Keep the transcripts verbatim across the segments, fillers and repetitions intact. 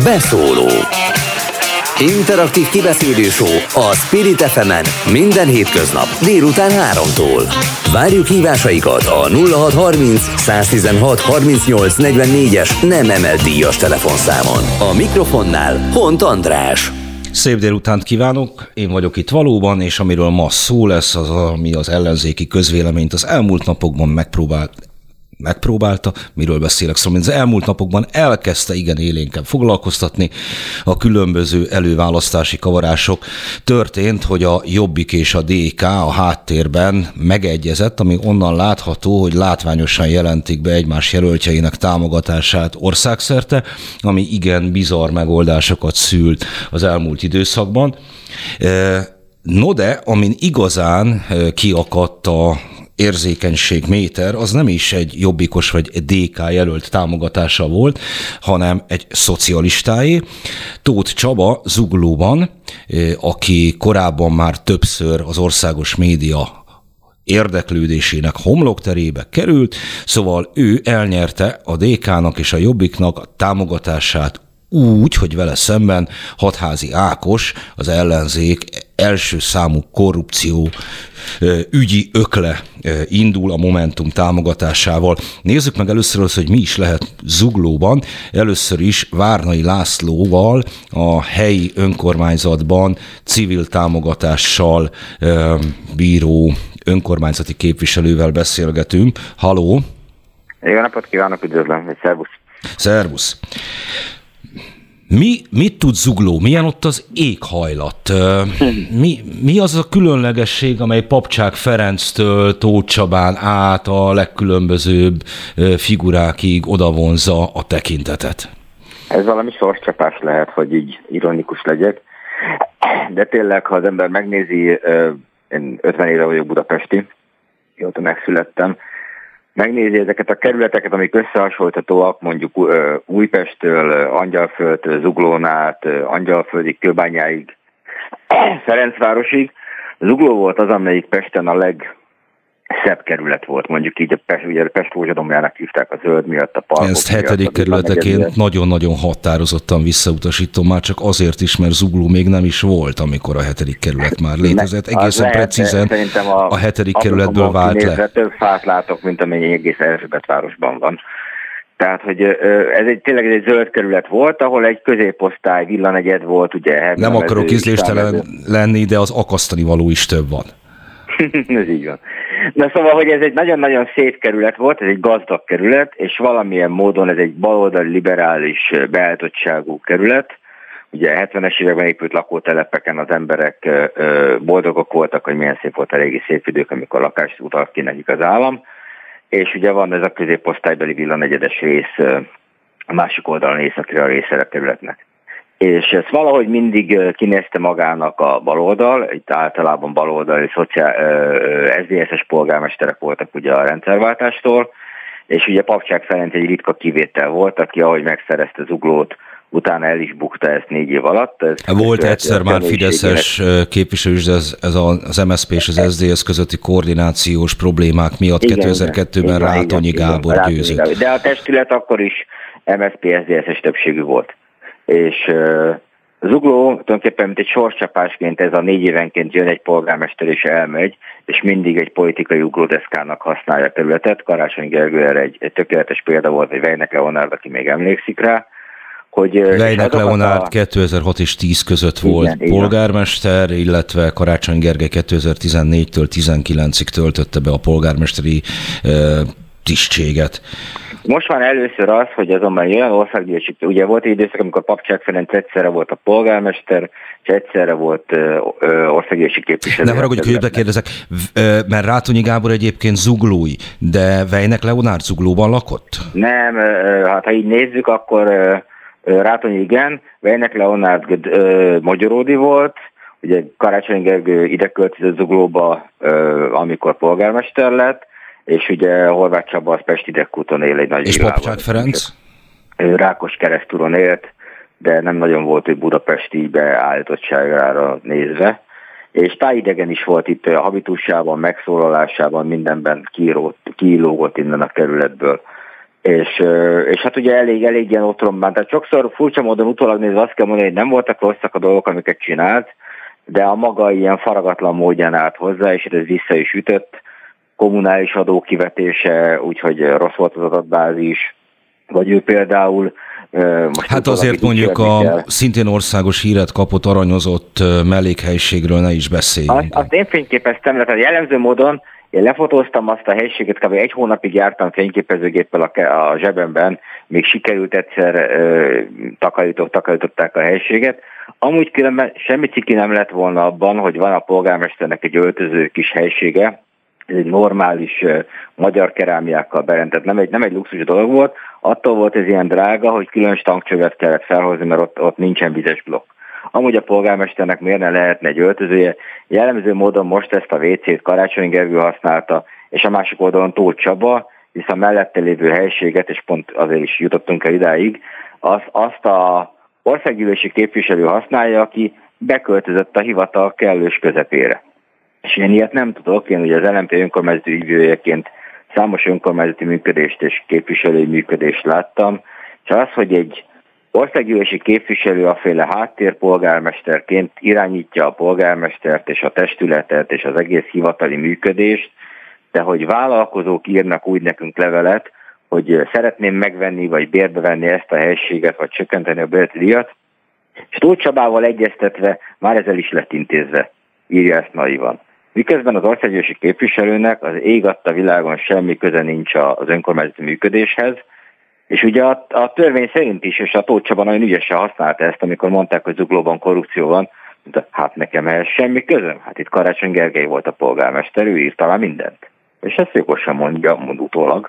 Beszóló. Interaktív kibeszélő show a Spirit ef emen minden hétköznap délután háromtól. Várjuk hívásaikat a nulla hat harminc száztizenhat harmincnyolc negyvennégyes nem emelt díjas telefonszámon. A mikrofonnál Hont András. Szép délutánt kívánok, én vagyok itt valóban, és amiről ma szó lesz, az, ami az ellenzéki közvéleményt az elmúlt napokban megpróbált, megpróbálta, miről beszélek, szóval az elmúlt napokban elkezdte igen élénken foglalkoztatni a különböző előválasztási kavarások. Történt, hogy a Jobbik és a dé ká a háttérben megegyezett, ami onnan látható, hogy látványosan jelentik be egymás jelöltjeinek támogatását országszerte, ami igen bizarr megoldásokat szült az elmúlt időszakban. No de, amin igazán kiakadt a érzékenységméter, az nem is egy jobbikos vagy dé ká jelölt támogatása volt, hanem egy szocialistáé. Tóth Csaba Zuglóban, aki korábban már többször az országos média érdeklődésének homlokterébe került, szóval ő elnyerte a dé kának és a Jobbiknak a támogatását úgy, hogy vele szemben Hatházi Ákos, az ellenzék első számú korrupció ügyi ökle indul a Momentum támogatásával. Nézzük meg először az, hogy mi is lehet Zuglóban. Először is Várnai Lászlóval, a helyi önkormányzatban civil támogatással bíró önkormányzati képviselővel beszélgetünk. Haló! Jó napot kívánok, üdvözlöm, szervusz! Szervusz! Mi, mit tud Zugló? Milyen ott az éghajlat? Mi, mi az a különlegesség, amely Papcsák Ferenctől Tóth Csabán át a legkülönbözőbb figurákig odavonza a tekintetet? Ez valami sorscsapás lehet, hogy így ironikus legyek. De tényleg, ha az ember megnézi, én ötven éve vagyok budapesti, mióta megszülettem, megnézi ezeket a kerületeket, amik összehasonlíthatóak, mondjuk Újpesttől, Angyalföldtől, Zuglón át, Angyalföldig, Kőbányáig, Ferencvárosig. Zugló volt az, amelyik Pesten a legszebb kerület volt, mondjuk így a Pest, ugye a Pest Rózsadomjának hívták a zöld miatt, a parkok. Ezt hetedik kerületeként nagyon-nagyon határozottan visszautasítom, már csak azért is, mert Zugló még nem is volt, amikor a hetedik kerület már létezett. Egészen precízen a, a hetedik kerületből vált le. Több fát látok, mint amennyi egész Erzsébetvárosban van. Tehát, hogy ez egy, tényleg egy zöld kerület volt, ahol egy középosztály villanegyed volt, ugye. Nem akarok ízléstelen lenni, de az akasztani való is több van. Ez így van. Na szóval, hogy ez egy nagyon-nagyon szép kerület volt, ez egy gazdag kerület, és valamilyen módon ez egy baloldali liberális beállítottságú kerület. Ugye a hetvenes években épült lakótelepeken az emberek boldogok voltak, hogy milyen szép volt a régi szép idők, amikor lakást utalt ki nekik az állam. És ugye van ez a középosztálybeli villanegyedes rész, a másik oldalon északra a része a kerületnek. És ezt valahogy mindig kinézte magának a baloldal, itt általában baloldali szociál, es zé es-es polgármesterek voltak ugye a rendszerváltástól, és ugye Papcsák Ferenc egy ritka kivétel volt, aki ahogy megszerezte Zuglót, utána el is bukta ezt négy év alatt. Ez volt egyszer már fideszes képviselő, de ez, ez az em es zé pé és az es zé dé es közötti koordinációs problémák miatt igen, kétezer-kettőben igen, Rátonyi igen, Gábor igen, győzött. Rátonyi. De a testület akkor is em es zé pé-es zé es-es többségű volt. És uh, Zugló tulajdonképpen mint egy sorscsapásként ez a négy évenként jön egy polgármester és elmegy, és mindig egy politikai ugródeszkának használja a területet. Karácsony Gergő erre egy, egy tökéletes példa volt, vagy Vejnek Leonárd, aki még emlékszik rá. Hogy Vejnek Leonárd a... kétezer-hat és tíz között igen, volt igen. polgármester, illetve Karácsony Gergely kétezer-tizennégytől tizenkilencig töltötte be a polgármesteri uh, tisztséget. Most van először az, hogy azonban olyan országgyűlési, ugye volt egy időszak, amikor Papcsák Ferenc egyszerre volt a polgármester, és egyszerre volt országgyűlési képviselő. Ne haragudj, hogy bekérdezek, mert Rátonyi Gábor egyébként zuglói, de Vejnek Leonárd Zuglóban lakott? Nem, hát ha így nézzük, akkor Rátonyi igen, Vejnek Leonárd magyaródi volt, ugye Karácsony Gergő ide költözött Zuglóba, amikor polgármester lett, és ugye Horváth Csaba az Pesti Dekkúton él egy nagy és Papcsák Ferenc? Rákos Keresztúron élt, de nem nagyon volt, hogy budapesti beállítottságára nézve. És tájidegen is volt itt a habitusában, megszólalásában, mindenben kiírót, kiílógott innen a kerületből. És, és hát ugye elég, elég ilyen otromban, tehát sokszor furcsa módon utólag nézve azt kell mondani, hogy nem voltak rosszak a dolgok, amiket csinált, de a maga ilyen faragatlan módján állt hozzá, és ez vissza is ütött, kommunális adó kivetése, úgyhogy rossz volt az adatbázis, vagy ő például... Most hát azért mondjuk a kell. Szintén országos híret kapott aranyozott mellékhelységről ne is beszéljünk. Azt, azt én fényképeztem, tehát jellemző módon én lefotóztam azt a helységet, kb. egy hónapig jártam fényképezőgéppel a, a zsebemben, még sikerült egyszer ö, takarítok, takarították a helységet. Amúgy különben semmi ciki nem lett volna abban, hogy van a polgármesternek egy öltöző kis helysége, ez egy normális uh, magyar kerámiákkal berendezett, nem egy, nem egy luxus dolog volt, attól volt ez ilyen drága, hogy külön stankcsövet kellett felhozni, mert ott, ott nincsen vizes blokk. Amúgy a polgármesternek miért ne lehetne egy öltözője, jellemző módon most ezt a vé cét Karácsony Gergő használta, és a másik oldalon Tóth Csaba, hisz a mellette lévő helységet, és pont azért is jutottunk el idáig, az, azt a országgyűlési képviselő használja, aki beköltözött a hivatal kellős közepére. És én ilyet nem tudok, én ugye az el em pé önkormányzati ügyvőjeként számos önkormányzati működést és képviselői működést láttam, és az, hogy egy országgyűlési képviselő aféle háttérpolgármesterként irányítja a polgármestert és a testületet és az egész hivatali működést, de hogy vállalkozók írnak úgy nekünk levelet, hogy szeretném megvenni vagy bérbe venni ezt a helységet, vagy csökkenteni a bérleti díjat, és Tóth Csabával egyeztetve már ezzel is lett intézve, írja ezt naivan. Miközben az országgyűlési képviselőnek az ég adta világon semmi köze nincs az önkormányzati működéshez, és ugye a, a törvény szerint is, és a Tóth Csaba nagyon ügyesen használta ezt, amikor mondták, hogy Zuglóban korrupció van, de hát nekem ehhez semmi közöm. Hát itt Karácsony Gergely volt a polgármester, ő írta már mindent. És ezt jogosan mondja, mond utólag.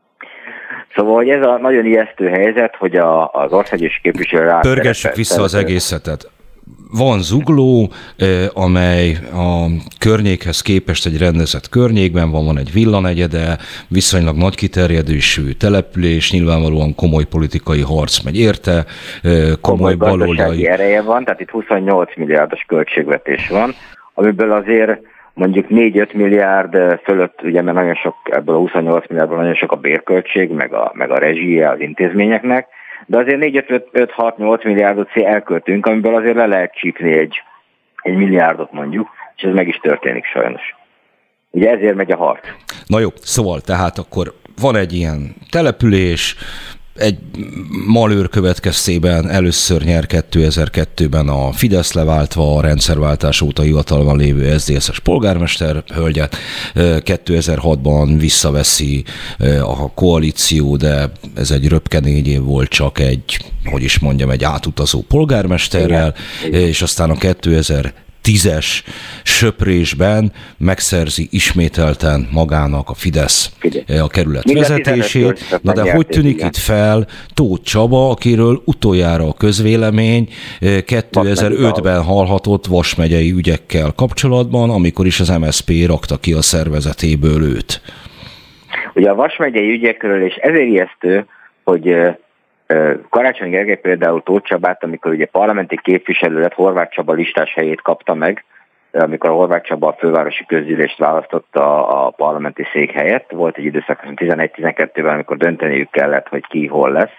Szóval, hogy ez a nagyon ijesztő helyzet, hogy a, az országgyűlési képviselő... Pörgessük vissza az egészetet. Van Zugló, amely a környékhez képest egy rendezett környékben van, van egy villanegyede, viszonylag nagy kiterjedésű település, nyilvánvalóan komoly politikai harc megy érte, komoly, komoly baloldali ereje van, tehát itt huszonnyolc milliárdos költségvetés van, amiből azért mondjuk négy-öt milliárd fölött, ugye mert nagyon sok, ebből a huszonnyolc milliárdból nagyon sok a bérköltség, meg a, meg a rezsije az intézményeknek, de azért négy-öt-hat-nyolc milliárdot elköltünk, amiből azért le lehet csípni egy, egy milliárdot mondjuk, és ez meg is történik sajnos. Ugye ezért megy a harc. Na jó, szóval tehát akkor van egy ilyen település, egy malőr következtében először nyer kétezer-kettőben a Fidesz leváltva, a rendszerváltás óta hivatalban lévő es zé dé es-es polgármester hölgyet, kétezer-hatban visszaveszi a koalíció, de ez egy röpkenény év volt, csak egy, hogy is mondjam, egy átutazó polgármesterrel, igen, és aztán a kétezer-tízes söprésben megszerzi ismételten magának a Fidesz, Fidesz. a kerület mind vezetését. Na de hogy tűnik igen. itt fel Tóth Csaba, akiről utoljára a közvélemény kétezer-ötben hallhatott Vas megyei ügyekkel kapcsolatban, amikor is az em es zé pé rakta ki a szervezetéből őt. Ugye a Vas megyei ügyekről, és ezért ijesztő, hogy Karácsony Gergely például Tóth Csabát, amikor ugye parlamenti képviselő lett, Horváth Csaba listás helyét kapta meg, amikor a Horváth Csaba a fővárosi közgyűlést választotta a parlamenti szék helyett. Volt egy időszak tizenegy-tizenkettőben, amikor dönteniük kellett, hogy ki hol lesz,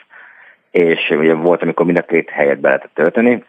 és ugye volt, amikor mind a két helyet be lehetett tölteni.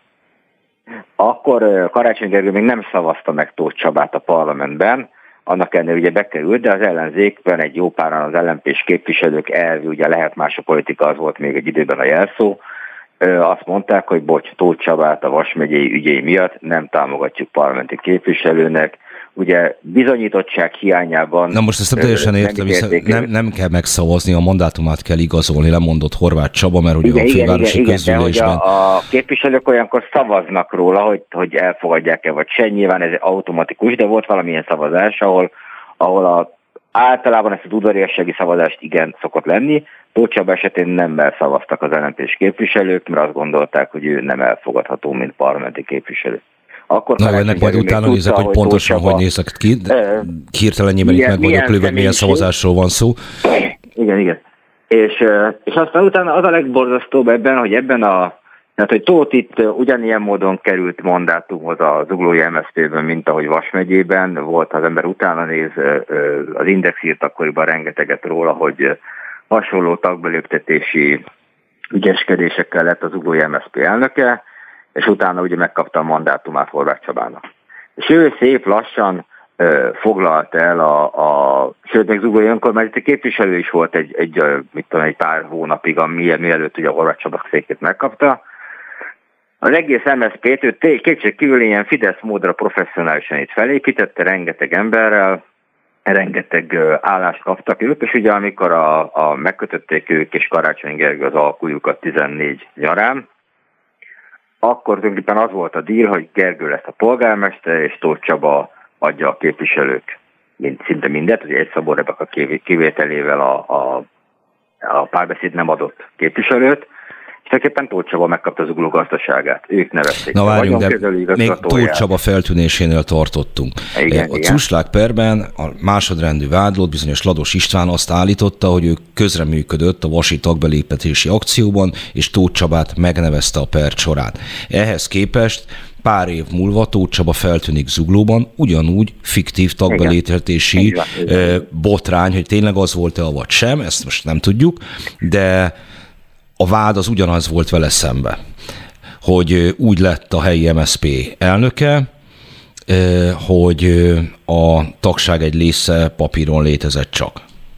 Akkor Karácsony Gergely még nem szavazta meg Tóth Csabát a parlamentben, annak ellenére ugye bekerült, de az ellenzékben egy jó páran az el em pés képviselők elvi, ugye lehet más a politika, az volt még egy időben a jelszó, azt mondták, hogy bocs, Tóth Csabát a Vas megyei ügyei miatt nem támogatjuk parlamenti képviselőnek. Ugye bizonyítottság hiányában... Na most ezt teljesen értem, nem, nem, nem kell megszavazni, a mandátumát kell igazolni, lemondott Horváth Csaba, mert ugye igen, a fővárosi igen, közgyűlésben... Igen, de hogy a, a képviselők olyankor szavaznak róla, hogy, hogy elfogadják-e vagy se, nyilván ez automatikus, de volt valamilyen szavazás, ahol, ahol a, általában ezt az udvariassági szavazást igen szokott lenni. Tóth Csaba esetén nem szavaztak az el em pés képviselők, mert azt gondolták, hogy ő nem elfogadható, mint parlamenti képviselő. Akkor Na, ennek majd utána nézek, hogy pontosan Csaba, hogy nézek ki. Hirtelenjében itt meg vagyok lőve, milyen szavazásról van szó. Igen, igen. És, és aztán utána az a legborzasztóbb ebben, hogy ebben a, tehát hogy Tóth itt ugyanilyen módon került mandátumhoz a zuglói em es zé pében, mint ahogy Vas megyében. Volt, ha az ember utána néz, az Index írt akkoriban rengeteget róla, hogy hasonló tagbeléptetési ügyeskedésekkel lett az zuglói em es zé pé elnöke, és utána ugye megkapta a mandátumát Horváth Csabának. És ő szép lassan ö, foglalta el a, a sőt, még zuglói önkormányzati képviselő is volt egy, egy, mit tudom, egy pár hónapig, mielőtt ugye a Horváth Csaba székét megkapta. Az egész em es zé pét ő kétség kívül ilyen Fidesz módra professzionálisan itt felépítette, rengeteg emberrel, rengeteg állást kaptak ők, és ugye amikor a, a megkötötték ők és Karácsony Gergely az alkujukat tizennégy nyarán, akkor tulajdonképpen az volt a díl, hogy Gergő lesz a polgármester, és Tóth Csaba adja a képviselők mint szinte mindet, ugye egy Szabó Rebeka kivételével a, a, a Párbeszéd nem adott képviselőt, és tulajdonképpen Tóth Csaba megkapta Zugló gazdaságát. Ők nevezték. Na várjunk, de még Tóth Csaba feltűnésénél tartottunk. Igen, a igen. Cuslág perben a másodrendű vádlott, bizonyos Lados István azt állította, hogy ő közreműködött a vasi tagbeléptetési akcióban, és Tóth Csabát megnevezte a per során. Ehhez képest pár év múlva Tóth Csaba feltűnik Zuglóban, ugyanúgy fiktív tagbeléptetési botrány, hogy tényleg az volt-e, vagy sem, ezt most nem tudjuk, de a vád az ugyanaz volt vele szembe, hogy úgy lett a helyi em es zé pé elnöke, hogy a tagság egy része papíron létezett csak.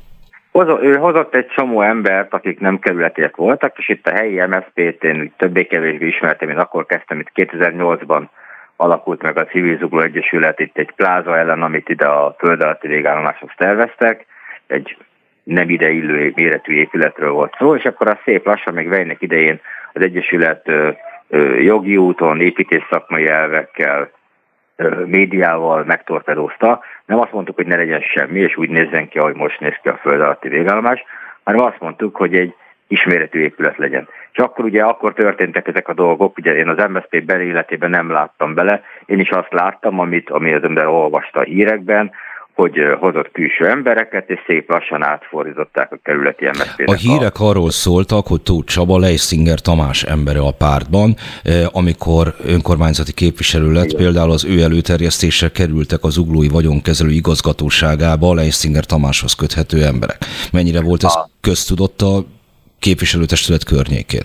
Ő hozott egy csomó embert, akik nem kerületiek voltak, és itt a helyi em es zé pét én többé-kevésbé ismertem, én akkor kezdtem, itt kétezer-nyolcban alakult meg a Civil Zugló Egyesület, itt egy pláza ellen, amit ide a föld alatti végállomáshoz terveztek, egy nem ide illő méretű épületről volt szó, és akkor a szép lassan, még Vejnek idején az Egyesület ö, ö, jogi úton, építés szakmai elvekkel, ö, médiával megtorpedózta. Nem azt mondtuk, hogy ne legyen semmi, és úgy nézzen ki, ahogy most néz ki a föld alatti végállomás, hanem azt mondtuk, hogy egy kisméretű épület legyen. És akkor ugye akkor történtek ezek a dolgok, ugye én az em es zé pé beléletében nem láttam bele, én is azt láttam, amit, ami az ember olvasta a hírekben, hogy hozott külső embereket, és szép lassan átfordították a kerületi em es zé pének. A hírek a... arról szóltak, hogy Tóth Csaba Leissinger Tamás embere a pártban, amikor önkormányzati képviselő lett, igen. Például az ő előterjesztésre kerültek az zuglói vagyonkezelő igazgatóságába Leissinger Tamáshoz köthető emberek. Mennyire volt ez a... köztudott a képviselőtestület környékén?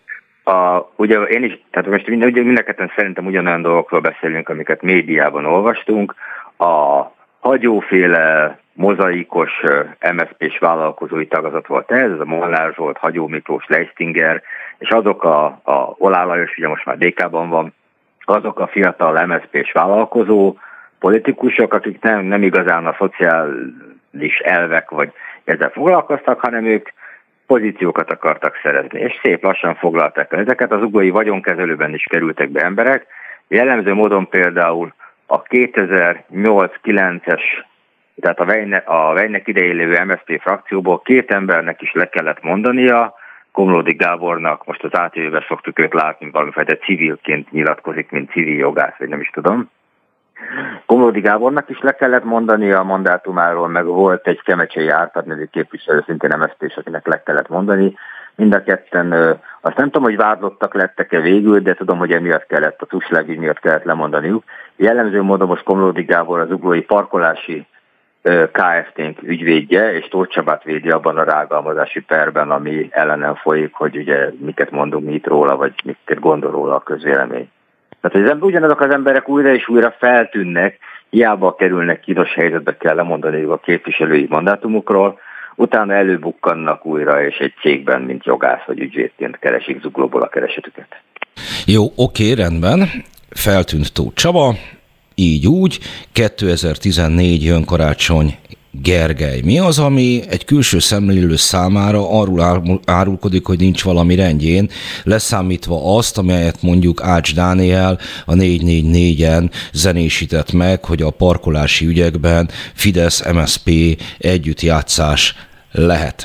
A, ugye én is, tehát most mind, ugye mindenketten szerintem ugyanolyan dolgokról beszélünk, amiket médiában olvastunk. A Hagyóféle mozaikos em es zé pés vállalkozói tagozat volt ez, ez a Molnár Zsolt, Hagyó Miklós, Leistinger, és azok a, a Oláh Lajos, ugye most már dé ká-ban van, azok a fiatal em es zé pés vállalkozó politikusok, akik nem, nem igazán a szociális elvek vagy ezzel foglalkoztak, hanem ők pozíciókat akartak szerezni, és szép lassan foglalták el ezeket. Az zuglói vagyonkezelőben is kerültek be emberek, jellemző módon például a kétezer-nyolc-kilences, tehát a Vejnek, a Vejnek idején lévő em es zé pé frakcióból két embernek is le kellett mondania, Komlódi Gábornak, most az átjövőben szoktuk őt látni, valamifajta civilként nyilatkozik, mint civil jogász, vagy nem is tudom. Komlódi Gábornak is le kellett mondania a mandátumáról, meg volt egy Kemecsei Árpád nevű képviselő, szintén em es zé pés, akinek le kellett mondani. Mind a ketten, azt nem tudom, hogy vádlottak lettek-e végül, de tudom, hogy emiatt kellett, a Cuslág ügy miatt kellett lemondaniuk. Jellemző módon most Komlódi Gábor az zuglói parkolási ká ef té-nk ügyvédje, és Tóth Csabát védi abban a rágalmazási perben, ami ellenem folyik, hogy ugye miket mondunk mi itt róla, vagy miket gondol róla a közvélemény. Tehát hogy ugyanazok az emberek újra és újra feltűnnek, hiába kerülnek kínos helyzetbe, kell lemondaniuk a képviselői mandátumukról, utána előbukkannak újra, és egy cégben, mint jogász vagy ügyvédként keresik Zuglóból a keresetüket. Jó, oké, rendben. Feltűnt Tóth Csaba, így úgy. kétezer-tizennégy jön Karácsony Gergely. Mi az, ami egy külső szemlélő számára arról árulkodik, hogy nincs valami rendjén, leszámítva azt, amelyet mondjuk Ács Dániel a négy négy négyen zenésített meg, hogy a parkolási ügyekben Fidesz-em es zé pé együttjátszás lehet?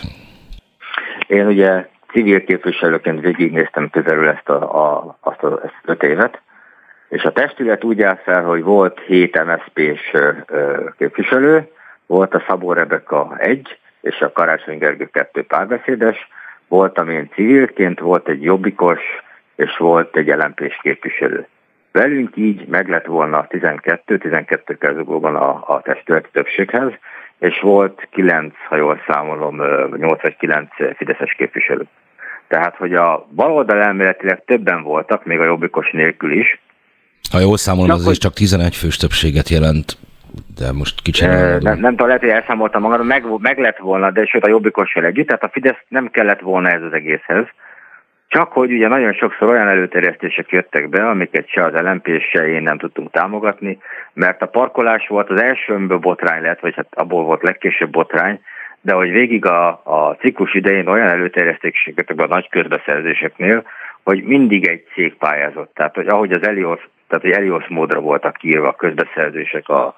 Én ugye civil képviselőként végignéztem közelül ezt a, a, azt az ezt öt évet, és a testület úgy áll fel, hogy volt hét em es zé pés képviselő, volt a Szabó Rebeka egy, és a Karácsony Gergő kettő párbeszédes, voltam én civilként, volt egy jobbikos, és volt egy el em pés képviselő. Velünk így meg lett volna tizenkettő, tizenkettő Zuglóban a, a testületi többséghez, és volt kilenc, ha jól számolom, nyolc vagy kilenc fideszes képviselő. Tehát, hogy a baloldal elméletileg többen voltak, még a jobbikos nélkül is. Ha jól számolom, az is csak tizenegy fős többséget jelent, de most kicsit... Nem, nem tudom, lehet, hogy elszámoltam magam, meg, meg lett volna, de sőt a jobbikossal együtt, tehát a Fidesz nem kellett volna ez az egészhez. Csak hogy ugye nagyon sokszor olyan előterjesztések jöttek be, amiket se az el em pé, se én nem tudtunk támogatni, mert a parkolás volt az elsőmből botrány lett, vagy hát abból volt legkésőbb botrány, de hogy végig a, a ciklus idején olyan előterjesztések jöttek be a nagy közbeszerzéseknél, hogy mindig egy cég pályázott. Tehát, hogy ahogy az Elios, tehát hogy Elios módra voltak kiírva a közbeszerzések. A,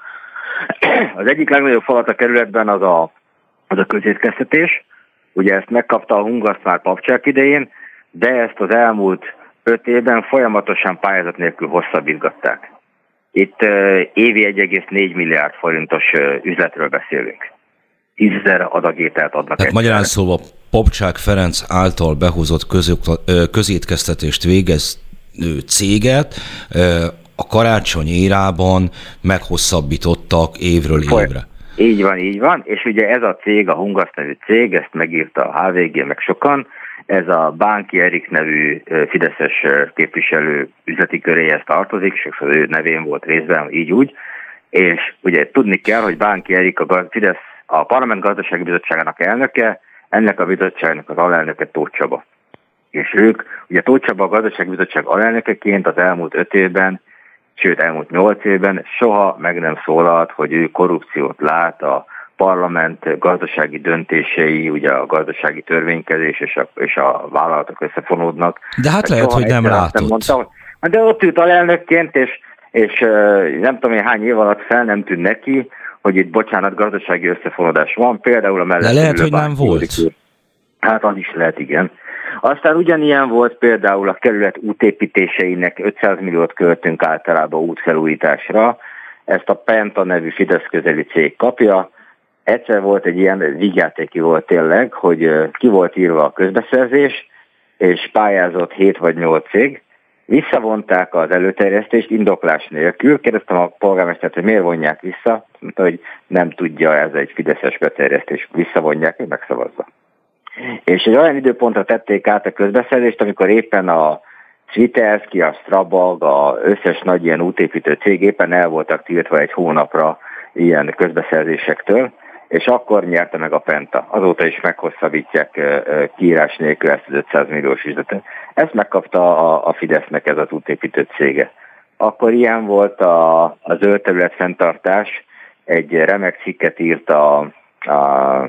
az egyik legnagyobb falat a kerületben az a, az a közétkeztetés. Ugye ezt megkapta a Hungaszt már Papcsák idején, de ezt az elmúlt öt évben folyamatosan pályázat nélkül hosszabbítgatták. Itt uh, évi egy egész négy milliárd forintos uh, üzletről beszélünk. tízezer adagételt adnak. Tehát magyarán szólva Papcsák Ferenc által behozott közétkeztetést végező céget a karácsony érában meghosszabbítottak évről évre. Így van, így van, és ugye ez a cég, a Hungasz nevű cég, ezt megírta a há vé gé, meg sokan, ez a Bánki Erik nevű fideszes képviselő üzleti köréhez tartozik, sokszor ő nevén volt részben, így úgy, és ugye tudni kell, hogy Bánki Erik a Fidesz, a Parlament Gazdasági Bizottságának elnöke, ennek a bizottságnak az alelnöke Tóth Csaba. És ők, ugye Tóth Csaba a Gazdasági Bizottság alelnökeként az elmúlt öt évben, sőt elmúlt nyolc évben soha meg nem szólalt, hogy ő korrupciót lát a parlament gazdasági döntései, ugye a gazdasági törvénykezés és a, és a vállalatok összefonódnak. De hát lehet, hogy nem látott. Mondta, de ott ült alelnökként, és, és nem tudom én hány év alatt fel nem tűnt neki, hogy itt, bocsánat, gazdasági összefonódás van, például a mellett... De lehet, hogy nem volt. Hát az is lehet, igen. Aztán ugyanilyen volt például a kerület útépítéseinek, ötszáz milliót költünk általában útfelújításra, ezt a Penta nevű Fidesz közeli cég kapja. Egyszer volt egy ilyen vígjátéki volt tényleg, hogy ki volt írva a közbeszerzés, és pályázott hét vagy nyolc cég, visszavonták az előterjesztést indoklás nélkül. Kérdeztem a polgármestert, hogy miért vonják vissza, mondta, hogy nem tudja, ez egy fideszes beterjesztés, visszavonják, hogy megszavazza. És egy olyan időpontra tették át a közbeszerzést, amikor éppen a Svitelszky, a Strabag, az összes nagy ilyen útépítő cég éppen el voltak tiltva egy hónapra ilyen közbeszerzésektől, és akkor nyerte meg a Penta. Azóta is meghosszabbítják kiírás nélkül ezt az ötszáz milliós üzletet. Ezt megkapta a, a Fidesznek ez az útépítő cége. Akkor ilyen volt a, a zöld terület fenntartás, egy remek cikket írt a, a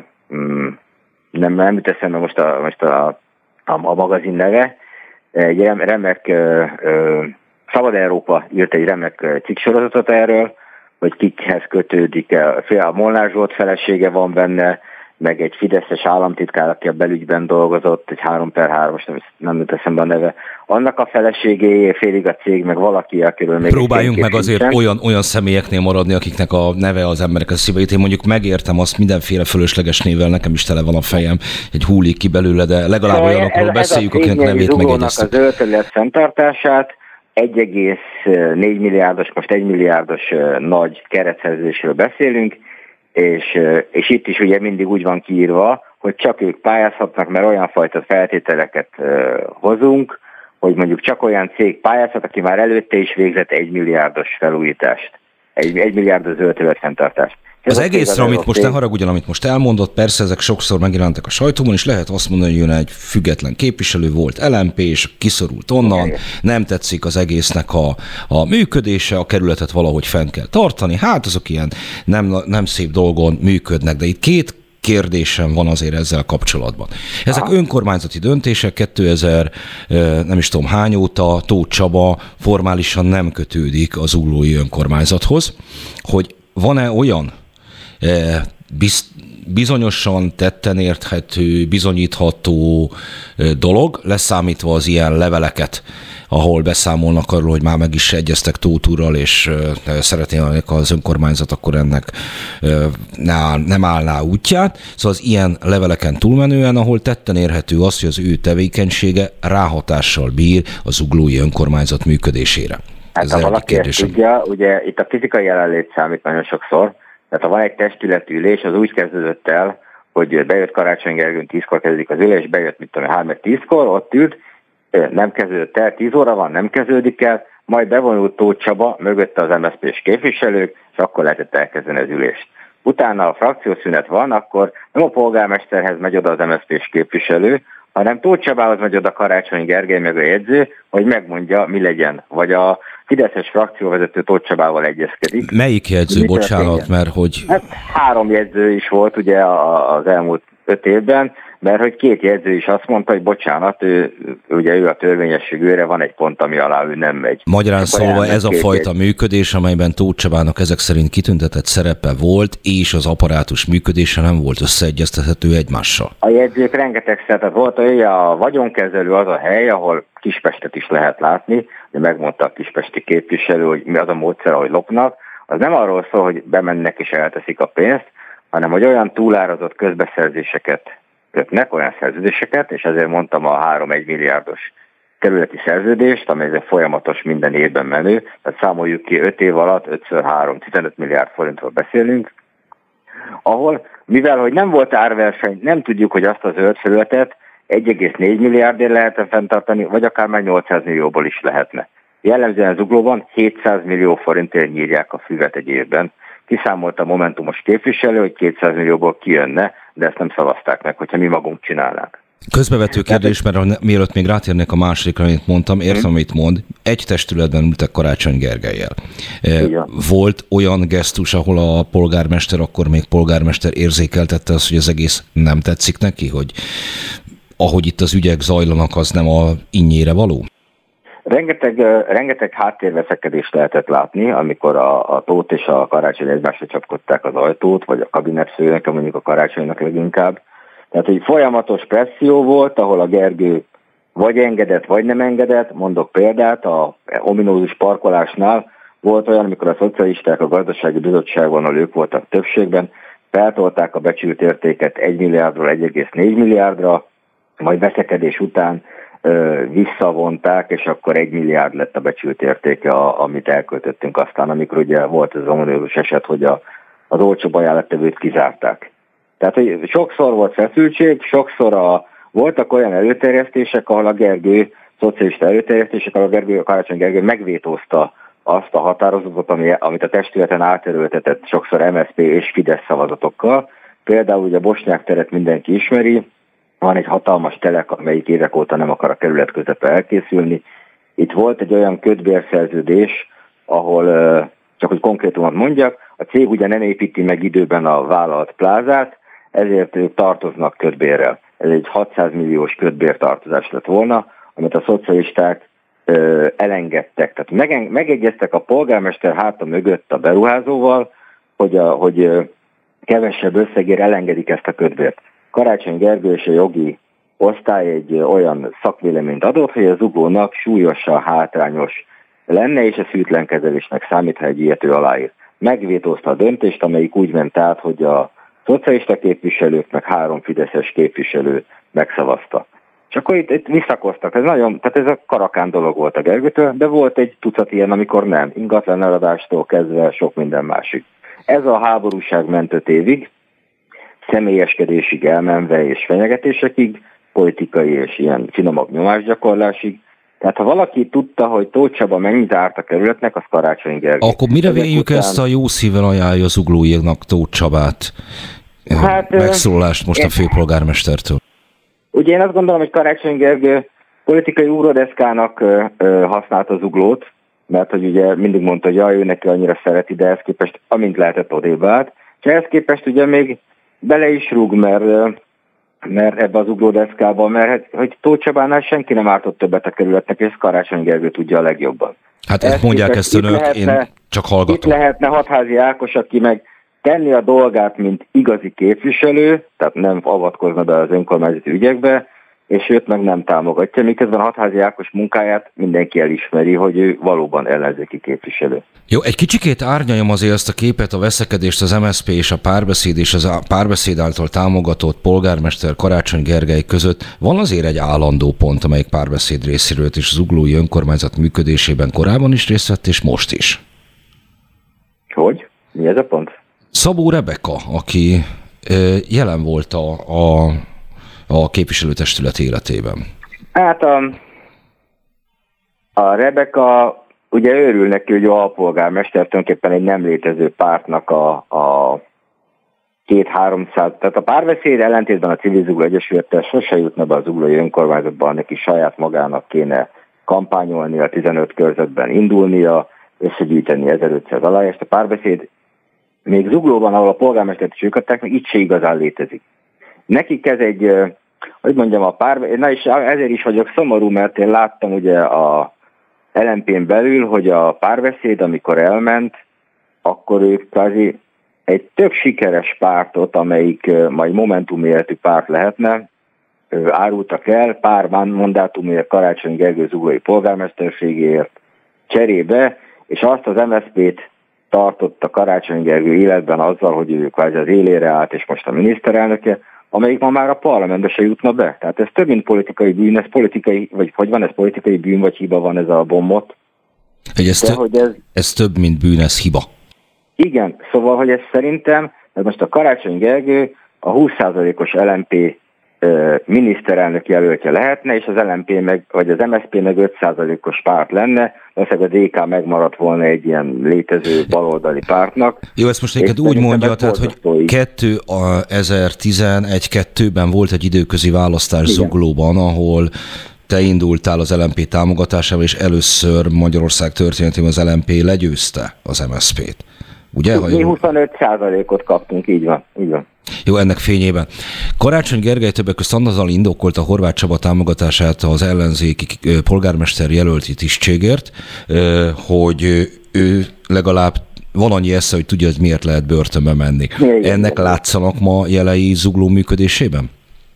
nem, nem jut eszembe most a, most a, a, a magazin neve, egy remek ö, ö, Szabad Európa írt egy remek cikksorozatot erről, hogy kikhez kötődik. A Molnár Zsolt felesége van benne, meg egy fideszes államtitkár, aki a belügyben dolgozott, egy három per hármas, nem, nem jut eszembe a neve. Annak a feleségéjé félig a cég, meg valaki, akiről még... Próbáljunk meg azért olyan, olyan személyeknél maradni, akiknek a neve az emberek a szíveit. Én mondjuk megértem azt, mindenféle fölösleges névvel, nekem is tele van a fejem, egy hullik ki belőle, de legalább szóval olyanokról beszéljük, akinek nevét megjegyeztük. A zöld terület fenntartását egy egész négy milliárdos, most egy milliárdos nagy keretszerződésről beszélünk, és, és itt is ugye mindig úgy van kiírva, hogy csak ők pályázhatnak, mert olyan fajta feltételeket hozunk, hogy mondjuk csak olyan cég pályázhat, aki már előtte is végzett egy milliárdos felújítást, egy, egy milliárdos zöld terület fenntartást. Az egészre, amit most ne haragudjon, amit most elmondott, persze ezek sokszor megjelentek a sajtóban, és lehet azt mondani, hogy jön egy független képviselő, volt el em pé, és kiszorult onnan, nem tetszik az egésznek a, a működése, a kerületet valahogy fenn kell tartani, hát azok ilyen nem, nem szép dolgon működnek, de itt két kérdésem van azért ezzel kapcsolatban. Ezek Aha. önkormányzati döntések, kétezer nem is tudom hány óta Tóth Csaba formálisan nem kötődik az zuglói önkormányzathoz, hogy van-e olyan Biz, bizonyosan tetten érthető, bizonyítható dolog, leszámítva az ilyen leveleket, ahol beszámolnak arról, hogy már meg is egyeztek Tóth úrral, és szeretnének az önkormányzat, akkor ennek ne áll, nem állná útját. Szóval az ilyen leveleken túlmenően, ahol tetten érhető az, hogy az ő tevékenysége ráhatással bír a zuglói önkormányzat működésére. Hát ha valaki ezt tudja, ugye itt a fizikai jelenlét számít nagyon sokszor, Tehát ha van egy testületi ülés, az úgy kezdődött el, hogy bejött Karácsony Gergőn, tízkor kezdik az ülés, bejött, mit tudom, három tízkor, ott ült, nem kezdődött el, tíz óra van, nem kezdődik el, majd bevonult Tóth Csaba, mögötte az em es zé pés képviselők, és akkor lehetett elkezdeni az ülést. Utána a frakciószünet van, akkor nem a polgármesterhez megy oda az em es zé pés képviselő, hanem Tóth Csabához megy oda Karácsony Gergely meg a jegyző, hogy megmondja, mi legyen. Vagy a fideszes frakcióvezető Tóth Csabával egyezkedik. Melyik jegyző, bocsánat, mert hogy... Hát három jegyző is volt ugye az elmúlt öt évben, mert hogy két jegyző is azt mondta, hogy bocsánat, ő, ugye ő a törvényesség őre, van egy pont, ami alá ő nem megy. Magyarán szólva ez a fajta jegy... működés, amelyben Tóth Csabának ezek szerint kitüntetett szerepe volt, és az apparátus működése nem volt összeegyeztethető egymással. A jegyzők rengeteg tehát volt olyan, a vagyonkezelő az a hely, ahol Kispestet is lehet látni, hogy megmondta a kispesti képviselő, hogy mi az a módszer, ahogy lopnak. Az nem arról szól, hogy bemennek és elteszik a pénzt, hanem hogy olyan túlárazott közbeszerzéseket kötnek, olyan szerződéseket, és ezért mondtam a három egy milliárdos kerületi szerződést, amely egy folyamatos minden évben menő, tehát számoljuk ki öt év alatt ötször három, tizenöt milliárd forintról beszélünk, ahol, mivel hogy nem volt árverseny, nem tudjuk, hogy azt a zöld felületet egy egész négy milliárdért lehetne fenntartani, vagy akár már nyolcszáz millióból is lehetne. Jellemzően Zuglóban hétszáz millió forintért nyírják a füvet egy évben. Kiszámolta a Momentumos képviselő, hogy kétszáz millióból kijönne, de ezt nem szavazták meg, hogyha mi magunk csinálnánk. Közbevető kérdés, mert mielőtt még rátérnék a másodikra, amit mondtam, értem, amit mond, egy testületben ültek Karácsony Gergellyel. Volt olyan gesztus, ahol a polgármester, akkor még polgármester érzékeltette azt, hogy az egész nem tetszik neki, hogy ahogy itt az ügyek zajlanak, az nem a innyére való? Rengeteg, rengeteg háttérveszekedést lehetett látni, amikor a, a Tóth és a Karácsony egymásra csapkodták az ajtót, vagy a kabinetfőnek, mondjuk a Karácsonynak leginkább. Tehát egy folyamatos presszió volt, ahol a Gergő vagy engedett, vagy nem engedett. Mondok példát, a ominózus parkolásnál volt olyan, amikor a szocialisták a gazdasági bizottságban, ahol ők voltak többségben, feltolták a becsült értéket egy milliárdról egy egész négy milliárdra, majd veszekedés után ö, visszavonták, és akkor egy milliárd lett a becsült értéke, a, amit elköltöttünk aztán, amikor ugye volt ez az ominózus eset, hogy a, az olcsóbb ajánlattevőt kizárták. Tehát, hogy sokszor volt feszültség, sokszor a, voltak olyan előterjesztések, ahol a Gergő, szocialista előterjesztések, ahol a Gergő, a Karácsony Gergő megvétózta azt a határozatot, ami, amit a testületen áterőltetett sokszor em es zé pé és Fidesz szavazatokkal. Például ugye a Bosnyák teret mindenki ismeri, van egy hatalmas telek, amelyik évek óta nem akar a kerület közepe elkészülni. Itt volt egy olyan kötbérszerződés, ahol, csak hogy konkrétumot mondjak, a cég ugye nem építi meg időben a vállalt plázát, ezért ők tartoznak kötbérrel. Ez egy hatszáz milliós kötbértartozás lett volna, amit a szocialisták ö, elengedtek. Tehát meg, megegyeztek a polgármester háta mögött a beruházóval, hogy, a, hogy ö, kevesebb összegért elengedik ezt a kötbért. Karácsony Gergő és a jogi osztály egy ö, olyan szakvéleményt adott, hogy a Zuglónak súlyosan hátrányos lenne, és a szűtlenkezelésnek számít, ha egy ilyet ő aláír. Megvétózta a döntést, amelyik úgy ment át, hogy a szocialista képviselők, meg három fideszes képviselő megszavazta. És akkor itt, itt visszakoztak. Ez nagyon, tehát ez a karakán dolog volt a Gergőtől, de volt egy tucat ilyen, amikor nem. Ingatlan eladástól kezdve sok minden másik. Ez a háborúság ment öt évig, személyeskedésig elmenve és fenyegetésekig, politikai és ilyen finomabb nyomásgyakorlásig. Tehát ha valaki tudta, hogy Tóth Csaba mennyit árt a kerületnek, az Karácsony Gergely. Akkor mire véljük után... ezt a jó szívvel ajánlja az zuglóiaknak Tóth Csabát hát, megszólalást most én... a főpolgármestertől? Ugye én azt gondolom, hogy Karácsony Gergely politikai úrodeszkának használta az Zuglót, mert hogy ugye mindig mondta, hogy jaj, ő neki annyira szereti, de ehhez képest amint lehetett odébb állt. És ehhez képest ugye még bele is rúg, mert... mert ebbe az uglódeszkába, mert hogy Tóth Csabánál senki nem ártott többet a kerületnek, és Karácsony Gergő tudja a legjobban. Hát ezt mondják ezt önök, lehetne, én csak hallgatom. Itt lehetne Hatházi Ákos, aki meg tenni a dolgát, mint igazi képviselő, tehát nem avatkozna be az önkormányzati ügyekbe, és őt meg nem támogatja, miközben Hatházi Ákos munkáját mindenki elismeri, hogy ő valóban ellenzéki képviselő. Jó, egy kicsikét árnyaljam azért ezt a képet, a veszekedést az em es zé pé és a Párbeszéd és az a Párbeszéd által támogatott polgármester Karácsony Gergely között. Van azért egy állandó pont, amelyik Párbeszéd részéről és az zuglói önkormányzat működésében korábban is részt vett, és most is. Hogy? Mi ez a pont? Szabó Rebeka, aki jelen volt a, a, a képviselőtestület életében. Hát a, a Rebeka, ugye örül neki, hogy a alpolgármester tulajdonképpen egy nem létező pártnak a, a két-háromszáz, tehát a Párbeszéd ellentétben a Civil Zugló Egyesülettel sose jutna be az zuglói önkormányzatban, neki saját magának kéne kampányolni, a tizenöt körzetben indulnia, összegyűjteni ezerötszáz aláírást. A Párbeszéd még Zuglóban, ahol a polgármestert is ők adták, még itt se igazán létezik. Nekik ez egy, hogy mondjam, a Párbeszéd, na és ezért is vagyok szomorú, mert én láttam ugye a el em pén belül, hogy a Párbeszéd, amikor elment, akkor ők kvázi egy tök sikeres pártot, amelyik majd Momentum életű párt lehetne, árultak el pár mandátumért Karácsony Gergely zuglói polgármesterségéért cserébe, és azt az em es zé pét tartotta Karácsony Gergely életben azzal, hogy ő kvázi az élére állt, és most a miniszterelnöke, amelyik ma már a parlamentbe se jutna be. Tehát ez több, mint politikai bűn, ez politikai, vagy hogy van ez politikai bűn, vagy hiba van ez a bombot. Ez, De, több, hogy ez, ez több, mint bűn, ez hiba. Igen, szóval, hogy ez szerintem, ez most a Karácsony Gergely a húsz százalékos el em pé miniszterelnök jelöltje lehetne, és az el em pé meg, vagy az em es zé pé meg öt százalékos párt lenne, valószínűleg a dé ká megmaradt volna egy ilyen létező baloldali pártnak. Jó, ezt most egyébként úgy mondja, tehát, hogy kétezer-tizenegy-kettőben volt egy időközi választás Zuglóban, ahol te indultál az el em pé támogatásával, és először Magyarország történetében az el em pé legyőzte az em es zé pét. Ugye? Mi huszonöt százalékot kaptunk, így van, így van. Jó, ennek fényében. Karácsony Gergely többek között azzal indokolta Horváth Csaba támogatását az ellenzéki polgármester jelölti tisztségért, hogy ő legalább van annyi esze, hogy tudja, hogy miért lehet börtönbe menni. Igen, ennek látszanak ma jelei Zugló működésében?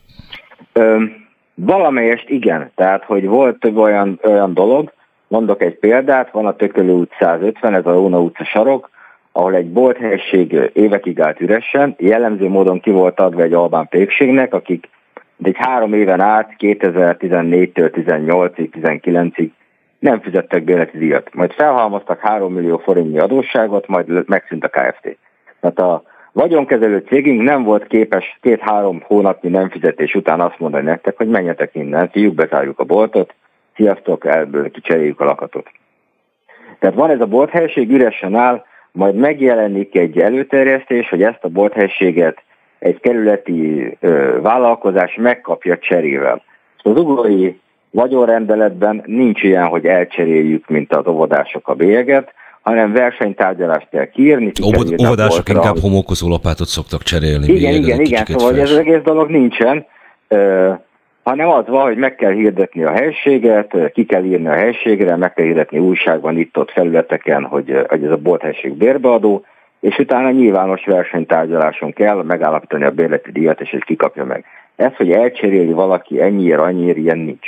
Ö, valamelyest igen. Tehát, hogy volt több olyan, olyan dolog, mondok egy példát, van a Tökölő út száz ötven, ez a Róna utca sarok, ahol egy bolthelyiség évekig állt üresen, jellemző módon ki volt adva egy albán pékségnek, akik egy három éven át, kétezer-tizennégytől tizennyolcig, tizenkilencig nem fizettek bérleti díjat. Majd felhalmoztak három millió forintnyi adósságot, majd megszűnt a ká ef té. Tehát a vagyonkezelő cégünk nem volt képes két-három hónapnyi nem fizetés után azt mondani nektek, hogy menjetek innen, fiúk, bezárjuk a boltot, sziasztok, ebből kicseréljük a lakatot. Tehát van ez a bolthelyiség, üresen áll, majd megjelenik egy előterjesztés, hogy ezt a bolthelységet egy kerületi ö, vállalkozás megkapja cserével. Az zuglói vagyonrendeletben nincs ilyen, hogy elcseréljük, mint az óvodások a bélyeget, hanem versenytárgyalást kell kiírni. Óvod, óvodások inkább hogy... homokozó lapátot szoktak cserélni. Igen, igen, igen, szóval ez az egész dolog nincsen, ö, hanem az van, hogy meg kell hirdetni a helységet, ki kell írni a helységre, meg kell hirdetni újságban, itt-ott felületeken, hogy, hogy ez a bolthelyiség bérbeadó, és utána nyilvános versenytárgyaláson kell megállapítani a bérleti díjat, és hogy kikapja meg. Ez, hogy elcseréli valaki ennyiért, annyiért, ilyen nincs.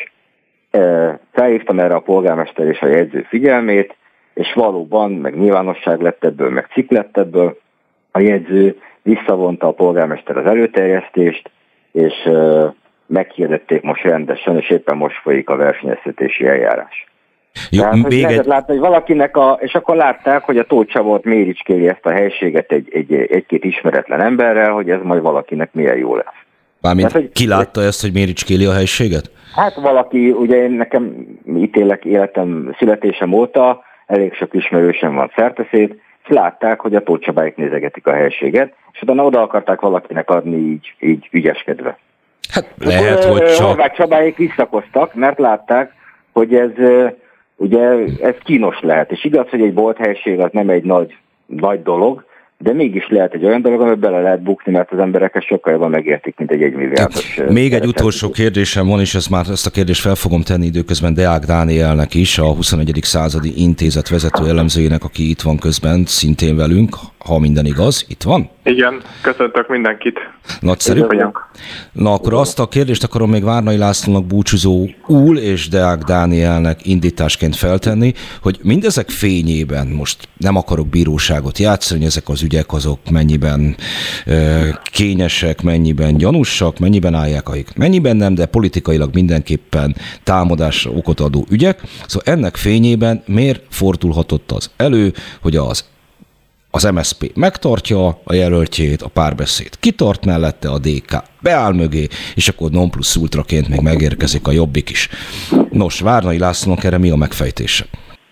Felhívtam erre a polgármester és a jegyző figyelmét, és valóban, meg nyilvánosság lett ebből, meg cikk lett ebből, a jegyző visszavonta a polgármester az előterjesztést, és meghirdették most rendesen, és éppen most folyik a versenyeztetési eljárás. Jó, Tehát, hogy még egy... látni, hogy valakinek a, és akkor látták, hogy a Tóth Csabot méricskéli ezt a helységet egy, egy, egy-két ismeretlen emberrel, hogy ez majd valakinek milyen jó lesz. Mármint Tehát, hogy, ki látta ezt, hogy méricskéli a helységet? Hát valaki, ugye én nekem ítélek életem születésem óta, elég sok ismerősem van szerteszét, és látták, hogy a Tóth Csabáik nézegetik a helységet, és utána oda akarták valakinek adni így, így ügyeskedve. Hát lehet, hogy csak... Horváth Csabáik visszakoztak, mert látták, hogy ez, ugye, ez kínos lehet. És igaz, hogy egy bolthelyiség az nem egy nagy, nagy dolog, de mégis lehet egy olyan dolog, amiben bele lehet bukni, mert az emberek ezt sokkal jobban megértik, mint egy egymilliárdos. Még egy utolsó kérdésem van, és ezt már ezt a kérdést fel fogom tenni időközben Deák Dánielnek is, a huszonegyedik századi intézet vezető elemzőjének, aki itt van közben, szintén velünk, ha minden igaz. Itt van? Igen, köszöntök mindenkit. Nagyszerű. Na akkor azt a kérdést akarom még Várnai Lászlónak búcsúzó úr és Deák Dánielnek indításként feltenni, hogy mindezek fényében most nem akarok bíróságot játszani, hogy ezek az ügyek azok mennyiben e, kényesek, mennyiben gyanúsak, mennyiben állják a mennyiben nem, de politikailag mindenképpen támadásra okot adó ügyek. Szóval ennek fényében miért fordulhatott az elő, hogy az az em es zé pé megtartja a jelöltjét, a Párbeszéd kitart mellette, a dé ká beáll mögé, és akkor non plus ultraként még megérkezik a Jobbik is. Nos, Várnai Lászlónak erre mi a megfejtése?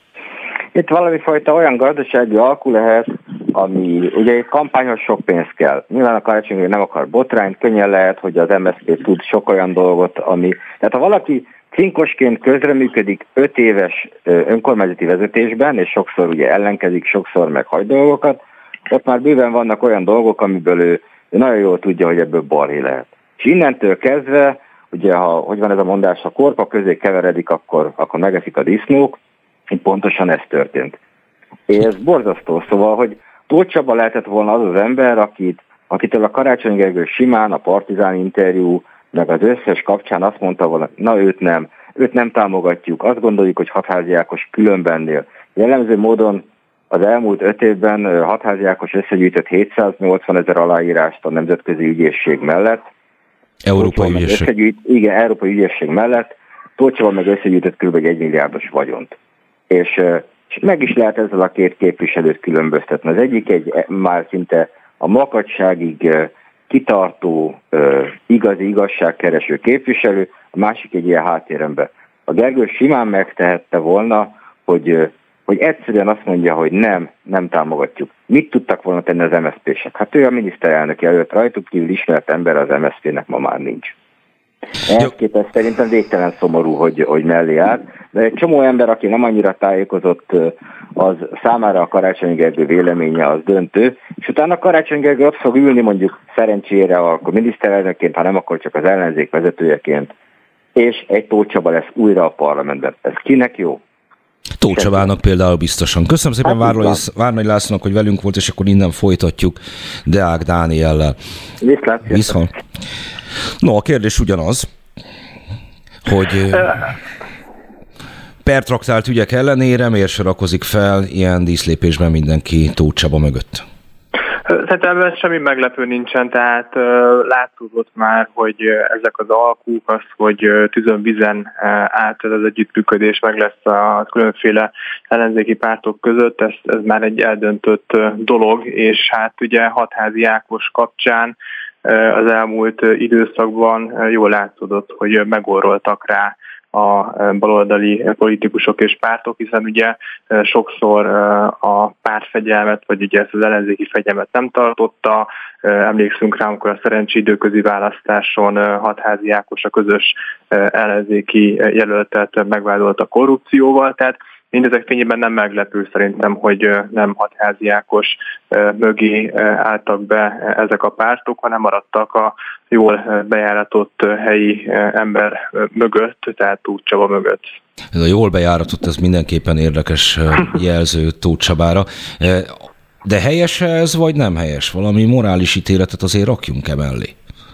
Itt valami fajta olyan gazdasági alkú lehet, ami ugye egy kampányhoz sok pénz kell. Nyilván a Karácsony nem akar botrányt, könnyen lehet, hogy az em es zé pé tud sok olyan dolgot, ami... Tehát ha valaki cinkosként közreműködik öt éves önkormányzati vezetésben, és sokszor ugye ellenkezik, sokszor meg hagy dolgokat, ott már bőven vannak olyan dolgok, amiből ő, ő nagyon jól tudja, hogy ebből balhé lehet. És innentől kezdve, ugye, ha, hogy van ez a mondás, ha korpa közé keveredik, akkor, akkor megeszik a disznók, így pontosan ez történt. És ez borzasztó, szóval, hogy Tóth Csaba lehetett volna az az ember, akit, akitől a Karácsony Gergely simán, a Partizán interjú, meg az összes kapcsán azt mondta volna, na őt nem, őt nem támogatjuk, azt gondoljuk, hogy Hatházi Ákos különbennél. Jellemző módon az elmúlt öt évben Hatházi Ákos összegyűjtött hétszáznyolcvan ezer aláírást a Nemzetközi Ügyészség mellett. Európai Ügyészség. Összegyűjt, igen, Európai Ügyészség mellett. Tóth Csaba meg összegyűjtött kb. egy milliárdos vagyont. És, és meg is lehet ezzel a két képviselőt különböztetni. Az egyik egy már szinte a makacságig kitartó, igazi igazságkereső képviselő, a másik egy ilyen háttérember. A Gergő simán megtehette volna, hogy, hogy egyszerűen azt mondja, hogy nem, nem támogatjuk. Mit tudtak volna tenni az em es zé pések? Hát ő a miniszterelnök jelölt, rajtuk kívül ismert ember az em es zé pének ma már nincs. Ehhez képest szerintem végtelen szomorú, hogy, hogy mellé állt, de egy csomó ember, aki nem annyira tájékozott, az számára a Karácsony Gergely véleménye az döntő, és utána a Karácsony Gergely ott fog ülni mondjuk szerencsére akkor miniszterelnökként, ha nem, akkor csak az ellenzék vezetőjeként, és egy Tóth Csaba lesz újra a parlamentben. Ez kinek jó? Tóth Csabának például biztosan. Köszönöm szépen hát, Várnai Lászlónak, hogy velünk volt, és akkor innen folytatjuk Deák Dániellel. Viszlát. Viszont. No, a kérdés ugyanaz, hogy pertraktált ügyek ellenére miért sorakozik fel ilyen díszlépésben mindenki Tóth Csaba mögött? Szerintem ebben semmi meglepő nincsen, tehát uh, látszódott már, hogy ezek az alkuk, az, hogy uh, tüzön-vizen uh, át ez az együttműködés meg lesz a különféle ellenzéki pártok között, ez, ez már egy eldöntött uh, dolog, és hát ugye Hatházi Ákos kapcsán uh, az elmúlt uh, időszakban uh, jól látszódott, hogy megorroltak rá a baloldali politikusok és pártok, hiszen ugye sokszor a pártfegyelmet, vagy ugye ezt az ellenzéki fegyelmet nem tartotta. Emlékszünk rá, amikor a szerencsi időközi választáson Hatházi Ákos a közös ellenzéki jelöltet megvádolta korrupcióval, tehát mindezek fényében nem meglepő szerintem, hogy nem Hatházi Ákos mögé álltak be ezek a pártok, hanem maradtak a jól bejáratott helyi ember mögött, tehát Tóth Csaba mögött. Ez a jól bejáratott, ez mindenképpen érdekes jelző Tóth Csabára. De helyes ez, vagy nem helyes? Valami morális ítéletet azért rakjunk emellé.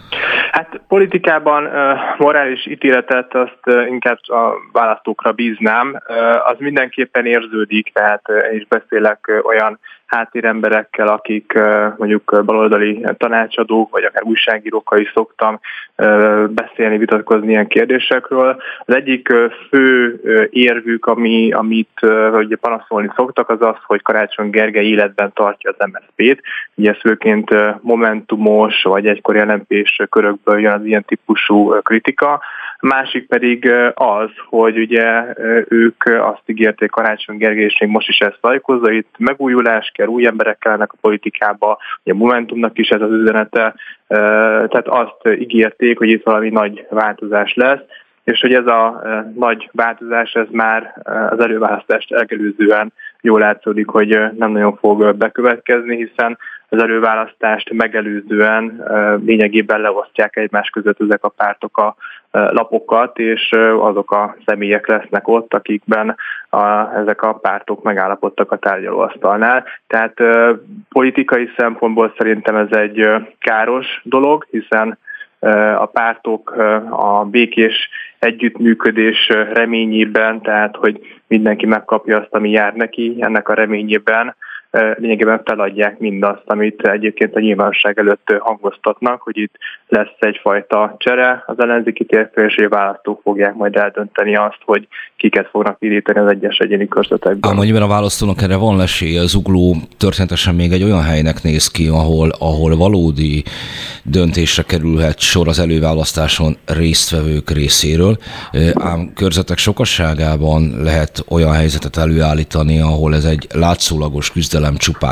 Hát politikában uh, morális ítéletet azt uh, inkább a választókra bíznám. Uh, az mindenképpen érződik, tehát uh, én is beszélek uh, olyan háttéremberekkel, akik uh, mondjuk baloldali tanácsadók, vagy akár újságírókkal is szoktam uh, beszélni, vitatkozni ilyen kérdésekről. Az egyik uh, fő uh, érvük, ami, amit uh, ugye panaszolni szoktak, az az, hogy Karácsony Gergely életben tartja az em es zé pét. Ugye ez főként uh, momentumos, vagy egykor el em pés körökből jön az ilyen típusú uh, kritika. Másik pedig az, hogy ugye ők azt ígérték Karácsony Gergely, és még most is ezt szajkozza, itt megújulás kell, új emberek kellenek a politikába, ugye a Momentumnak is ez az üzenete, tehát azt ígérték, hogy itt valami nagy változás lesz, és hogy ez a nagy változás, ez már az előválasztást elgelőzően jól látszódik, hogy nem nagyon fog bekövetkezni, hiszen az előválasztást megelőzően lényegében leosztják egymás között ezek a pártok a lapokat, és azok a személyek lesznek ott, akikben a, ezek a pártok megállapodtak a tárgyalóasztalnál. Tehát politikai szempontból szerintem ez egy káros dolog, hiszen a pártok a békés együttműködés reményében, tehát hogy mindenki megkapja azt, ami jár neki, ennek a reményében lényegében feladják mindazt, amit egyébként a nyilvánosság előtt hangoztatnak, hogy itt lesz egyfajta csere az ellenzéki térfél, és a választók fogják majd eldönteni azt, hogy kiket fognak indítani az egyes egyéni körzetekben. Ám annyiban a választónak erre van esélye. Zugló történetesen még egy olyan helynek néz ki, ahol, ahol valódi döntésre kerülhet sor az előválasztáson résztvevők részéről, ám körzetek sokasságában lehet olyan helyzetet előállítani, ahol ez egy látszólagos küzdelem csupán.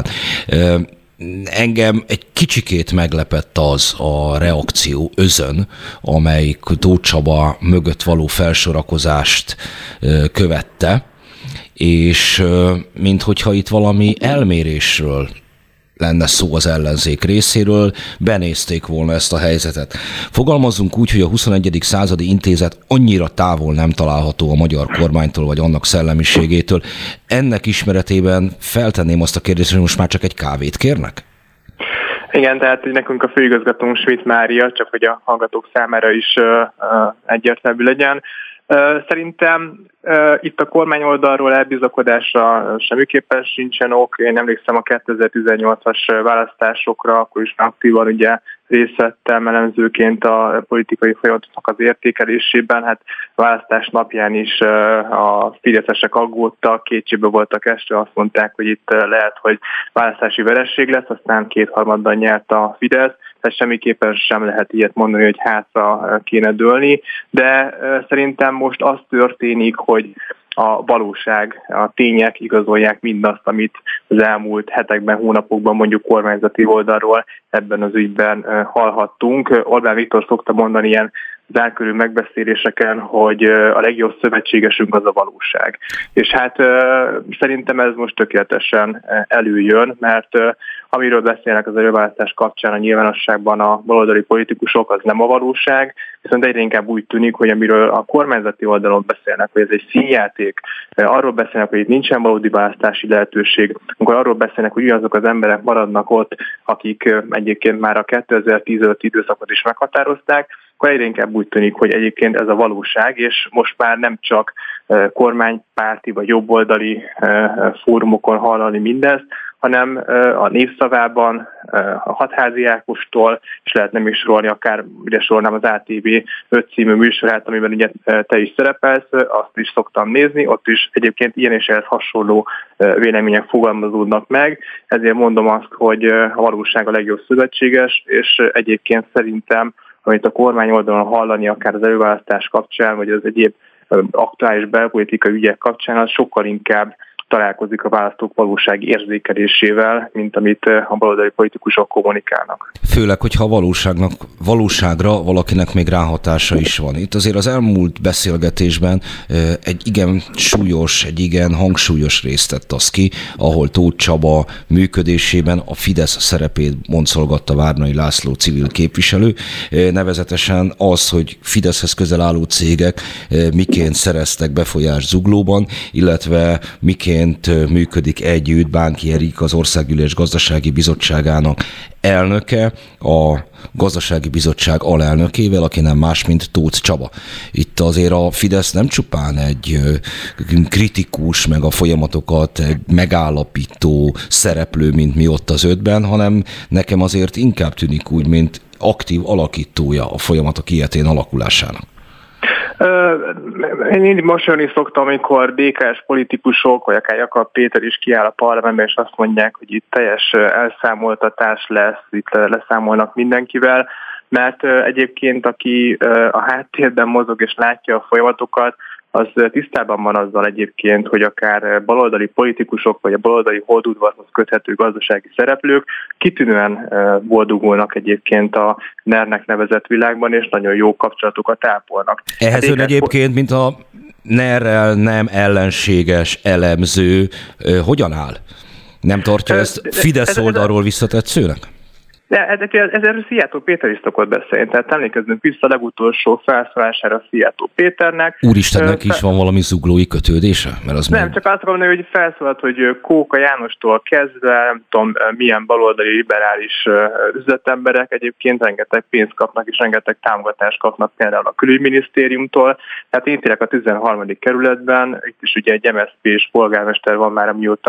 Engem egy kicsikét meglepett az a reakció özön, amelyik Tóth Csaba mögött való felsorakozást követte, és minthogyha itt valami elmérésről lenne szó az ellenzék részéről, benézték volna ezt a helyzetet. Fogalmazzunk úgy, hogy a huszonegyedik századi intézet annyira távol nem található a magyar kormánytól, vagy annak szellemiségétől. Ennek ismeretében feltenném azt a kérdést, hogy most már csak egy kávét kérnek? Igen, tehát nekünk a főigazgatónk Schmidt Mária, csak hogy a hallgatók számára is uh, uh, egyértelmű legyen. Uh, szerintem uh, itt a kormány oldalról elbizakodásra semmiképpen sincsen ok. Én emlékszem a kétezer-tizennyolcas választásokra, akkor is aktívan ugye részt vettem elemzőként a politikai folyamatoknak az értékelésében. Hát a választás napján is uh, a fideszesek aggódtak, kétségbe voltak esve, azt mondták, hogy itt uh, lehet, hogy választási veresség lesz, aztán kétharmaddal nyert a Fidesz. Tehát semmiképpen sem lehet ilyet mondani, hogy hátra kéne dőlni, de szerintem most az történik, hogy a valóság, a tények igazolják mindazt, amit az elmúlt hetekben, hónapokban mondjuk kormányzati oldalról ebben az ügyben hallhattunk. Orbán Viktor szokta mondani ilyen zárkörű megbeszéléseken, hogy a legjobb szövetségesünk az a valóság. És hát szerintem ez most tökéletesen előjön, mert amiről beszélnek az előválasztás kapcsán a nyilvánosságban a baloldali politikusok, az nem a valóság, viszont egyre inkább úgy tűnik, hogy amiről a kormányzati oldalon beszélnek, hogy ez egy színjáték, arról beszélnek, hogy itt nincsen valódi választási lehetőség, amikor arról beszélnek, hogy ugyanazok az emberek maradnak ott, akik egyébként már a kétezer-tíz előtti időszakot is meghatározták, akkor egyre inkább úgy tűnik, hogy egyébként ez a valóság, és most már nem csak kormánypárti vagy jobboldali fórumokon hallani mindezt, hanem a Népszavában, a Hatházi Ákostól, és lehet nem is sorolni, akár ugye sorolnám az á té vé öt című műsorát, amiben ugye te is szerepelsz, azt is szoktam nézni, ott is egyébként ilyen és ehhez hasonló vélemények fogalmazódnak meg, ezért mondom azt, hogy a valóság a legjobb szövetséges, és egyébként szerintem, amit a kormány oldalon hallani, akár az előválasztás kapcsán, vagy az egyéb aktuális belpolitikai ügyek kapcsán, az sokkal inkább találkozik a választók valósági érzékelésével, mint amit a baloldali politikusok kommunikálnak. Főleg, hogyha a valóságnak, valóságra valakinek még ráhatása is van. Itt azért az elmúlt beszélgetésben egy igen súlyos, egy igen hangsúlyos részt tett az ki, ahol Tóth Csaba működésében a Fidesz szerepét boncolgatta Várnai László civil képviselő, nevezetesen az, hogy Fideszhez közel álló cégek miként szereztek befolyást Zuglóban, illetve miként működik együtt Bánki Erik, az Országgyűlés Gazdasági Bizottságának elnöke, a Gazdasági Bizottság alelnökével, aki nem más, mint Tóth Csaba. Itt azért a Fidesz nem csupán egy kritikus, meg a folyamatokat egy megállapító szereplő, mint mi ott az ötben, hanem nekem azért inkább tűnik úgy, mint aktív alakítója a folyamatok ilyetén alakulásának. Én mindig mosolyogni szoktam, amikor bé ká es politikusok, vagy akár Jakab Péter is kiáll a parlamentben, és azt mondják, hogy itt teljes elszámoltatás lesz, itt leszámolnak mindenkivel, mert egyébként aki a háttérben mozog és látja a folyamatokat, az tisztában van azzal egyébként, hogy akár baloldali politikusok, vagy a baloldali holdudvarhoz köthető gazdasági szereplők kitűnően boldogulnak egyébként a NER-nek nevezett világban, és nagyon jó kapcsolatokat ápolnak. Ehhez hát ön egyébként, mint a NER-rel nem ellenséges elemző, hogyan áll? Nem tartja ezt Fidesz oldalról visszatetszőnek? De ezzel Szijjártó Péter is szokott beszélni, tehát emlékezzünk vissza a legutolsó felszólására Szijjártó Péternek. Úristennek is van valami zuglói kötődése? Mert az nem, még... csak azt mondani, hogy felszólalt, hogy Kóka Jánostól kezdve, nem tudom, milyen baloldali liberális üzletemberek egyébként rengeteg pénzt kapnak, és rengeteg támogatást kapnak például a külügyminisztériumtól. Tehát én tényleg a tizenharmadik kerületben, itt is ugye egy em es zé pés polgármester van már, amióta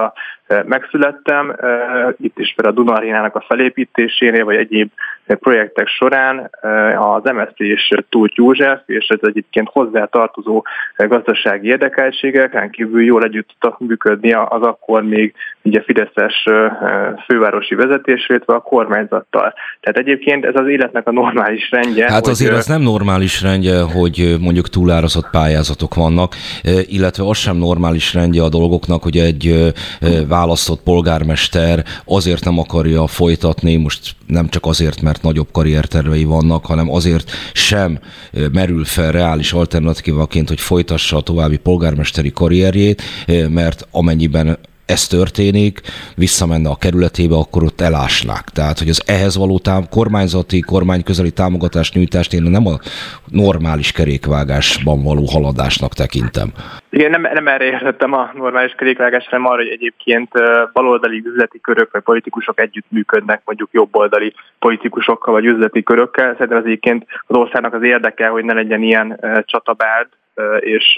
megszülettem. Itt is például a Duna Arénának a felépítésénél, vagy egyéb projektek során az em es zé pé és Tóth József, és ez egyébként hozzá tartozó gazdasági érdekeltségek, kívül jól együtt tudtak működni az akkor még ugye fideszes fővárosi vezetés, illetve a kormányzattal. Tehát egyébként ez az életnek a normális rendje. Hát azért hogy... az nem normális rendje, hogy mondjuk túlárazott pályázatok vannak, illetve az sem normális rendje a dolgoknak, hogy egy választott polgármester azért nem akarja folytatni, most nem csak azért, mert nagyobb karriertervei vannak, hanem azért sem merül fel reális alternatívaként, hogy folytassa a további polgármesteri karrierjét, mert amennyiben ez történik, visszamenne a kerületébe, akkor ott elásnák. Tehát, hogy az ehhez való tám- kormányzati, kormányközeli támogatás nyújtást én nem a normális kerékvágásban való haladásnak tekintem. Igen, nem, nem erre értettem a normális kerékvágásra, hanem arra, hogy egyébként baloldali üzleti körök vagy politikusok együttműködnek mondjuk jobboldali politikusokkal vagy üzleti körökkel. Szerintem az egyébként az országnak az érdeke, hogy ne legyen ilyen csatabárd, és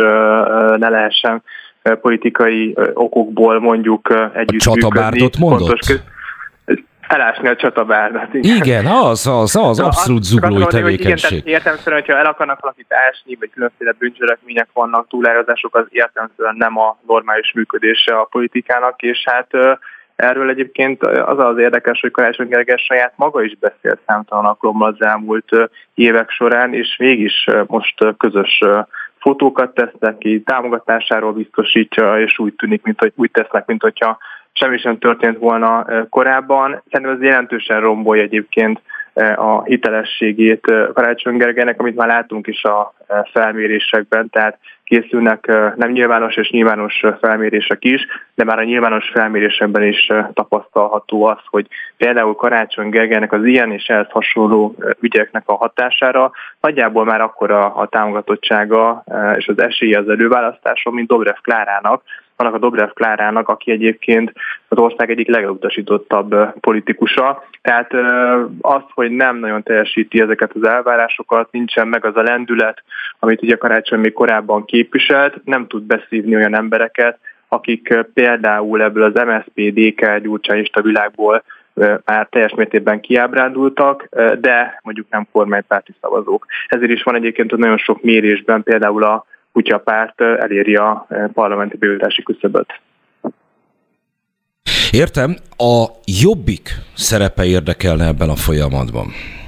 ne lehessen politikai okokból mondjuk együtt a csatabárdot mondott? Köz... Elásni a csatabárdat. Igen, igen az, az, az abszolút zuglói tevékenység. Igen, értelemszerűen, hogyha el akarnak valakit ásni, vagy különféle bűncselekmények vannak, túlárazások, az értelemszerűen nem a normális működése a politikának, és hát erről egyébként az az érdekes, hogy Karácsony Gergely saját maga is beszélt számtalan alkalommal az elmúlt évek során, és mégis most közös fotókat tesznek ki, támogatásáról biztosítja, és úgy tűnik, mint hogy úgy tesznek, mint hogyha semmi sem történt volna korábban. Szerintem ez jelentősen rombolja egyébként a hitelességét Karácsony Gergelynek, amit már látunk is a felmérésekben, tehát készülnek nem nyilvános és nyilvános felmérések is, de már a nyilvános felmérésekben is tapasztalható az, hogy például Karácsony Gergelynek az ilyen és ehhez hasonló ügyeknek a hatására nagyjából már akkora a támogatottsága és az esélye az előválasztáson, mint Dobrev Klárának, annak a Dobrev Klárának, aki egyébként az ország egyik legelutasítottabb politikusa. Tehát az, hogy nem nagyon teljesíti ezeket az elvárásokat, nincsen meg az a lendület, amit ugye Karácsony még korábban képviselt, nem tud beszívni olyan embereket, akik például ebből az em es zé pé, dé ká, gyurcsányista világból már teljes mértékben kiábrándultak, de mondjuk nem kormánypárti szavazók. Ezért is van egyébként, hogy nagyon sok mérésben például a Kutyapárt eléri a parlamenti bejutási küszöböt. Értem, a Jobbik szerepe érdekelne ebben a folyamatban.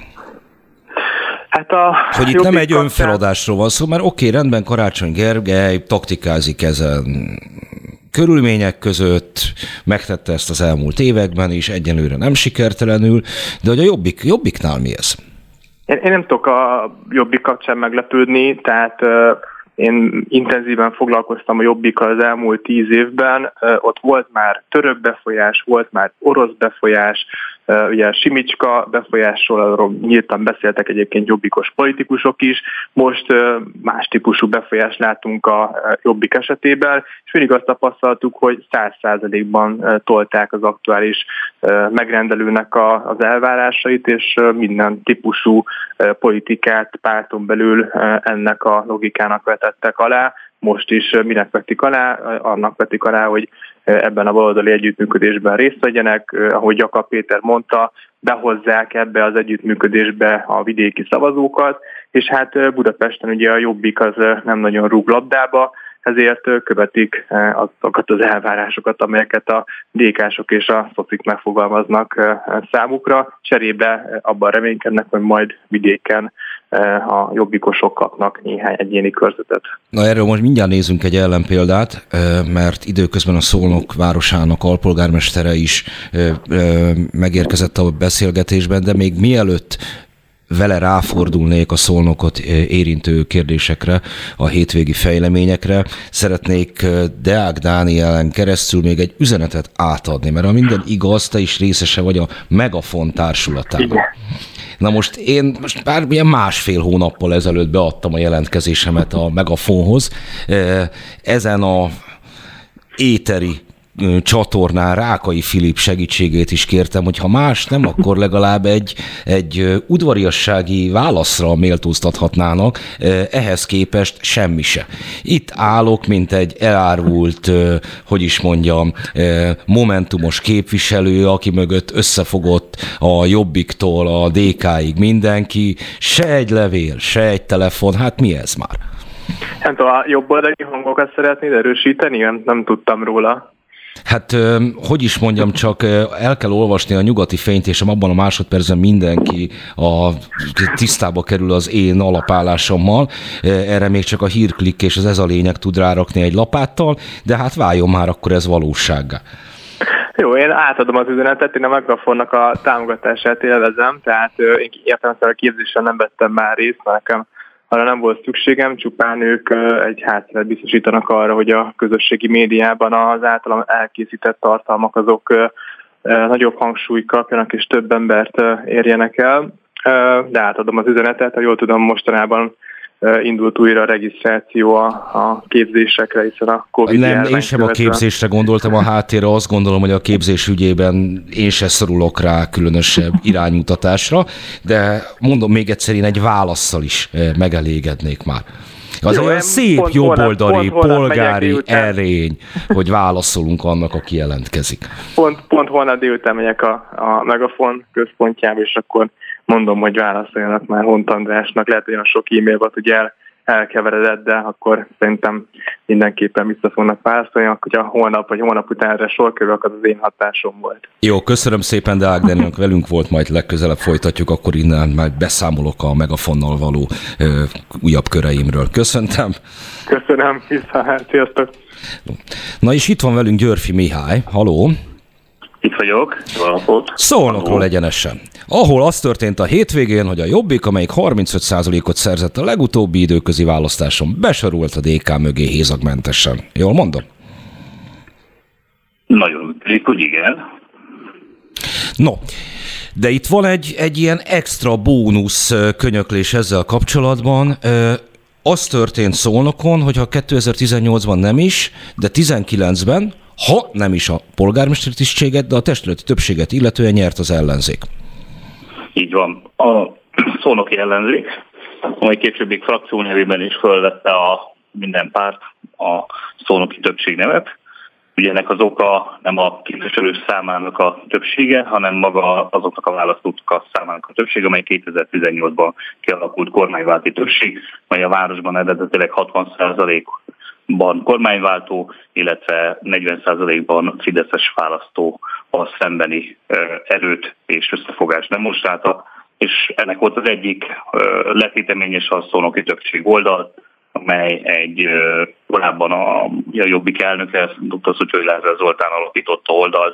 Hát a hogy itt nem egy önfeladásról van szó, mert oké, rendben, Karácsony Gergely taktikázik ezen körülmények között, megtette ezt az elmúlt években is, egyenlőre nem sikertelenül, de hogy a Jobbik, Jobbiknál mi ez? Én, én nem tudok a Jobbik kapcsán meglepődni, tehát én intenzíven foglalkoztam a Jobbikkal az elmúlt tíz évben, ott volt már török befolyás, volt már orosz befolyás, ugye Simicska befolyásról, arról nyíltan beszéltek egyébként jobbikos politikusok is, most más típusú befolyást látunk a Jobbik esetében, és mindig azt tapasztaltuk, hogy száz százalékban tolták az aktuális megrendelőnek az elvárásait, és minden típusú politikát párton belül ennek a logikának vetettek alá. Most is minek vetik alá, annak vetik alá, hogy ebben a baloldali együttműködésben részt vegyenek, ahogy Jakab Péter mondta, behozzák ebbe az együttműködésbe a vidéki szavazókat, és hát Budapesten ugye a Jobbik az nem nagyon rúg labdába, ezért követik azokat az elvárásokat, amelyeket a dé ká-sok és a szocik megfogalmaznak számukra. Cserébe abban reménykednek, hogy majd vidéken a jobbikosok kapnak néhány egyéni körzetet. Na erről most mindjárt nézzünk egy ellenpéldát, mert időközben a Szolnok városának alpolgármestere is megérkezett a beszélgetésben, de még mielőtt vele ráfordulnék a Szolnokot érintő kérdésekre, a hétvégi fejleményekre, szeretnék Deák Dánielen keresztül még egy üzenetet átadni, mert ha minden igaz, te is részese vagy a Megafon társulatában. Na most én most már ilyen másfél hónappal ezelőtt beadtam a jelentkezésemet a Megafonhoz. Ezen a éteri csatornán Rákai Filip segítségét is kértem, hogy ha más nem, akkor legalább egy, egy udvariassági válaszra méltóztathatnának, ehhez képest semmi se. Itt állok, mint egy elárvult, hogy is mondjam, momentumos képviselő, aki mögött összefogott a Jobbiktól a dé ká-ig mindenki, se egy levél, se egy telefon, hát mi ez már? Hát a jobboldali hangokat szeretnéd erősíteni? Nem, nem tudtam róla. Hát, hogy is mondjam, csak el kell olvasni a Nyugati Fényt, és abban a másodpercben mindenki a tisztába kerül az én alapállásommal. Erre még csak a hírklikk és az ez a lényeg tud rárakni egy lapáttal, de hát váljon már akkor ez valósággá. Jó, én átadom az üzenetet, én a Megafonnak a támogatását élvezem, tehát én értelemszerűen a képzésen nem vettem már részt, mert nekem arra nem volt szükségem, csupán ők egy hátteret biztosítanak arra, hogy a közösségi médiában az általam elkészített tartalmak azok nagyobb hangsúlyt kapjanak és több embert érjenek el. De átadom az üzenetet, ha jól tudom, mostanában indult újra a regisztráció a, a képzésekre, hiszen a Covid Nem, én sem követve. A képzésre gondoltam a háttérre, azt gondolom, hogy a képzés ügyében én se szorulok rá különösebb iránymutatásra, de mondom még egyszer, én egy válasszal is megelégednék már. Az Jó, olyan szép jobboldali, polgári erény, hogy válaszolunk annak, aki jelentkezik. Pont, pont holnap délután megyek a, a Megafon központjába, és akkor mondom, hogy válaszoljanak már Hont Andrásnak. Lehet, hogy olyan sok e-mail volt, hogy el, elkeveredett, de akkor szerintem mindenképpen vissza fognak válaszolni, hogyha holnap vagy holnap után erre sor kerül, akkor az én hatásom volt. Jó, köszönöm szépen, Deák Daninak velünk volt, majd legközelebb folytatjuk, akkor innen majd beszámolok a Megafonnal való ö, újabb köreimről. Köszöntem. Köszönöm, vissza, sziasztok. Na és itt van velünk Györfi Mihály. Haló. Itt vagyok. Szolnokról egyenesen. Ahol az történt a hétvégén, hogy a Jobbik, amelyik harmincöt százalékot szerzett a legutóbbi időközi választáson, besorult a dé ká mögé hézagmentesen. Jól mondom? Nagyon úgy tűnik, hogy igen. No, de itt van egy, egy ilyen extra bónusz könyöklés ezzel kapcsolatban. Az történt Szolnokon, hogyha kétezer-tizennyolcban nem is, de tizenkilencben, ha nem is a polgármesteri tisztséget, de a testületi többséget illetően nyert az ellenzék. Így van. A szolnoki ellenzék, amely későbbi frakció nevében is fölvette a minden párt a szolnoki többség nevet. Ugye ennek az oka nem a képviselő számának a többsége, hanem maga azoknak a választók számának a többsége, amely kétezer-tizennyolcban kialakult kormányválti többség, mely a városban eredetileg hatvan százalékban kormányváltó, illetve negyven százalékban fideszes választó a szembeni erőt és összefogást demonstrálta, és ennek volt az egyik letéteményes a szolnoki többség oldal, amely egy korábban a, a Jobbik elnöke, dr. Szuttyói Lázár Zoltán alapította oldalt,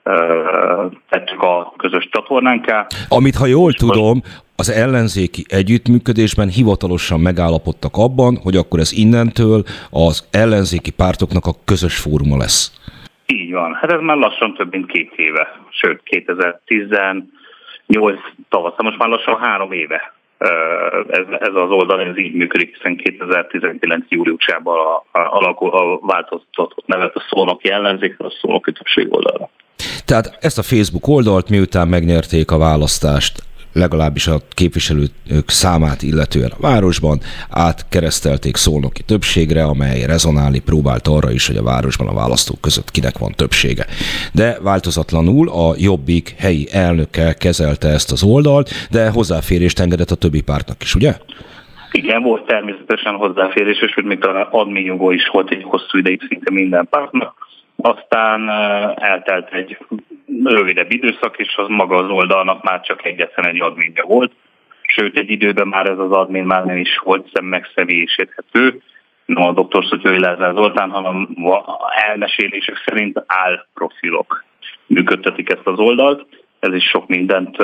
tettük a közös csatornánká. Amit, ha jól tudom, az ellenzéki együttműködésben hivatalosan megállapodtak abban, hogy akkor ez innentől az ellenzéki pártoknak a közös fóruma lesz. Így van. Hát ez már lassan több mint két éve. Sőt, kétezer-tizennyolc tavaszán, most már lassan három éve. Ez, ez az oldal, ez így működik, hiszen kétezer-tizenkilenc júliusában a, a, a változtatott nevet a szolnoki ellenzékre, a szolnoki többség oldalra. Tehát ezt a Facebook oldalt miután megnyerték a választást, legalábbis a képviselők számát illetően a városban, átkeresztelték szolnoki többségre, amely rezonálni próbált arra is, hogy a városban a választók között kinek van többsége. De változatlanul a Jobbik helyi elnöke kezelte ezt az oldalt, de hozzáférést engedett a többi pártnak is, ugye? Igen, volt természetesen hozzáférés, és még talán adminjogó is volt egy hosszú ideig szinte minden pártnak. Aztán eltelt egy rövidebb időszak, és az maga az oldalnak már csak egyetlen egy adminja volt. Sőt, egy időben már ez az admin már nem is volt megszemélyiséghető, nem a dr. Szuttyói Lázár Zoltán, hanem elmesélések szerint álprofilok működtetik ezt az oldalt. Ez is sok mindent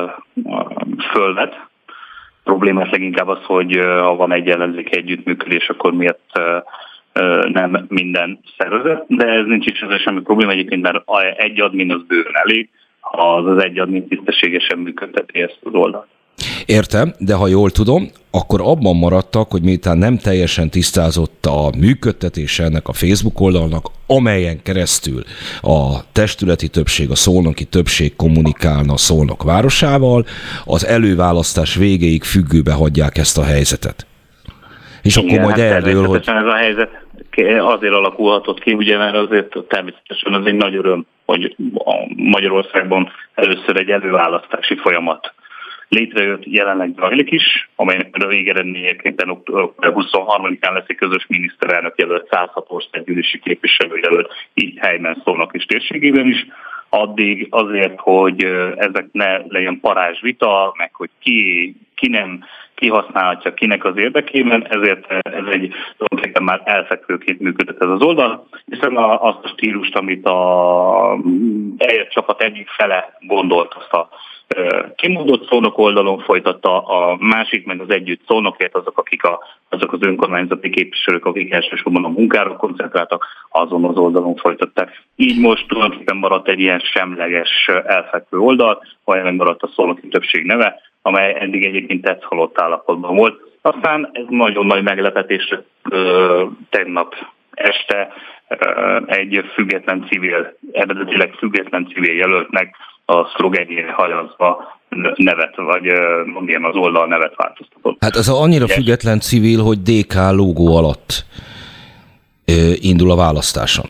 fölvet. Problémát leginkább az, hogy ha van egy ellenzéki együttműködés, akkor miért nem minden szervezet, de ez nincs is ezzel semmi probléma egyébként, mert egy admin az bőven elég, ha az az egy admin tisztességesen működteti ezt az oldalt. Értem, de ha jól tudom, akkor abban maradtak, hogy miután nem teljesen tisztázott a működtetése ennek a Facebook oldalnak, amelyen keresztül a testületi többség, a szolnoki többség kommunikálna Szolnok városával, az előválasztás végéig függőbe hagyják ezt a helyzetet. És igen, akkor majd hát erről, hogy... ez a helyzet azért alakulhatott ki, ugye, mert azért természetesen az egy nagy öröm, hogy a Magyarországban először egy előválasztási folyamat létrejött, jelenleg zajlik is, amelynek a végeredményeképpen október huszonharmadikán lesz egy közös miniszterelnök jelölt, száz hat országgyűlési képviselő jelölt, így helyben Szolnok és térségében is. Addig azért, hogy ezek ne legyen parázsvita, meg hogy ki, ki nem kihasználhatja kinek az érdekében, ezért ez egy tulajdonképpen már elfekvőként működött ez az oldal, hiszen azt a stílust, amit a eljött csapat egyik fele gondolt, azt a kimondott Szolnok oldalon folytatta, a másik meg az együtt Szolnokért, azok, akik a, azok az önkormányzati képviselők, akik elsősorban a munkára koncentráltak, azon az oldalon folytatták. Így most tulajdonképpen maradt egy ilyen semleges elfekvő oldal, vagy megmaradt a szolnoki többség neve, amely eddig egyébként tetsz halott állapotban volt. Aztán ez nagyon nagy meglepetésre tegnap este ö, egy független civil, eredetileg független civil jelöltnek a szlogenjére hajazva nevet, vagy milyen az oldal nevet változtatott. Hát az annyira Ugye? független civil, hogy dé ká logó alatt ö, indul a választáson.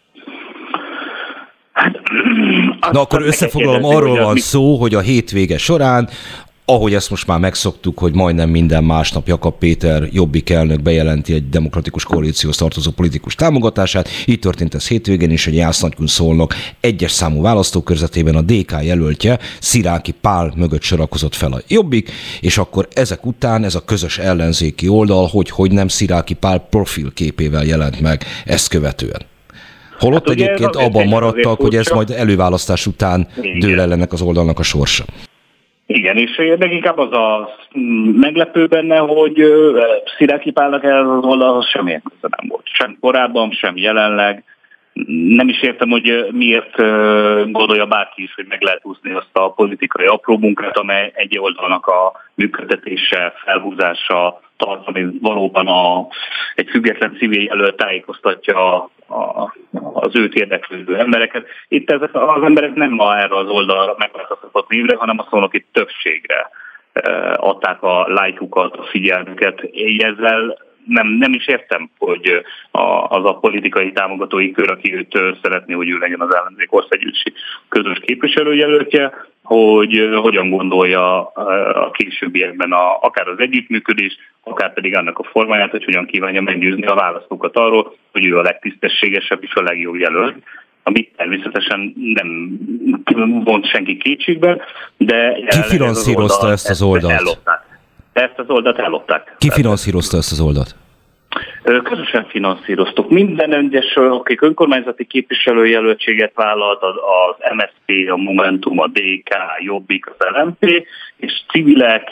Hát, Na akkor összefoglalom, arról van mi... szó, hogy a hétvége során, ahogy ezt most már megszoktuk, hogy majdnem minden másnap Jakab Péter Jobbik elnök bejelenti egy demokratikus koalícióhoz tartozó politikus támogatását. Így történt ez hétvégén is, hogy Jász-Nagykun-Szolnok egyes számú választókörzetében a dé ká jelöltje, Sziráki Pál mögött sorakozott fel a Jobbik, és akkor ezek után ez a közös ellenzéki oldal, hogy hogy nem Sziráki Pál profilképével jelent meg ezt követően. Holott hát egyébként abban maradtak, hogy ez majd előválasztás után Igen. dől el ennek az oldalnak a sorsa. Igen, és leginkább az a meglepő benne, hogy Sziráki Pálnak ez az oldalhoz semmilyen köze nem volt. Sem korábban, sem jelenleg. Nem is értem, hogy miért gondolja bárki is, hogy meg lehet úszni azt a politikai apró munkát, amely egy oldalnak a működtetése, felhúzása, tartani valóban a, egy független civil jelölt tájékoztatja a, a, az őt érdeklődő embereket. Itt ezek az emberek nem ma erre az oldalra megváltoztatott névre, hanem a szolnoki többségre adták a lájkukat, a figyelmüket. Én ezzel nem, nem is értem, hogy a, az a politikai támogatói kör, aki őt szeretné, hogy ő legyen az ellenzék országgyűlési közös képviselőjelöltje, hogy hogyan gondolja a későbbiekben a, akár az együttműködés, akár pedig annak a formáját, hogy hogyan kívánja meggyőzni a választókat arról, hogy ő a legtisztességesebb és a legjobb jelölt, amit természetesen nem vont senki kétségbe, de ki finanszírozta az ezt az oldalt? Ellopták. Ezt az oldalt ellopták. Ki finanszírozta ezt az oldalt? Közösen finanszíroztuk. Minden egyes, akik önkormányzati képviselőjelöltséget vállalt, az em es zé pé, a Momentum, a dé ká, Jobbik, az el em pé, és civilek,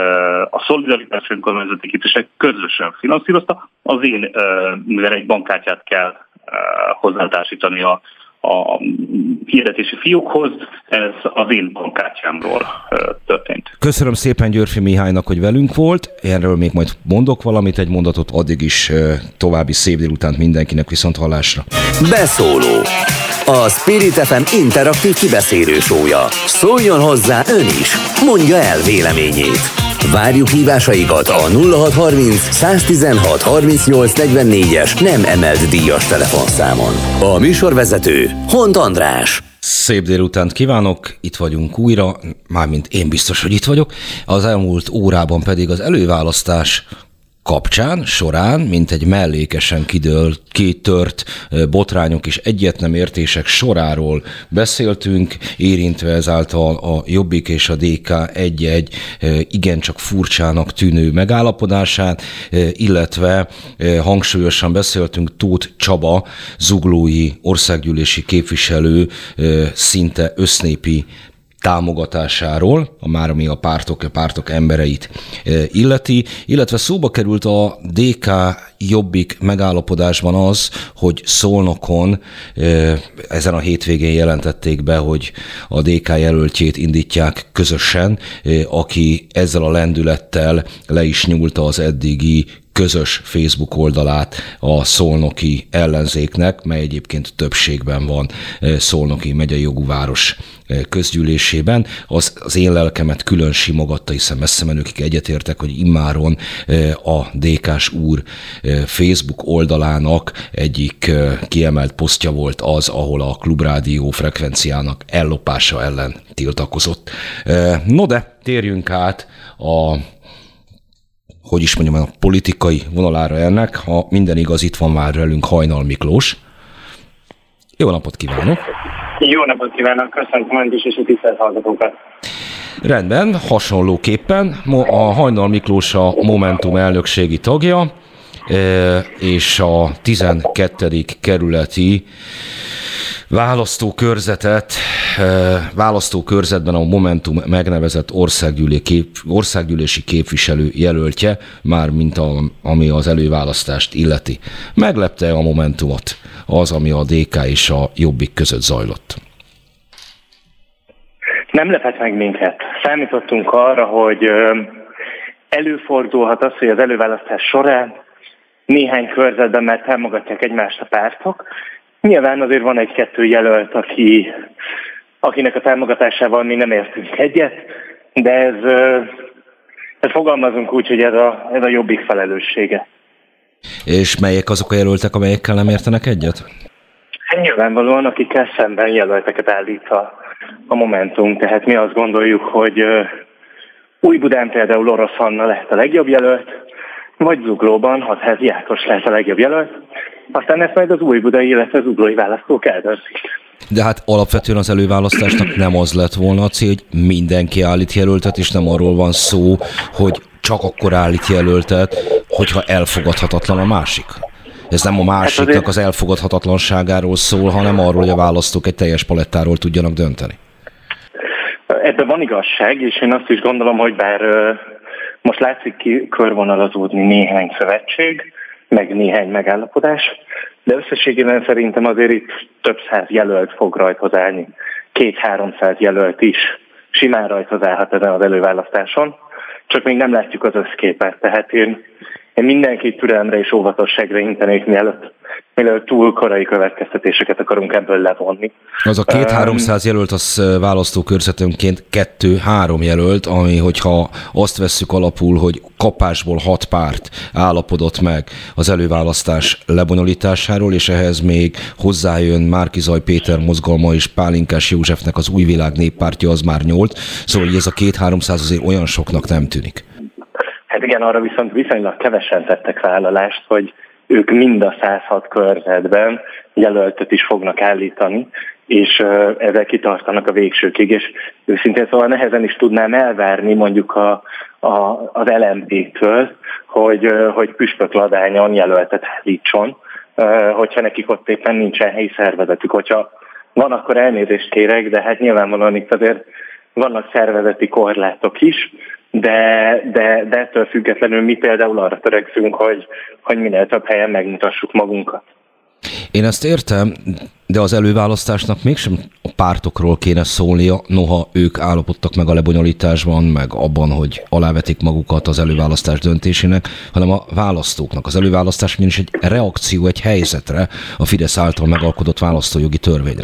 a Szolidaritás önkormányzati képviselők közösen finanszírozta. Az én, mivel egy bankkártyát kell hozzátársítani a a hirdetési fiókhoz, ez az én bankkártyámról történt. Köszönöm szépen Györfi Mihálynak, hogy velünk volt. Erről még majd mondok valamit, egy mondatot, addig is további szép délutánt mindenkinek, viszont hallásra. Beszóló. A Spirit ef em interaktív kibeszélő show-ja. Szóljon hozzá ön is, mondja el véleményét. Várjuk hívásaikat a nulla hat harminc száztizenhat harmincnyolc negyvennégyes nem emelt díjas telefonszámon. A műsorvezető Hont András. Szép délutánt kívánok, itt vagyunk újra, mármint én biztos, hogy itt vagyok. Az elmúlt órában pedig az előválasztás kapcsán, során, mint egy mellékesen kidől, kitört botrányok és egyetnemértések soráról beszéltünk, érintve ezáltal a Jobbik és a dé ká egy-egy igencsak furcsának tűnő megállapodását, illetve hangsúlyosan beszéltünk Tóth Csaba, zuglói országgyűlési képviselő szinte össznépi támogatásáról, a már ami a pártok, a pártok embereit illeti, illetve szóba került a dé ká Jobbik megállapodásban az, hogy Szolnokon ezen a hétvégén jelentették be, hogy a dé ká jelöltjét indítják közösen, aki ezzel a lendülettel le is nyúlta az eddigi közös Facebook oldalát a szolnoki ellenzéknek, mely egyébként többségben van Szolnoki megyei jogú város közgyűlésében. Az, az én lelkemet külön simogatta, hiszen messze menőkig egyetértek, hogy immáron a dé ká-s úr Facebook oldalának egyik kiemelt posztja volt az, ahol a klubrádió frekvenciának ellopása ellen tiltakozott. No de térjünk át a hogy is mondjam, a politikai vonalára ennek. Ha minden igaz, itt van már velünk Hajnal Miklós. Jó napot kívánok! Jó napot kívánok! Köszönöm a is és a tisztelt hallgatókat! Rendben, hasonlóképpen a Hajnal Miklós a Momentum elnökségi tagja, és a tizenkettedik kerületi választókörzetet, választókörzetben a Momentum megnevezett országgyűlési, kép, országgyűlési képviselő jelöltje, már mint a, ami az előválasztást illeti. Meglepte a Momentumot az, ami a dé ká és a Jobbik között zajlott? Nem lepett meg minket. Számítottunk arra, hogy előfordulhat az, hogy az előválasztás során néhány körzetben már támogatják egymást a pártok. Nyilván azért van egy-kettő jelölt, aki, akinek a támogatásával mi nem értünk egyet, de ez, ez fogalmazunk úgy, hogy ez a, ez a Jobbik felelőssége. És melyek azok a jelöltek, amelyekkel nem értenek egyet? Hát nyilvánvalóan, akikkel szemben jelölteket állít a, a Momentum. Tehát mi azt gondoljuk, hogy Újbudán például Orosz Anna lehet a legjobb jelölt, vagy Zuglóban Hatházi Ákos lehet a legjobb jelölt, aztán ezt majd az újbudai, illetve az zuglói választók eldöntik. De hát alapvetően az előválasztásnak nem az lett volna a cél, hogy mindenki állít jelöltet, és nem arról van szó, hogy csak akkor állít jelöltet, hogyha elfogadhatatlan a másik. Ez nem a másiknak az elfogadhatatlanságáról szól, hanem arról, hogy a választók egy teljes palettáról tudjanak dönteni. Ebben van igazság, és én azt is gondolom, hogy bár most látszik ki körvonalazódni néhány szövetség, meg néhány megállapodás, de összességében szerintem azért itt több száz jelölt fog rajthoz állni. Két-háromszáz jelölt is simán rajthoz állhat ezen az előválasztáson, csak még nem látjuk az összképet. Tehát én, én mindenkit türelemre és óvatosságra intenék, mielőtt, mielőtt túl korai következtetéseket akarunk ebből levonni. Az a két-háromszáz jelölt, az választókörzetönként kettő-három jelölt, ami hogyha azt vesszük alapul, hogy kapásból hat párt állapodott meg az előválasztás lebonyolításáról, és ehhez még hozzájön Márki-Zay Péter mozgalma és Pálinkás Józsefnek az Új Világ néppártja, az már nyolc, szóval ez a két-háromszáz azért olyan soknak nem tűnik. Hát igen, arra viszont viszonylag kevesen tettek vállalást, hogy ők mind a száz hat körzetben jelöltet is fognak állítani, és ezzel kitartanak a végsőkig, és őszintén szóval nehezen is tudnám elvárni mondjuk a, a, az el em pé-től, hogy, hogy püspökladányon jelöltet állítson, hogyha nekik ott éppen nincsen helyi szervezetük. Hogyha van, akkor elnézést kérek, de hát nyilvánvalóan itt azért vannak szervezeti korlátok is, De, de, de ettől függetlenül mi például arra törekszünk, hogy, hogy minél több helyen megmutassuk magunkat. Én ezt értem, de az előválasztásnak mégsem a pártokról kéne szólnia, noha ők állapodtak meg a lebonyolításban, meg abban, hogy alávetik magukat az előválasztás döntésének, hanem a választóknak. Az előválasztás ugyanis egy reakció egy helyzetre, a Fidesz által megalkotott választójogi törvényre.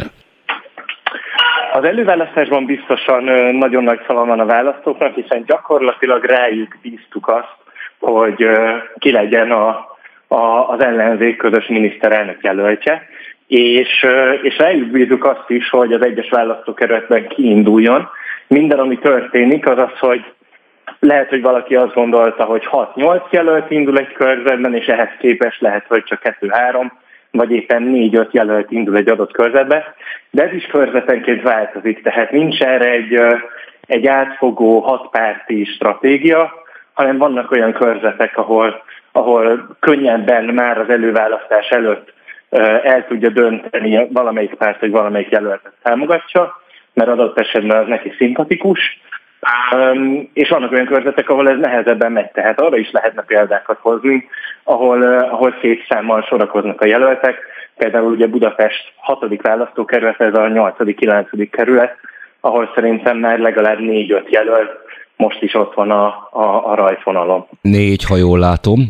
Az előválasztásban biztosan nagyon nagy szava van a választóknak, hiszen gyakorlatilag rájuk bíztuk azt, hogy ki legyen a, a, az ellenzék közös miniszterelnök jelöltje, és, és rájuk bízunk azt is, hogy az egyes választókerületben kiinduljon. Minden, ami történik, az az, hogy lehet, hogy valaki azt gondolta, hogy hat-nyolc jelölt indul egy körzetben, és ehhez képest lehet, hogy csak kettő-három, vagy éppen négy-öt jelölt indul egy adott körzetbe, de ez is körzetenként változik, tehát nincs erre egy, egy átfogó hatpárti stratégia, hanem vannak olyan körzetek, ahol, ahol könnyebben már az előválasztás előtt el tudja dönteni valamelyik párt, hogy valamelyik jelöltet támogatja. mert adott esetben az neki szimpatikus, Um, és vannak olyan körzetek, ahol ez nehezebben megy, tehát arra is lehetne példákat hozni, ahol, uh, ahol szép számmal sorakoznak a jelöltek. Például ugye Budapest hatodik választókerület, ez a nyolcadik-kilencedik kerület, ahol szerintem már legalább négy-öt jelölt most is ott van a, a, a rajtvonalon. Négy, ha jól látom.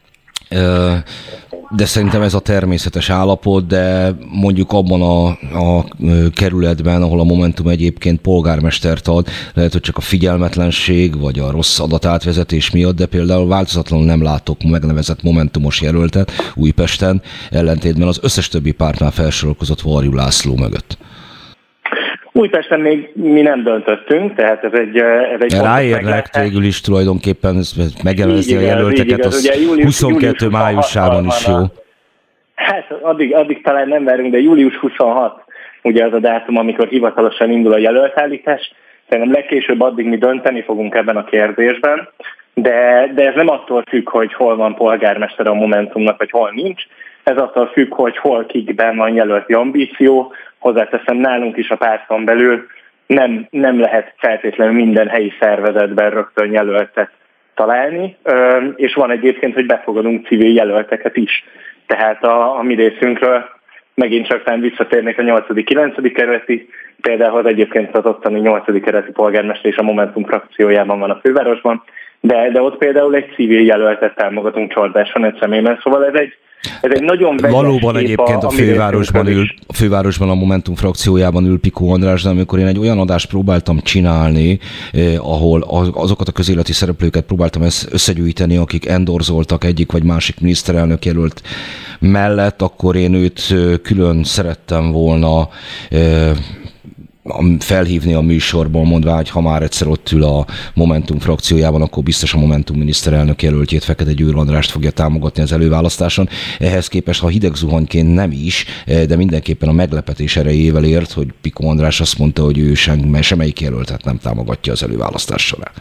De szerintem ez a természetes állapot, de mondjuk abban a, a kerületben, ahol a Momentum egyébként polgármestert ad, lehet, hogy csak a figyelmetlenség, vagy a rossz adatátvezetés miatt, de például változatlanul nem látok megnevezett Momentumos jelöltet Újpesten, ellentétben az összes többi pártnál felsorakozott Varjú László mögött. Újpesten még mi nem döntöttünk, tehát ez egy... Ez egy ráérnek végül is tulajdonképpen megjelezni a jelölteket, igaz, az július, huszonkettő májusában is jó. Hát addig, addig talán nem várunk, de július huszonhatodika ugye az a dátum, amikor hivatalosan indul a jelöltállítás. Szerintem legkésőbb addig mi dönteni fogunk ebben a kérdésben, de, de ez nem attól függ, hogy hol van polgármester a Momentumnak, vagy hol nincs. Ez attól függ, hogy hol kikben van jelölti ambíció. Hozzáteszem, nálunk is a párton belül nem, nem lehet feltétlenül minden helyi szervezetben rögtön jelöltet találni, és van egyébként, hogy befogadunk civil jelölteket is. Tehát a, a mi részünkről megint csak talán visszatérnék a nyolcadik-kilencedik kerületi, például egyébként az ottani nyolcadik kerületi polgármester és a Momentum frakciójában van a fővárosban, de, de ott például egy civil jelöltet támogatunk Csordáson egy személyben, szóval ez egy Ez egy nagyon valóban egyébként a, a fővárosban ül, a fővárosban a Momentum frakciójában ül Picó András, de amikor én egy olyan adást próbáltam csinálni, eh, ahol azokat a közéleti szereplőket próbáltam összegyűjteni, akik endorzoltak egyik vagy másik miniszterelnök jelölt mellett, akkor én őt külön szerettem volna eh, felhívni a műsorban, mondvá, hogy ha már egyszer ott ül a Momentum frakciójában, akkor biztos a Momentum miniszterelnök jelöltjét, Fekete Győr Andrást fogja támogatni az előválasztáson. Ehhez képest, ha hideg zuhanyként nem is, de mindenképpen a meglepetés erejével ért, hogy Picó András azt mondta, hogy ő sem, semmelyik jelöltet nem támogatja az előválasztás során.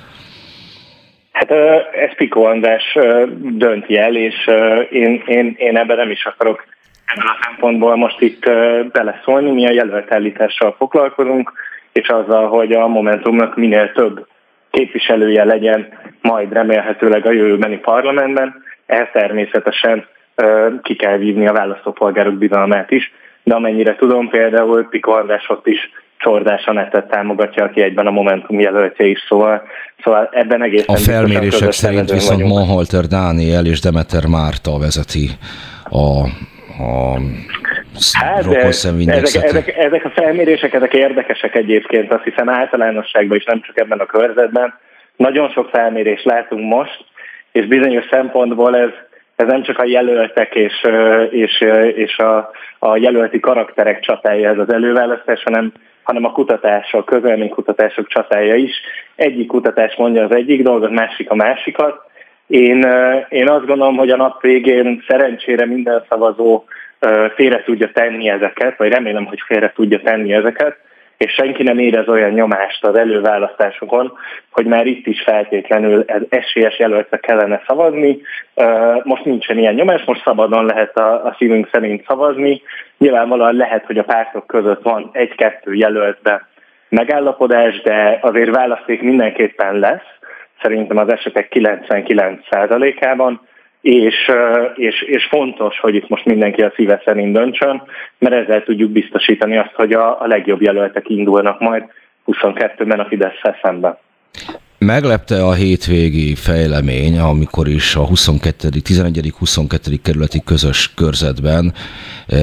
Hát ez Picó András dönti el, és én, én, én ebben nem is akarok ebből a szempontból most itt beleszólni, mi a jelöltállítással foglalkozunk, és azzal, hogy a Momentumnak minél több képviselője legyen, majd remélhetőleg a jövőbeni parlamentben, ehhez természetesen ki kell vívni a választópolgárok bizalmát is, de amennyire tudom, például Picó András ott is Csordás Anettet támogatja, aki egyben a Momentum jelöltje is, szóval, szóval ebben egészen a felmérések szerint viszont Manhalter Dániel és Demeter Márta vezeti a a hát, ezek, ezek, ezek a felmérések, ezek érdekesek egyébként, azt hiszem általánosságban is, nem csak ebben a körzetben. Nagyon sok felmérést látunk most, és bizonyos szempontból ez, ez nem csak a jelöltek és, és, és a, a jelölti karakterek csatája ez az előválasztás, hanem, hanem a kutatások, közvéleménykutatások csatája is. Egyik kutatás mondja az egyik dolgot, másik a másikat. Én, én azt gondolom, hogy a nap végén szerencsére minden szavazó félre tudja tenni ezeket, vagy remélem, hogy félre tudja tenni ezeket, és senki nem érez olyan nyomást az előválasztásokon, hogy már itt is feltétlenül esélyes jelöltre kellene szavazni. Most nincsen ilyen nyomás, most szabadon lehet a, a szívünk szerint szavazni. Nyilvánvalóan lehet, hogy a pártok között van egy-kettő jelöltben megállapodás, de azért választék mindenképpen lesz. Szerintem az esetek kilencvenkilenc százalékában, és, és, és fontos, hogy itt most mindenki a szíve szerint döntsön, mert ezzel tudjuk biztosítani azt, hogy a, a legjobb jelöltek indulnak majd huszonkettőben a Fidesz-szel szemben. Meglepte a hétvégi fejlemény, amikor is a huszonkettő tizenegyedik-huszonkettő kerületi közös körzetben eh,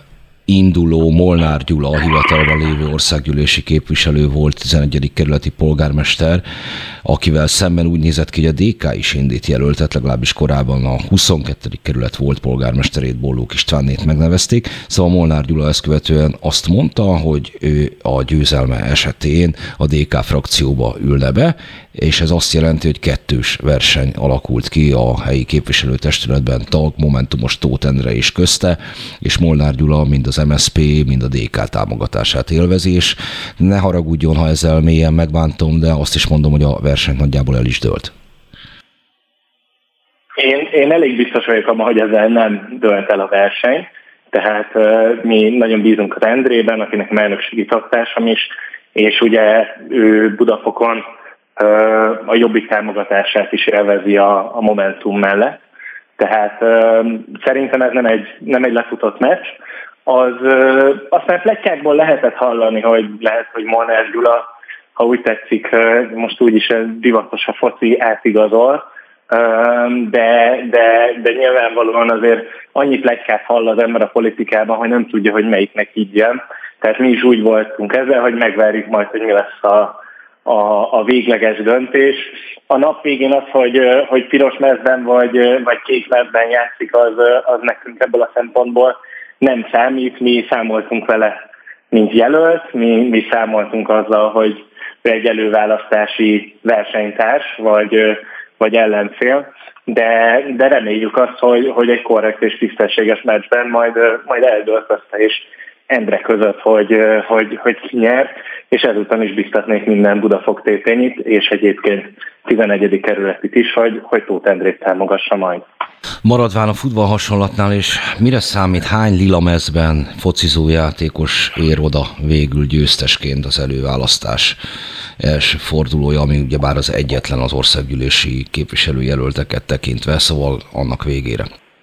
induló Molnár Gyula, a hivatalban lévő országgyűlési képviselő volt, tizenegyedik kerületi polgármester, akivel szemben úgy nézett ki, hogy a dé ká is indít jelöltet, legalábbis korábban a huszonkettő kerület volt polgármesterét, Bollók Istvánnét megnevezték. Szóval Molnár Gyula ezt követően azt mondta, hogy ő a győzelme esetén a dé ká frakcióba ülne be, és ez azt jelenti, hogy kettős verseny alakult ki a helyi képviselőtestületben, tag, Momentumos Tóth Endre is közte, és Molnár Gyula mind az em es zé pé, mind a dé ká támogatását élvezi, és ne haragudjon, ha ezzel mélyen megbántom, de azt is mondom, hogy a verseny nagyjából el is dőlt. Én, én elég biztos vagyok abban, hogy ezzel nem dőlt el a verseny, tehát uh, mi nagyon bízunk az Endrében, akinek elnökségi taktársam is, és ugye ő Budafokon a Jobbik támogatását is élvezi a, a Momentum mellett. Tehát szerintem ez nem egy, nem egy lefutott meccs. Az, aztán pletykákból lehetett hallani, hogy lehet, hogy Molnár Gyula, ha úgy tetszik, most úgyis divatos a foci, átigazol, de, de, de nyilvánvalóan azért annyi pletykát hall az ember a politikában, hogy nem tudja, hogy melyiknek higgyen. Tehát mi is úgy voltunk ezzel, hogy megvárjuk majd, hogy mi lesz a, a, a végleges döntés. A nap végén az, hogy, hogy piros mezben vagy, vagy kék mezben játszik, az, az nekünk ebből a szempontból nem számít. Mi számoltunk vele, mint jelölt, mi, mi számoltunk azzal, hogy egy előválasztási versenytárs, vagy, vagy ellenfél, de, de reméljük azt, hogy, hogy egy korrekt és tisztességes meccsben majd, majd eldőlt össze és Endre között, hogy, hogy, hogy ki nyer, és ezután is biztatnék minden Budafok tétényit, és egyébként tizenegyedik kerületit is, hogy, hogy Tóth Endrét támogassa majd. Maradván a futball hasonlatnál, és mire számít, hány lila mezben focizó játékos ér oda végül győztesként az előválasztás első fordulója, ami ugyebár az egyetlen az országgyűlési képviselőjelölteket tekintve, szóval annak végére?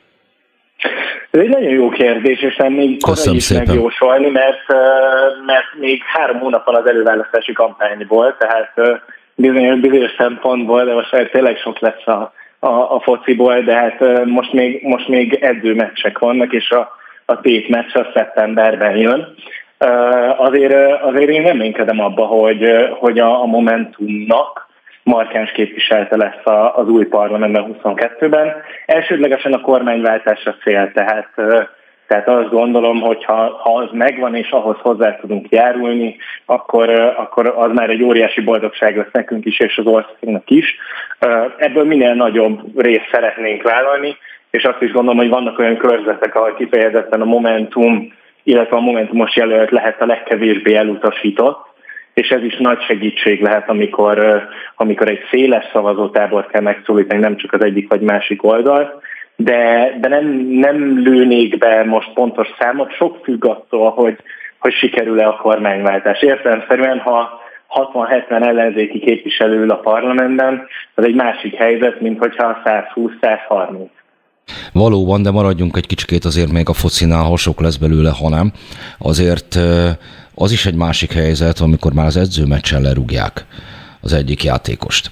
Ez egy nagyon jó kérdés, és nem még korai is megjósolni, mert, mert még három hónap van az előválasztási kampányból, tehát bizonyos, bizonyos szempontból, de most tényleg sok lesz a, a, a fociból, de hát most még, most még edzőmeccsek vannak, és a, a tét meccs a szeptemberben jön. Azért, azért én reménykedem abba, hogy, hogy a, a Momentumnak markáns képviselete lesz az új parlamentben huszonkettőben. Elsődlegesen a kormányváltásra cél, tehát, tehát azt gondolom, hogy ha, ha az megvan és ahhoz hozzá tudunk járulni, akkor, akkor az már egy óriási boldogság lesz nekünk is és az országnak is. Ebből minél nagyobb részt szeretnénk vállalni, és azt is gondolom, hogy vannak olyan körzetek, ahol kifejezetten a Momentum, illetve a Momentumos jelölt lehet a legkevésbé elutasított, és ez is nagy segítség lehet, amikor, amikor egy széles szavazótábort kell megszólítani, nem csak az egyik vagy másik oldalt, de, de nem, nem lőnék be most pontos számot, sok függ attól, hogy, hogy sikerül-e a kormányváltás. Értelemszerűen, ha hatvan-hetven ellenzéki képviselő ül a parlamentben, az egy másik helyzet, mint hogyha százhúsz-százharminc. Valóban, de maradjunk egy kicsikét azért még a focinál, ha sok lesz belőle, hanem azért az is egy másik helyzet, amikor már az edzőmeccsen lerúgják az egyik játékost.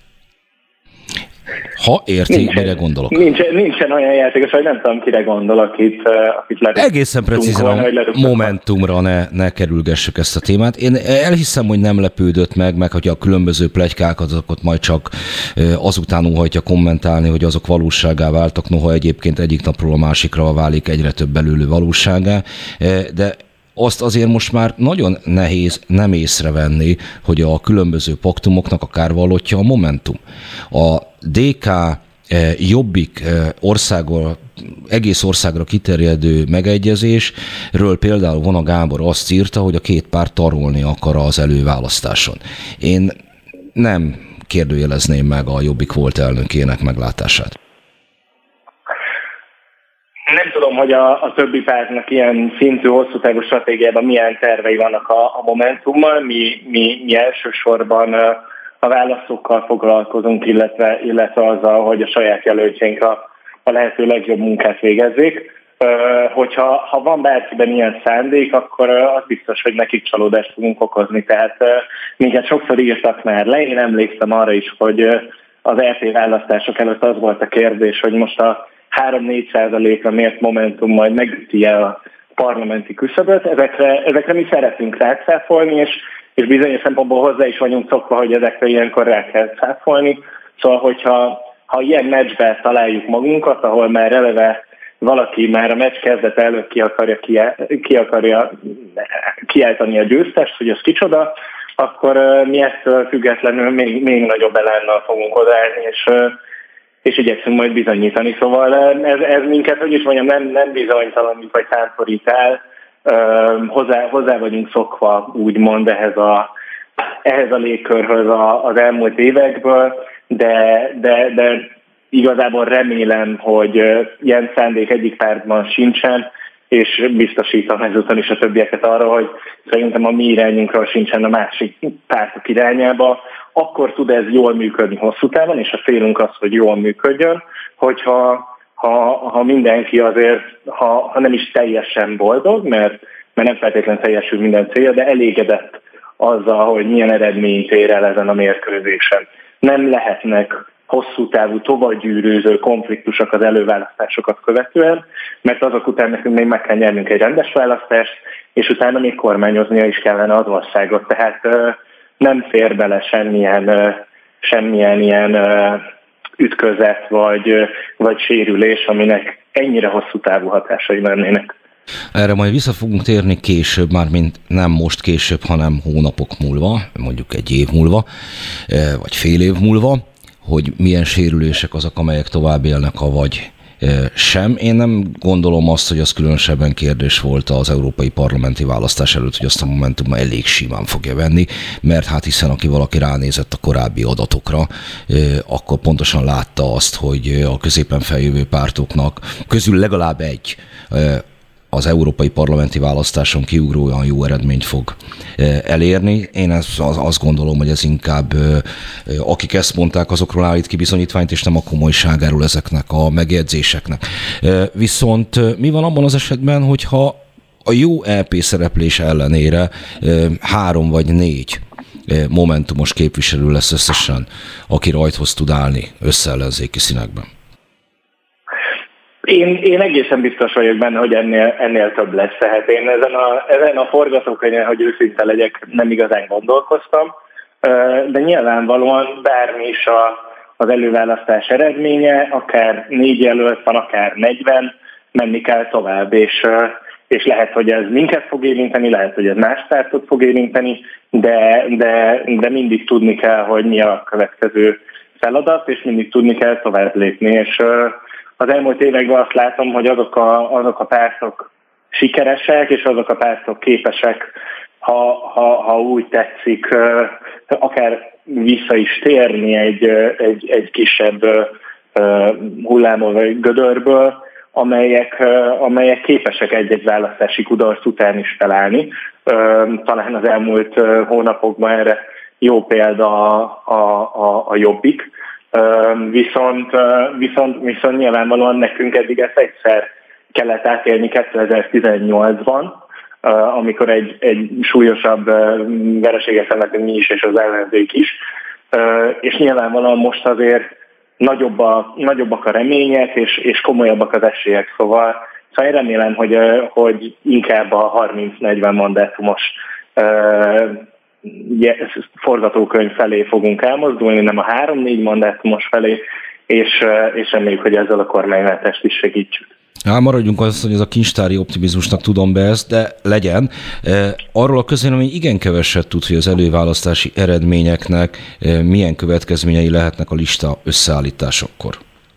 Ha érti, nincsen, mire gondolok. Nincsen, nincsen olyan játékos, hogy nem tudom, kire gondol, akit, akit lerúgtunk. Egészen precízen a Momentumra ne, ne kerülgessük ezt a témát. Én elhiszem, hogy nem lepődött meg, meg hogy a különböző pletykákat azokat majd csak azután óhajtja kommentálni, hogy azok valóságá váltak, noha egyébként egyik napról a másikra válik egyre több belőle valóságá, de azt azért most már nagyon nehéz nem észrevenni, hogy a különböző paktumoknak a kárvallottja a Momentum. A dé ká Jobbik országról, egész országra kiterjedő megegyezésről például Vona Gábor azt írta, hogy a két párt tarolni akar az előválasztáson. Én nem kérdőjelezném meg a Jobbik volt elnökének meglátását. Nem tudom, hogy a, a többi pártnak ilyen szintű, hosszú távú stratégiában milyen tervei vannak a, a Momentummal. Mi, mi, mi elsősorban a választókkal foglalkozunk, illetve, illetve azzal, hogy a saját jelöltjénk a, a lehető legjobb munkát végezzék. Hogyha ha van bárkiben ilyen szándék, akkor az biztos, hogy nekik csalódást fogunk okozni. Tehát minket sokszor írtak már le. Én emlékszem arra is, hogy az é pé választások előtt az volt a kérdés, hogy most a három-négy százalékra miért Momentum majd megüti-e a parlamenti küszöböt. Ezekre, ezekre mi szeretünk rácáfolni, és, és bizonyos szempontból hozzá is vagyunk szokva, hogy ezekre ilyenkor rá kell cáfolni. Szóval, hogyha ha ilyen meccsben találjuk magunkat, ahol már eleve valaki már a meccs kezdete előtt ki akarja, ki akarja kiáltani a győztest, hogy az kicsoda, akkor mi ettől függetlenül még, még nagyobb elánnal fogunk odaállni, és és igyekszünk majd bizonyítani. Szóval ez, ez minket, hogy is mondjam, nem, nem bizonytalanít vagy tántorítál, hozzá, hozzá vagyunk szokva, úgymond ehhez a, ehhez a légkörhöz az elmúlt évekből, de, de, de igazából remélem, hogy ilyen szándék egyik pártban sincsen, és biztosítom ezúton is a többieket arra, hogy szerintem a mi irányunkról sincsen a másik pártok irányába. Akkor tud ez jól működni hosszú távon, és a célunk az, hogy jól működjön, hogyha ha, ha mindenki azért, ha, ha nem is teljesen boldog, mert, mert nem feltétlenül teljesül minden célja, de elégedett azzal, hogy milyen eredményt ér el ezen a mérkőzésen. Nem lehetnek hosszú távú, tovagyűrűző konfliktusok az előválasztásokat követően, mert azok után nekünk még meg kell nyernünk egy rendes választást, és utána még kormányoznia is kellene az országot. Tehát nem fér bele semmilyen, semmilyen ilyen ütközet vagy, vagy sérülés, aminek ennyire hosszú távú hatásai lennének. Erre majd vissza fogunk térni később, már mint nem most később, hanem hónapok múlva, mondjuk egy év múlva, vagy fél év múlva, hogy milyen sérülések azok, amelyek tovább élnek, avagy sem. Én nem gondolom azt, hogy az különösebben kérdés volt az európai parlamenti választás előtt, hogy azt a Momentum elég simán fogja venni, mert hát hiszen aki valaki ránézett a korábbi adatokra, akkor pontosan látta azt, hogy a középen feljövő pártoknak közül legalább egy az európai parlamenti választáson kiugróan jó eredményt fog elérni. Én azt gondolom, hogy ez inkább, akik ezt mondták, azokról állít ki bizonyítványt, és nem a komolyságáról ezeknek a megjegyzéseknek. Viszont mi van abban az esetben, hogyha a jó é pé szereplés ellenére három vagy négy momentumos képviselő lesz összesen, aki rajthoz tud állni összeellenzéki színekben? Én, én egészen biztos vagyok benne, hogy ennél, ennél több lesz. Tehát én ezen a, ezen a forgatókönyven, hogy őszinte legyek, nem igazán gondolkoztam, de nyilvánvalóan bármi is a, az előválasztás eredménye, akár négy jelölt van, akár negyven, menni kell tovább, és, és lehet, hogy ez minket fog érinteni, lehet, hogy ez más pártot fog érinteni, de, de, de mindig tudni kell, hogy mi a következő feladat, és mindig tudni kell tovább lépni, és az elmúlt években azt látom, hogy azok a, azok a pártok sikeresek, és azok a pártok képesek, ha, ha, ha úgy tetszik, akár vissza is térni egy, egy, egy kisebb hullámból vagy gödörből, amelyek, amelyek képesek egy-egy választási kudarc után is felállni. Talán az elmúlt hónapokban erre jó példa a, a, a, a Jobbik. Viszont, viszont, viszont nyilvánvalóan nekünk eddig ezt egyszer kellett átélni kétezer-tizennyolcban, amikor egy, egy súlyosabb vereséget szenvedtünk mi is, és az ellenzék is. És nyilvánvalóan most azért nagyobb a, nagyobbak a remények, és, és komolyabbak az esélyek. Szóval, szóval én remélem, hogy, hogy inkább a harminc-negyven mandátumos forgatókönyv felé fogunk elmozdulni, nem a három-négy mandátumos felé, és, és reméljük, hogy ezzel a kormányváltást is segítsük. Hát maradjunk az, hogy ez a kincstári optimizmusnak tudom be ezt, de legyen. Arról a közvélemény igen keveset tud, hogy az előválasztási eredményeknek milyen következményei lehetnek a lista összeállításakor.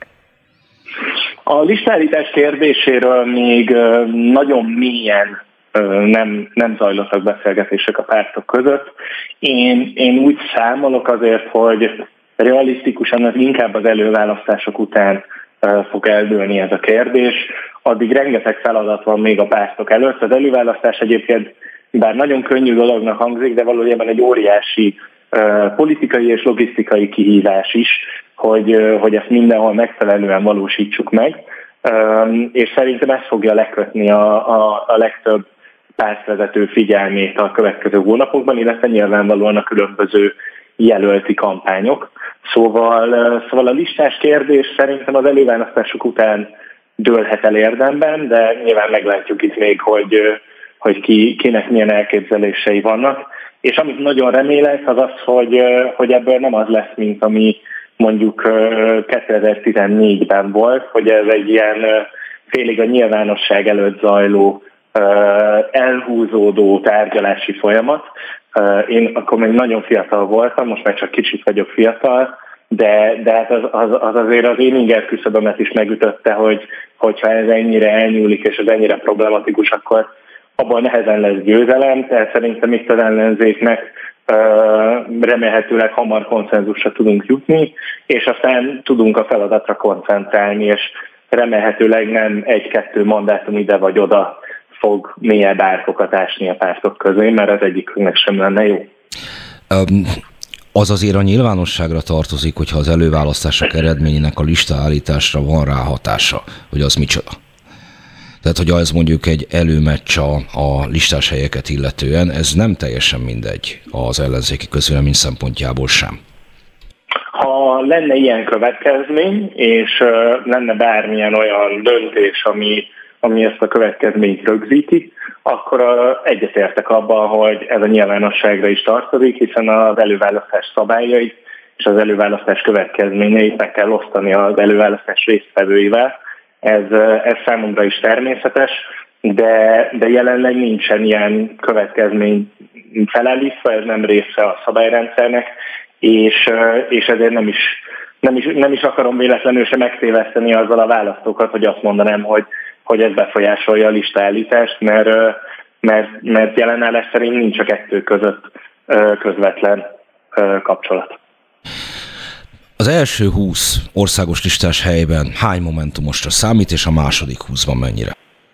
A listállítás kérdéséről még nagyon mélyen nem, nem zajlottak beszélgetések a pártok között. Én, én úgy számolok azért, hogy realisztikusan az inkább az előválasztások után fog eldőlni ez a kérdés. Addig rengeteg feladat van még a pártok előtt. Az előválasztás egyébként bár nagyon könnyű dolognak hangzik, de valójában egy óriási politikai és logisztikai kihívás is, hogy, hogy ezt mindenhol megfelelően valósítsuk meg. És szerintem ez fogja lekötni a, a, a legtöbb pártvezető figyelmét a következő hónapokban, illetve nyilvánvalóan a különböző jelölti kampányok. Szóval, szóval a listás kérdés szerintem az előválasztások után dőlhet el érdemben, de nyilván meglátjuk itt még, hogy, hogy ki, kinek milyen elképzelései vannak. És amit nagyon remélek, az az, hogy, hogy ebből nem az lesz, mint ami mondjuk kétezer-tizennégyben volt, hogy ez egy ilyen félig a nyilvánosság előtt zajló, elhúzódó tárgyalási folyamat. Én akkor még nagyon fiatal voltam, most már csak kicsit vagyok fiatal, de, de hát az, az, az azért az én inger küszöbömet is megütötte, hogy hogyha ez ennyire elnyúlik, és ez ennyire problematikus, akkor abban nehezen lesz győzelem, tehát szerintem itt az ellenzéknek remélhetőleg hamar konszenzusra tudunk jutni, és aztán tudunk a feladatra koncentrálni, és remélhetőleg nem egy-kettő mandátum ide vagy oda fog mélyebb árkokat ásni a pártok közé, mert az egyikünknek sem lenne jó. Um. Az azért a nyilvánosságra tartozik, hogyha az előválasztások eredményének a listaállításra van rá hatása, hogy az micsoda. Tehát, hogy az mondjuk egy előmeccs a, a listás helyeket illetően, ez nem teljesen mindegy az ellenzéki közvélemény szempontjából sem. Ha lenne ilyen következmény, és lenne bármilyen olyan döntés, ami, ami ezt a következményt rögzíti, akkor egyetértek abban, hogy ez a nyilvánosságra is tartozik, hiszen az előválasztás szabályait és az előválasztás következményeit meg kell osztani az előválasztás résztvevőivel. Ez, ez számomra is természetes, de, de jelenleg nincsen ilyen következmény felállítva, ez nem része a szabályrendszernek, és, és ezért nem is, nem, is, nem is akarom véletlenül sem megtéveszteni azzal a választókat, hogy azt mondanám, hogy hogy ez befolyásolja a listaállítást, mert, mert, mert jelenállás szerint nincs a kettő között közvetlen kapcsolat. Az első húsz országos listás helyben hány momentumosra számít, és a második húszban mennyire?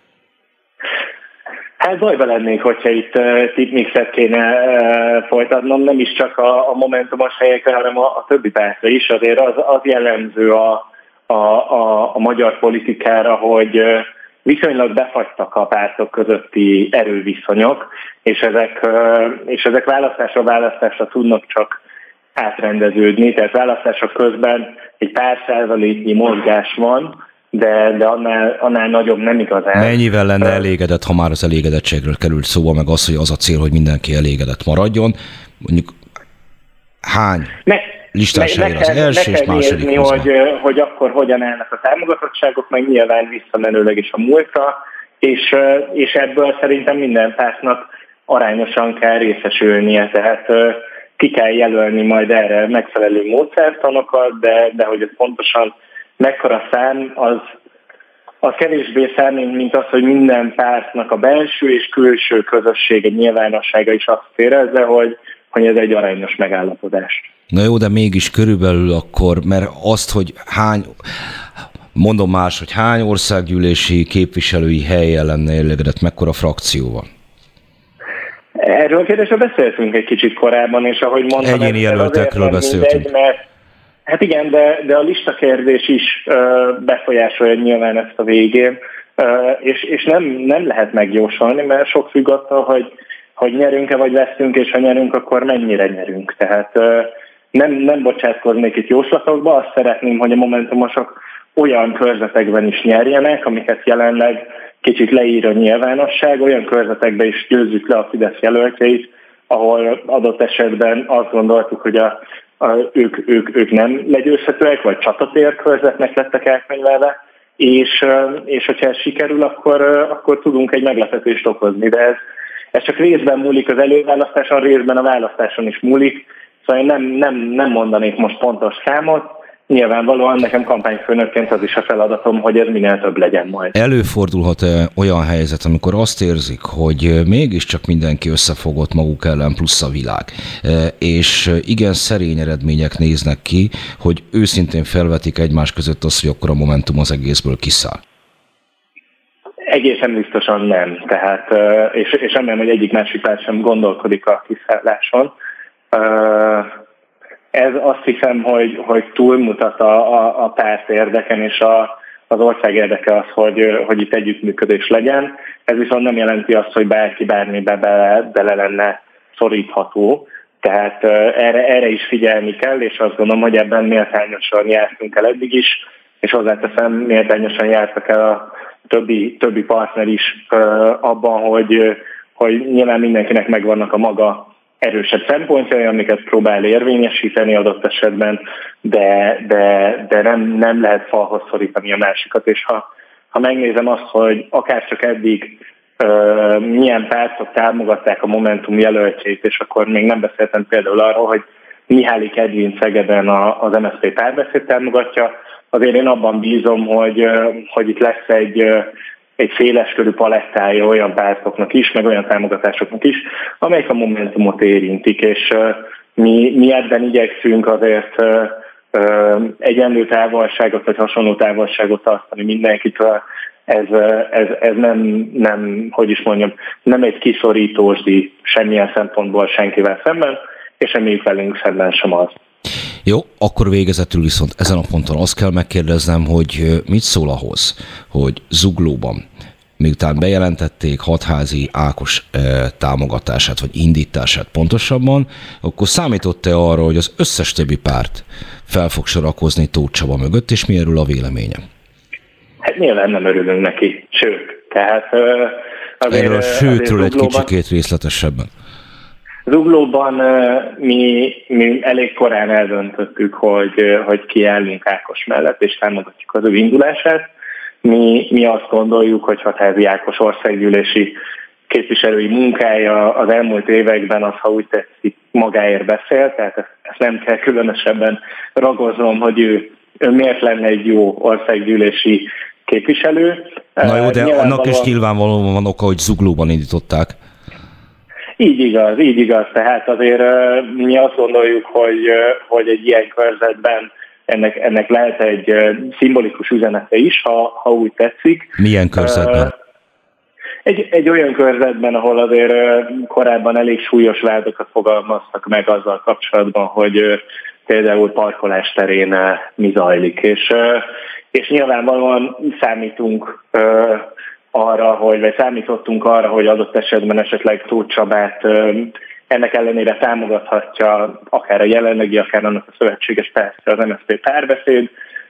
Hát bajba lennék, hogyha itt uh, tipmixet kéne uh, folytatnom, nem is csak a, a momentumos helyekre, hanem a, a többi pártra is. Azért az, az jellemző a, a, a, a magyar politikára, hogy uh, viszonylag befagytak a pártok közötti erőviszonyok, és ezek, uh, és ezek választásra választásra tudnak csak átrendeződni, tehát választások közben egy pár százaléknyi mozgás van, de, de annál, annál nagyobb nem igazán. Mennyivel lenne elégedett, ha már az elégedettségről került szóba, meg az, hogy az a cél, hogy mindenki elégedett maradjon? Mondjuk hány ne, listás helyre az első és második nézni, hogy, hogy akkor hogyan állnak a támogatottságok, meg nyilván visszamenőleg is a múltra, és, és ebből szerintem minden pártnak arányosan kell részesülnie, tehát ki kell jelölni majd erre megfelelő módszertanokat, de, de hogy ez pontosan mekkora szám, az, az kevésbé számít, mint az, hogy minden pártnak a belső és külső közössége, nyilvánossága is azt érezze, hogy, hogy ez egy arányos megállapodás. Na jó, de mégis körülbelül akkor, mert azt, hogy hány, mondom más, hogy hány országgyűlési képviselői helyen lenne elégedett, mekkora frakció van? Erről a kérdésről beszéltünk egy kicsit korábban, és ahogy mondtam... Egyéni jelöltekről beszéltünk. Mindegy, mert Hát igen, de, de a listakérdés is uh, befolyásolja nyilván ezt a végén, uh, és, és nem, nem lehet megjósolni, mert sok függ attól, hogy, hogy nyerünk-e vagy veszünk, és ha nyerünk, akkor mennyire nyerünk. Tehát uh, nem, nem bocsátkoznék itt jóslatokba, azt szeretném, hogy a momentumosok olyan körzetekben is nyerjenek, amiket jelenleg kicsit leír a nyilvánosság, olyan körzetekben is győzzük le a Fidesz jelöltjeit, ahol adott esetben azt gondoltuk, hogy a A, ők, ők, ők nem legyőzhetőek, vagy csatatérkörzetnek lettek elkönyvelve, és, és hogyha ez sikerül, akkor, akkor tudunk egy meglepetést okozni, de ez, ez csak részben múlik az előválasztáson, részben a választáson is múlik, szóval én nem, nem, nem mondanék most pontos számot, nyilvánvalóan nekem kampányfőnökként az is a feladatom, hogy ez minél több legyen majd. Előfordulhat-e olyan helyzet, amikor azt érzik, hogy mégiscsak mindenki összefogott maguk ellen plusz a világ, és igen szerény eredmények néznek ki, hogy őszintén felvetik egymás között azt, hogy akkor a Momentum az egészből kiszáll? Egészen biztosan nem. Tehát, és, és remélem, hogy egyik másik párt sem gondolkodik a kiszálláson. Ez azt hiszem, hogy, hogy túlmutat a, a, a párt érdeken, és a, az ország érdeke az, hogy, hogy itt együttműködés legyen. Ez viszont nem jelenti azt, hogy bárki bármibe bele, bele lenne szorítható. Tehát erre, erre is figyelni kell, és azt gondolom, hogy ebben méltányosan jártunk el eddig is, és hozzáteszem, méltányosan jártak el a többi, többi partner is abban, hogy, hogy nyilván mindenkinek megvannak a maga erősebb szempontjai, amiket próbál érvényesíteni adott esetben, de, de, de nem, nem lehet falhoz szorítani a másikat. És ha, ha megnézem azt, hogy akárcsak eddig uh, milyen pártok támogatták a Momentum jelöltjét, és akkor még nem beszéltem például arról, hogy Mihály Edvin Szegeden a, az em es zé pé Párbeszéd támogatja, azért én abban bízom, hogy, uh, hogy itt lesz egy uh, egy széleskörű palettája olyan pártoknak is, meg olyan támogatásoknak is, amelyek a Momentumot érintik, és uh, mi, mi ebben igyekszünk azért uh, uh, egyenlő távolságot, vagy hasonló távolságot tartani mindenkitől. ez, ez, ez nem, nem, hogy is mondjam, nem egy kiszorítósdi semmilyen szempontból senkivel szemben, és reméljük velünk szemben sem az. Jó, akkor végezetül viszont ezen a ponton azt kell megkérdeznem, hogy mit szól ahhoz, hogy Zuglóban, miután bejelentették Hatházi Ákos e, támogatását, vagy indítását pontosabban, akkor számított-e arra, hogy az összes többi párt fel fog sorakozni Tóth Csaba mögött, és mi erről a véleménye? Hát nyilván nem örülünk neki, sőt. Tehát, azért, erről a sőtről egy Zuglóban, kicsikét részletesebben. Zuglóban mi, mi elég korán eldöntöttük, hogy, hogy kiállunk Ákos mellett, és támogatjuk az ő indulását. Mi, mi azt gondoljuk, hogy Hatházi Ákos országgyűlési képviselői munkája az elmúlt években az, ha úgy tetszik, magáért beszél, tehát ezt, ezt nem kell különösebben ragoznom, hogy ő, ő miért lenne egy jó országgyűlési képviselő. Na jó, de annak is nyilvánvalóan van oka, hogy Zuglóban indították. Így igaz, így igaz. Tehát azért mi azt gondoljuk, hogy, hogy egy ilyen körzetben ennek, ennek lehet egy szimbolikus üzenete is, ha, ha úgy tetszik. Milyen körzetben? Egy, egy olyan körzetben, ahol azért korábban elég súlyos vádokat fogalmaztak meg azzal kapcsolatban, hogy például parkolás terén mi zajlik. És, és nyilvánvalóan számítunk arra, hogy, vagy számítottunk arra, hogy adott esetben esetleg Tóth Csabát ennek ellenére támogathatja akár a jelenlegi, akár annak a szövetséges pártja, az em es zé pé Párbeszéd,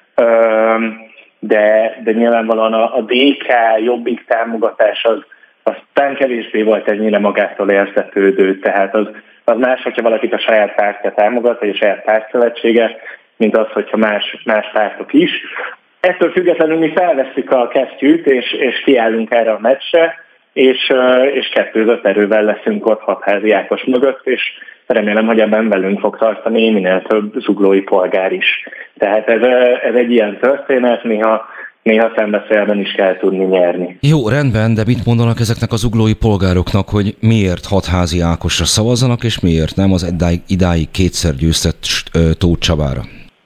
de, de nyilvánvalóan a, a dé ká Jobbik támogatás az, az talán kevésbé volt ennyire magától értetődő, tehát az, az más, hogyha valakit a saját pártja támogat, vagy a saját pártszövetsége, mint az, hogyha más, más pártok is. Ettől függetlenül mi felvesszük a kesztyűt, és, és kiállunk erre a meccsre, és, és kettőzött erővel leszünk ott Hatházi Ákos mögött, és remélem, hogy ebben velünk fog tartani minél több zuglói polgár is. Tehát ez, ez egy ilyen történet, néha, néha szembeszélben is kell tudni nyerni. Jó, rendben, de mit mondanak ezeknek az zuglói polgároknak, hogy miért Hatházi Ákosra szavazzanak, és miért nem az idáig, idáig kétszer győztett Tóth Csabára?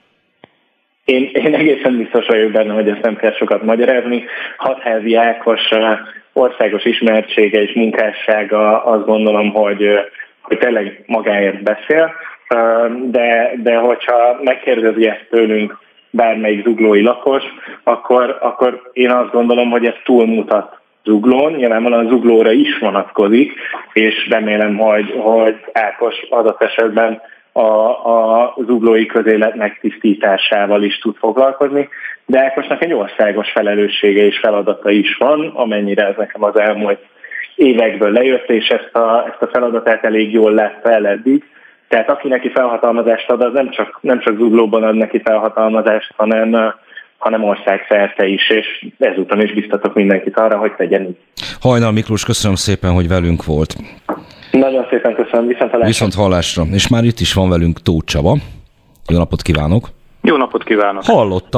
Én, én egészen biztos vagyok benne, hogy ezt nem kell sokat magyarázni. Hatházi Ákos országos ismertsége és munkássága, azt gondolom, hogy, hogy tényleg magáért beszél, de, de hogyha megkérdezi ezt tőlünk bármelyik zuglói lakos, akkor, akkor én azt gondolom, hogy ez túlmutat Zuglón, nyilvánvalóan Zuglóra is vonatkozik, és remélem, hogy, hogy Ákos adott esetben a, a zuglói közélet megtisztításával is tud foglalkozni, de Ákosnak egy országos felelőssége és feladata is van, amennyire ez nekem az elmúlt évekből lejött, és ezt a, ezt a feladatát elég jól látta el eddig. Tehát aki neki felhatalmazást ad, az nem csak, nem csak Zuglóban ad neki felhatalmazást, hanem, hanem országszerte is, és ezúton is biztatok mindenkit arra, hogy tegyen így. Hajnal Miklós, köszönöm szépen, hogy velünk volt. Nagyon szépen köszönöm, viszont hallásra. Viszont hallásra. És már itt is van velünk Tóth Csaba. Jó napot kívánok! Jó napot kívánok! Hallotta?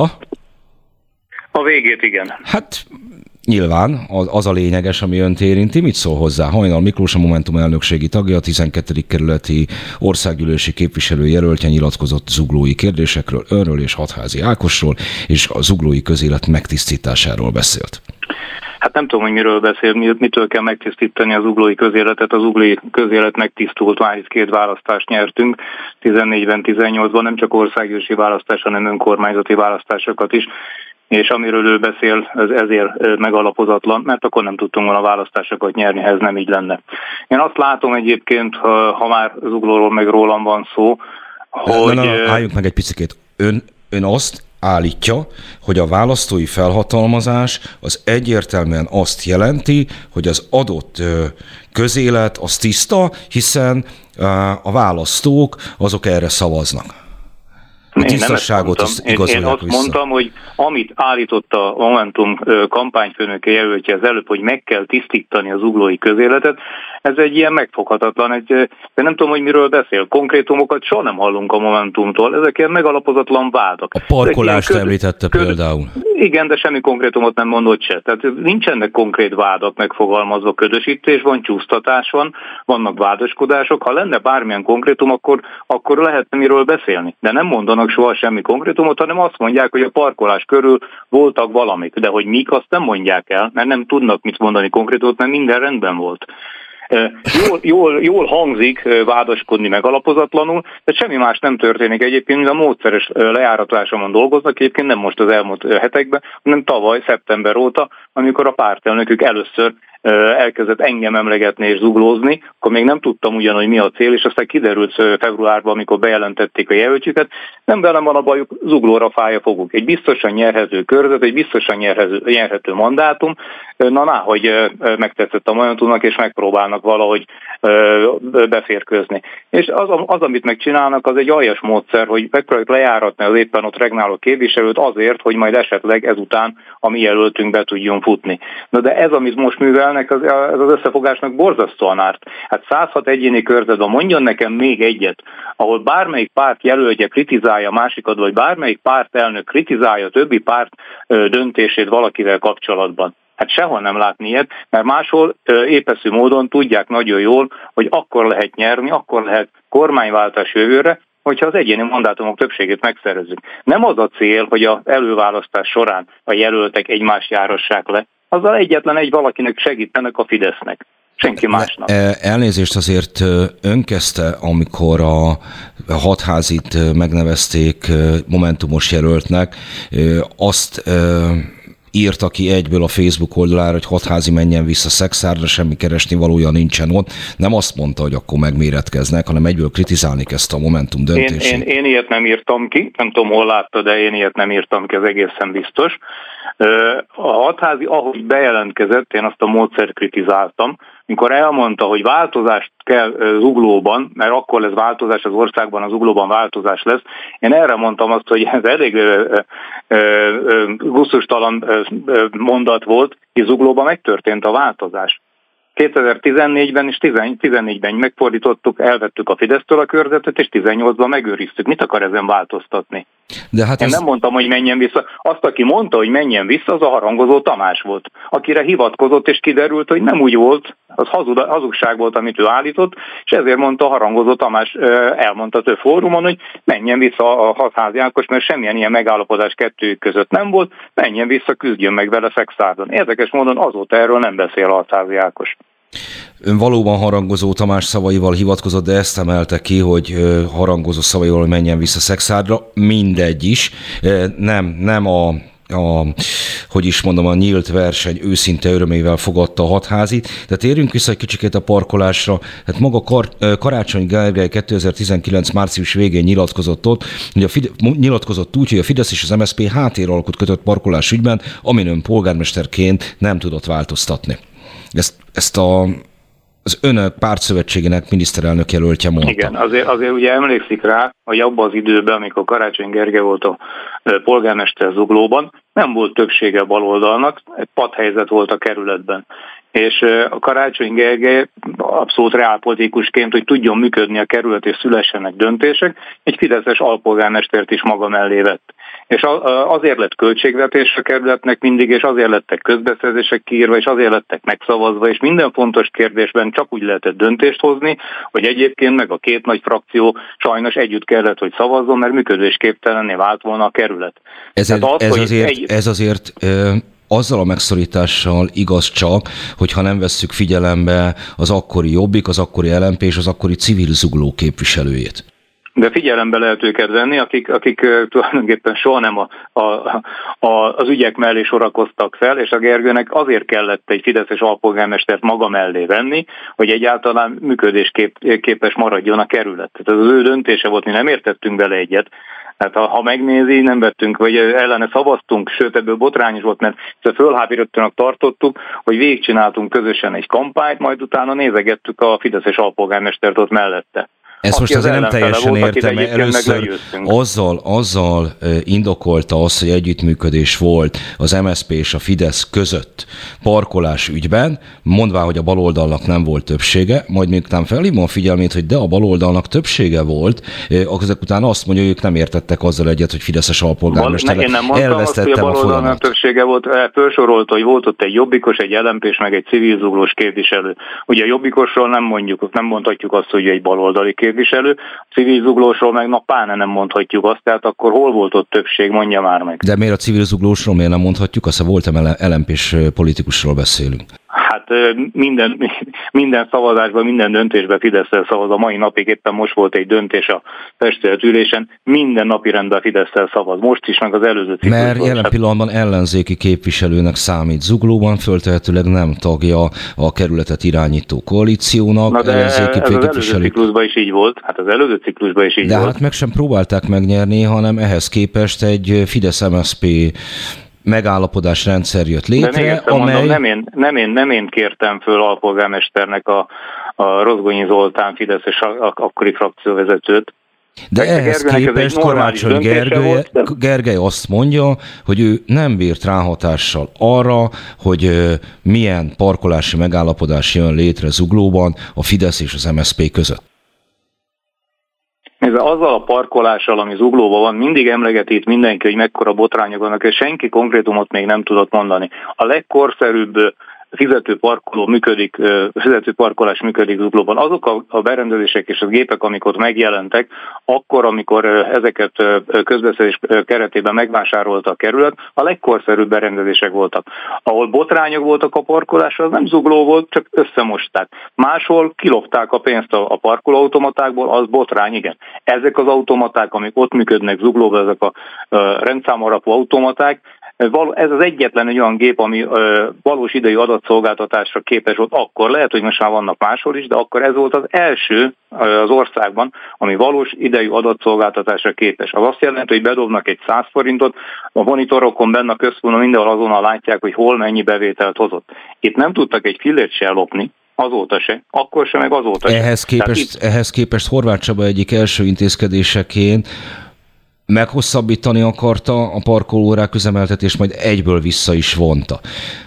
A végét igen. Hát nyilván az, az a lényeges, ami önt érinti. Mit szól hozzá? Hajnal Miklós, a Momentum elnökségi tagja, a tizenkettedik kerületi országgyűlési képviselőjelöltje nyilatkozott zuglói kérdésekről, önről és Hatházi Ákosról, és a zuglói közélet megtisztításáról beszélt. Hát nem tudom, hogy miről beszél, mitől kell megtisztítani az zuglói közéletet. Az zuglói közélet megtisztult, már itt két választást nyertünk, tizennégyben, tizennyolcban, nem csak országgyűlési választás, hanem önkormányzati választásokat is. És amiről ő beszél, ez ezért megalapozatlan, mert akkor nem tudtunk volna választásokat nyerni, ha ez nem így lenne. Én azt látom egyébként, ha már Zuglóról meg rólam van szó, hogy... Na, na, na, álljunk meg egy picikét. Ön, ön azt állítja, hogy a választói felhatalmazás az egyértelműen azt jelenti, hogy az adott közélet az tiszta, hiszen a választók azok erre szavaznak. A tisztasságot is igazolják Én azt vissza. mondtam, hogy amit állított a Momentum kampányfőnöke jelöltje az előbb, hogy meg kell tisztítani az zuglói közéletet, ez egy ilyen megfoghatatlan, egy, de nem tudom, hogy miről beszél. Konkrétumokat soha nem hallunk a Momentumtól, ezek ilyen megalapozatlan vádak. A parkolást köd, említette köd, például. Igen, de semmi konkrétumot nem mondott se. Tehát nincsenek konkrét vádak megfogalmazva, ködösítés van, csúsztatás van, vannak vádaskodások. Ha lenne bármilyen konkrétum, akkor, akkor lehetne miről beszélni. De nem mondanak soha semmi konkrétumot, hanem azt mondják, hogy a parkolás körül voltak valamik. De hogy mik, azt nem mondják el, mert nem tudnak mit mondani konkrétumot, mert minden rendben volt. Jól, jól, jól hangzik vádaskodni megalapozatlanul, de semmi más nem történik egyébként, mint a módszeres lejáratásomon dolgoznak, egyébként nem most az elmúlt hetekben, hanem tavaly, szeptember óta, amikor a pártelnökük először elkezdett engem emlegetni és zuglózni, akkor még nem tudtam ugyan, hogy mi a cél, és aztán kiderült februárban, amikor bejelentették a jelöltjüket, nem velem van a bajuk, zuglóra fáj a foguk. Egy biztosan nyerhető körzet, egy biztosan nyerhető, nyerhető mandátum, na ná, hogy megtetszett a Momentumnak, és megpróbálnak valahogy beférkőzni. És az, az, amit megcsinálnak, az egy aljas módszer, hogy megpróbáljuk lejáratni az éppen ott regnáló képviselőt azért, hogy majd esetleg ezután a mi jelöltünk be tudjon futni. Na de ez, amit most művelnek, az, ez az összefogásnak borzasztóan árt. Hát száz hat egyéni körzetben mondjon nekem még egyet, ahol bármelyik párt jelöltje kritizálja a másikat, vagy bármelyik pártelnök kritizálja a többi párt döntését valakivel kapcsolatban. Hát sehol nem látni ilyet, mert máshol épeszű módon tudják nagyon jól, hogy akkor lehet nyerni, akkor lehet kormányváltás jövőre, hogyha az egyéni mandátumok többségét megszerezzük. Nem az a cél, hogy az előválasztás során a jelöltek egymást járassák le, azzal egyetlen egy valakinek segítenek a Fidesznek. Senki másnak. Elnézést, azért ön kezdte, amikor a Hatházit megnevezték momentumos jelöltnek, azt írta ki egyből a Facebook oldalára, hogy Hatházi menjen vissza Szexárdra, semmi keresni valója nincsen ott. Nem azt mondta, hogy akkor megméretkeznek, hanem egyből kritizálni kezdte a Momentum döntését. Én, én, én ilyet nem írtam ki, nem tudom, hol látta, de én ilyet nem írtam ki, az egészen biztos. A Hatházi, ahogy bejelentkezett, én azt a módszert kritizáltam, mikor elmondta, hogy változást kell Zuglóban, mert akkor lesz változás az országban, az Zuglóban változás lesz. Én erre mondtam azt, hogy ez elég gusztustalan mondat volt, hogy Zuglóban megtörtént a változás. kétezer-tizennégyben és tizennégyben megfordítottuk, elvettük a Fidesztől a körzetet, és tizennyolcban megőriztük. Mit akar ezen változtatni? De hát Én ez... nem mondtam, hogy menjen vissza. Azt, aki mondta, hogy menjen vissza, az a Harangozó Tamás volt, akire hivatkozott, és kiderült, hogy nem úgy volt, az hazug, hazugság volt, amit ő állított, és ezért mondta a Harangozó Tamás, elmondta több fórumon, hogy menjen vissza a Hatházi Ákos, mert semmilyen ilyen megállapodás kettőjük között nem volt, menjen vissza, küzdjön meg vele Szexárdon. Érdekes módon azóta erről nem beszél a Hatházi Ákos. Ön valóban Harangozó Tamás szavaival hivatkozott, de ezt emelte ki, hogy Harangozó szavaival menjen vissza Szexárdra, mindegy is. Nem, nem a, a, hogy is mondom, a nyílt verseny őszinte örömével fogadta a Hatházit. De térjünk vissza egy kicsikét a parkolásra. Hát maga Kar- Karácsony Gergely kétezer-tizenkilenc március végén nyilatkozott ott, hogy a Fide- nyilatkozott úgy, hogy a Fidesz és az em es zé pé háttéralkut kötött parkolás ügyben, amin ön polgármesterként nem tudott változtatni. Ezt, ezt a, az önök pártszövetségének miniszterelnök jelöltje mondta. Igen, azért, azért ugye emlékszik rá, hogy abban az időben, amikor Karácsony Gergely volt a polgármester Zuglóban, nem volt többsége baloldalnak, egy padhelyzet volt a kerületben. És a Karácsony Gergely abszolút reálpolitikusként, hogy tudjon működni a kerület és szülessenek döntések, egy fideszes alpolgármestert is maga mellé vett. És azért lett költségvetés a kerületnek mindig, és azért lettek közbeszerzések kiírva, és azért lettek megszavazva, és minden fontos kérdésben csak úgy lehetett döntést hozni, hogy egyébként meg a két nagy frakció sajnos együtt kellett, hogy szavazzon, mert működésképtelenné vált volna a kerület. Ez, az, ez, azért, egy... ez azért... Ö... azzal a megszorítással igaz csak, hogyha nem vesszük figyelembe az akkori Jobbik, az akkori el em pé és az akkori civil Zugló képviselőjét. De figyelembe lehet őket venni, akik, akik tulajdonképpen soha nem a, a, a, az ügyek mellé sorakoztak fel, és a Gergőnek azért kellett egy fideszes alpolgármestert maga mellé venni, hogy egyáltalán működésképes maradjon a kerület. Tehát az ő döntése volt, mi nem értettünk bele egyet. Hát ha, ha megnézi, nem vettünk, vagy ellene szavaztunk, sőt ebből botrányos volt, mert fölhábírottanak tartottuk, hogy végigcsináltunk közösen egy kampányt, majd utána nézegettük a fideszes alpolgármestert ott mellette. Ezt most azért nem teljesen volt, értem, mert először azzal, azzal indokolta azt, hogy együttműködés volt az em es zé pé és a Fidesz között parkolás ügyben, mondván, hogy a baloldalnak nem volt többsége, majd miután felhívom a figyelmét, hogy de a baloldalnak többsége volt, ezek után azt mondja, hogy ők nem értettek azzal egyet, hogy fideszes alpolgármester elvesztette a, a baloldalnak többsége volt, felsorolta, hogy volt ott egy jobbikos, egy el em pés, meg egy civil zuglós képviselő. Ugye a jobbikosról nem mondjuk, nem mondhatjuk azt, hogy egy baloldali képviselő, a civil zuglósról meg na pláne nem mondhatjuk azt, tehát akkor hol volt ott többség, mondja már meg. De miért a civil zuglósról miért nem mondhatjuk, azt voltam el em pés politikusról beszélünk. Hát minden, minden szavazásban, minden döntésben Fidesz-szel szavaz. A mai napig éppen most volt egy döntés a testületülésen, minden napi rendben Fidesz-szel szavaz. Most is, meg az előző ciklusban. Mert jelen hát... pillanatban ellenzéki képviselőnek számít Zuglóban, föltehetőleg nem tagja a kerületet irányító koalíciónak. Na de ellenzéki ez az előző ciklusban is így volt. Hát az előző ciklusban is így de volt. De hát meg sem próbálták megnyerni, hanem ehhez képest egy Fidesz-em es zé pé megállapodás rendszer jött létre, de még egyszer amely... mondom, nem én, nem, én, nem én kértem föl alpolgármesternek a, a Rozgonyi Zoltán Fideszes akkori frakcióvezetőt. De Meg ehhez képest Karácsony Gergely, volt, de... Gergely azt mondja, hogy ő nem bírt ráhatással arra, hogy milyen parkolási megállapodás jön létre Zuglóban a Fidesz és az em es zé pé között. Nézd, azzal a parkolással, ami Zuglóban van, mindig emlegeti itt mindenki, hogy mekkora botrányok vannak, és senki konkrétumot még nem tudott mondani. A legkorszerűbb fizetőparkoló működik, fizetőparkolás működik Zuglóban. Azok a, a berendezések és a gépek, amik ott megjelentek, akkor, amikor ezeket közbeszerzés keretében megvásárolta a kerület, a legkorszerűbb berendezések voltak. Ahol botrányok voltak a parkolásra, az nem Zugló volt, csak összemosták. Máshol kilopták a pénzt a parkolóautomatákból, az botrány, igen. Ezek az automaták, amik ott működnek Zuglóban, ezek a rendszámalapú automaták, ez az egyetlen egy olyan gép, ami valós idejű adatszolgáltatásra képes volt akkor, lehet, hogy most már vannak máshol is, de akkor ez volt az első az országban, ami valós idejű adatszolgáltatásra képes. Az azt jelenti, hogy bedobnak egy száz forintot, a monitorokon benne a központban mindenhol azonnal látják, hogy hol mennyi bevételt hozott. Itt nem tudtak egy fillért se lopni, azóta se, akkor se, meg azóta se. Ehhez képest, itt... ehhez képest Horváth Csaba egyik első intézkedéseként meghosszabbítani akarta a parkolórák üzemeltetést, majd egyből vissza is vonta.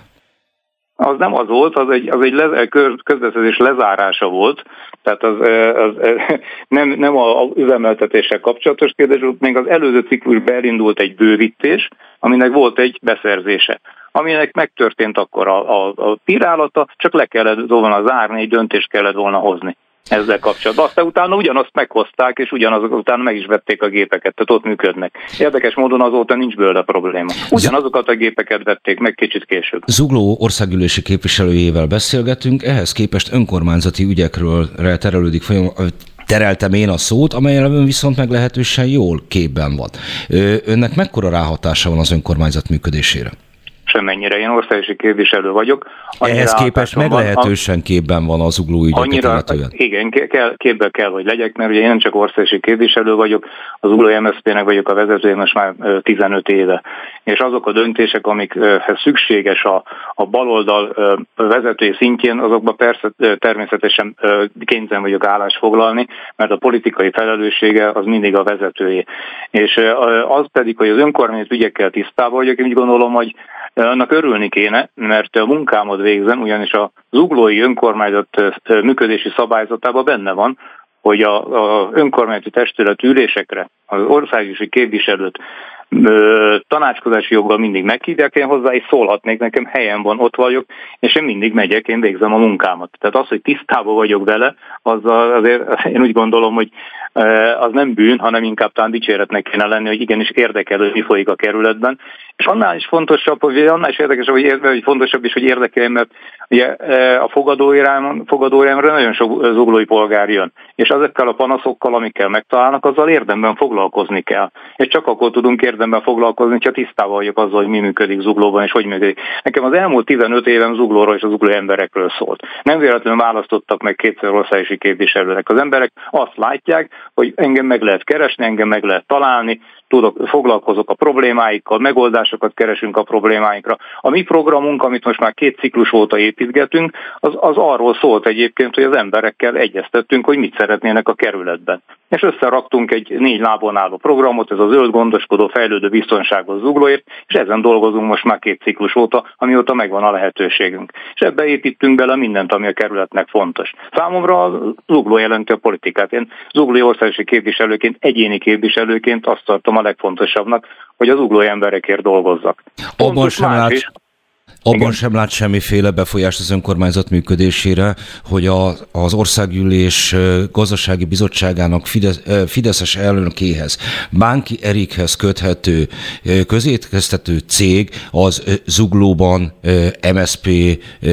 Az nem az volt, az egy, az egy le, közbeszerzés lezárása volt, tehát az, az nem, nem az üzemeltetéssel kapcsolatos kérdés, még az előző ciklusban elindult egy bővítés, aminek volt egy beszerzése, aminek megtörtént akkor a, a, a bírálata, csak le kellett volna zárni, egy döntést kellett volna hozni ezzel kapcsolatban. Aztán utána ugyanazt meghozták, és ugyanazok után meg is vették a gépeket, tehát ott működnek. Érdekes módon azóta nincs belőle probléma. Ugyanazokat a gépeket vették meg kicsit később. Zugló országgyűlési képviselőjével beszélgetünk, ehhez képest önkormányzati ügyekről terelődik folyam, tereltem én a szót, amelyen ön viszont meglehetősen jól képben van. Önnek mekkora ráhatása van az önkormányzat működésére? Semmennyire. Én országosi képviselő vagyok. Ehhez képest meglehetősen képben van az zugló ügyeket annyira, illetően. Igen, kell, képben kell, hogy legyek, mert ugye én nem csak országosi képviselő vagyok, az zuglói em es zé pének vagyok a vezetője most már tizenöt éve. És azok a döntések, amikhez szükséges a, a baloldal vezetői szintjén, azokban persze természetesen kénytelen vagyok állást foglalni, mert a politikai felelőssége az mindig a vezetőjé. És az pedig, hogy az önkormányzat ügyekkel tisztában vagyok, én úgy gondolom, hogy annak örülni kéne, mert a munkámat végzem, ugyanis a zuglói önkormányzat működési szabályzatában benne van, hogy a, a önkormányzati testület ülésekre az országgyűlési képviselőt ö, tanácskozási joggal mindig meghívják, én hozzá is szólhatnék, nekem helyen van, ott vagyok, és én mindig megyek, én végzem a munkámat. Tehát az, hogy tisztában vagyok vele, az azért én úgy gondolom, hogy az nem bűn, hanem inkább talán dicséretnek kéne lenni, hogy igenis érdekel, hogy mi folyik a kerületben. És annál is fontosabb, hogy annál is érdekesebb, hogy, érde, hogy fontosabb is, hogy érdekel, mert ugye a fogadóirámra nagyon sok zuglói polgár jön. És ezekkel a panaszokkal, amikkel megtalálnak, azzal érdemben foglalkozni kell. És csak akkor tudunk érdemben foglalkozni, ha tisztában vagyok azzal, hogy mi működik Zuglóban, és hogy működik. Nekem az elmúlt tizenöt évem Zuglóról és a zuglói emberekről szólt. Nem véletlenül választottak meg kétszer országosi képviselőnek. Az emberek azt látják, hogy engem meg lehet keresni, engem meg lehet találni, tudok, foglalkozok a problémáikkal, megoldásokat megoldásokat keresünk a problémáinkra. A mi programunk, amit most már két ciklus óta építgetünk, az, az arról szólt egyébként, hogy az emberekkel egyeztettünk, hogy mit szeretnének a kerületben. És összeraktunk egy négy lábon álló programot, ez a zöld, gondoskodó, fejlődő, biztonságos Zuglóért, és ezen dolgozunk most már két ciklus óta, amióta megvan a lehetőségünk. És ebbe építünk bele mindent, ami a kerületnek fontos. Számomra a Zugló jelenti a politikát. Én zuglói országosi képviselőként, egyéni képviselőként azt tartom a legfontosabbnak, hogy az zuglói emberekért dolgozzak. Abban sem lát... Abban sem lát semmiféle befolyást az önkormányzat működésére, hogy a, az országgyűlés gazdasági bizottságának Fidesz, fideszes elnökéhez, Bánki Erikhez köthető közétkeztető cég az Zuglóban em es zé pé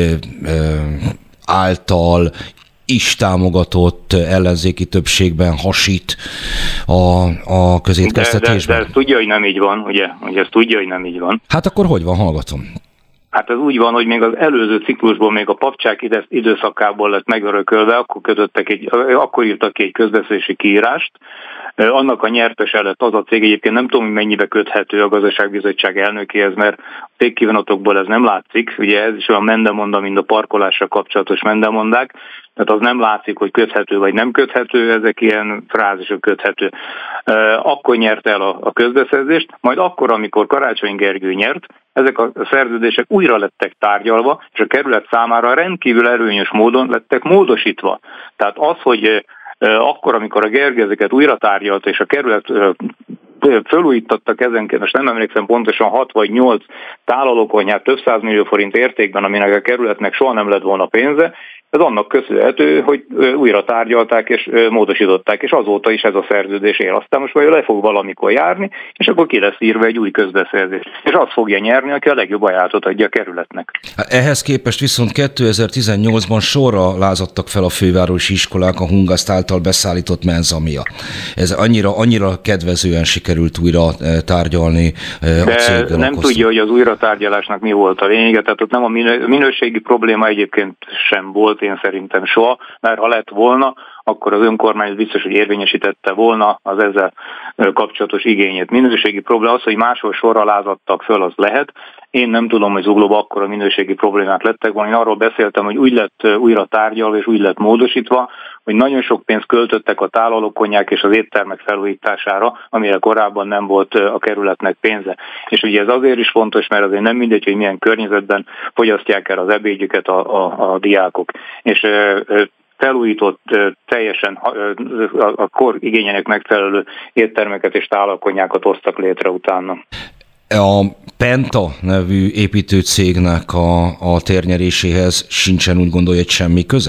által is támogatott ellenzéki többségben hasít a, a közétkeztetésben. De, de, de ezt tudja, hogy nem így van, ugye? Ugye ezt tudja, hogy nem így van. Hát akkor hogy van, hallgatom. Hát ez úgy van, hogy még az előző ciklusból, még a papcsák időszakából lett megörökölve, akkor kötöttek egy, akkor írtak ki egy közbeszélési kiírást. Annak a nyertese lett az a cég, egyébként nem tudom, hogy mennyibe köthető a gazdaságbizottság elnökéhez, mert a cégkívánatokból ez nem látszik. Ugye ez is olyan mendemonda, mint a parkolással kapcsolatos mendemondák. Tehát az nem látszik, hogy köthető vagy nem köthető, ezek ilyen frázisok köthető. Akkor nyerte el a közbeszerzést, majd akkor, amikor Karácsony Gergő nyert, ezek a szerződések újra lettek tárgyalva, és a kerület számára rendkívül erőnyös módon lettek módosítva. Tehát az, hogy akkor, amikor a Gergő ezeket újra tárgyalt, és a kerület fölújítottak ezenként, most nem emlékszem pontosan hat vagy nyolc tálalókonyhát több százmillió forint értékben, aminek a kerületnek soha nem lett volna pénze, ez annak köszönhető, hogy újra tárgyalták és módosították, és azóta is ez a szerződés él. Aztán most majd le fog valamikor járni, és akkor ki lesz írva egy új közbeszerzés. És azt fogja nyerni, aki a legjobb ajánlatot adja a kerületnek. Ehhez képest viszont kétezer-tizennyolcban sorra lázadtak fel a fővárosi iskolák a Hungaszt által beszállított menza miatt. Ez annyira, annyira kedvezően sikerült újra tárgyalni a céggel. De nem okozta. Tudja, hogy az újratárgyalásnak mi volt a lényege, tehát ott nem a minőségi probléma egyébként sem volt, én szerintem soha, mert ha lett volna, akkor az önkormányzat biztos, hogy érvényesítette volna az ezzel kapcsolatos igényét. Minőségi probléma az, hogy máshol sorra lázadtak föl, az lehet. Én nem tudom, hogy Zuglóban akkora minőségi problémák lettek volna. Én arról beszéltem, hogy úgy lett újra tárgyalva és úgy lett módosítva, hogy nagyon sok pénzt költöttek a tálalókonyhák és az éttermek felújítására, amire korábban nem volt a kerületnek pénze. És ugye ez azért is fontos, mert azért nem mindegy, hogy milyen környezetben fogyasztják el az ebédjüket a, a, a diákok. És felújított, teljesen a kor igényének megfelelő éttermeket és tálalókonyhákat hoztak létre utána. A Penta nevű építőcégnek a, a térnyeréséhez sincsen, úgy gondolja, hogy semmi köze?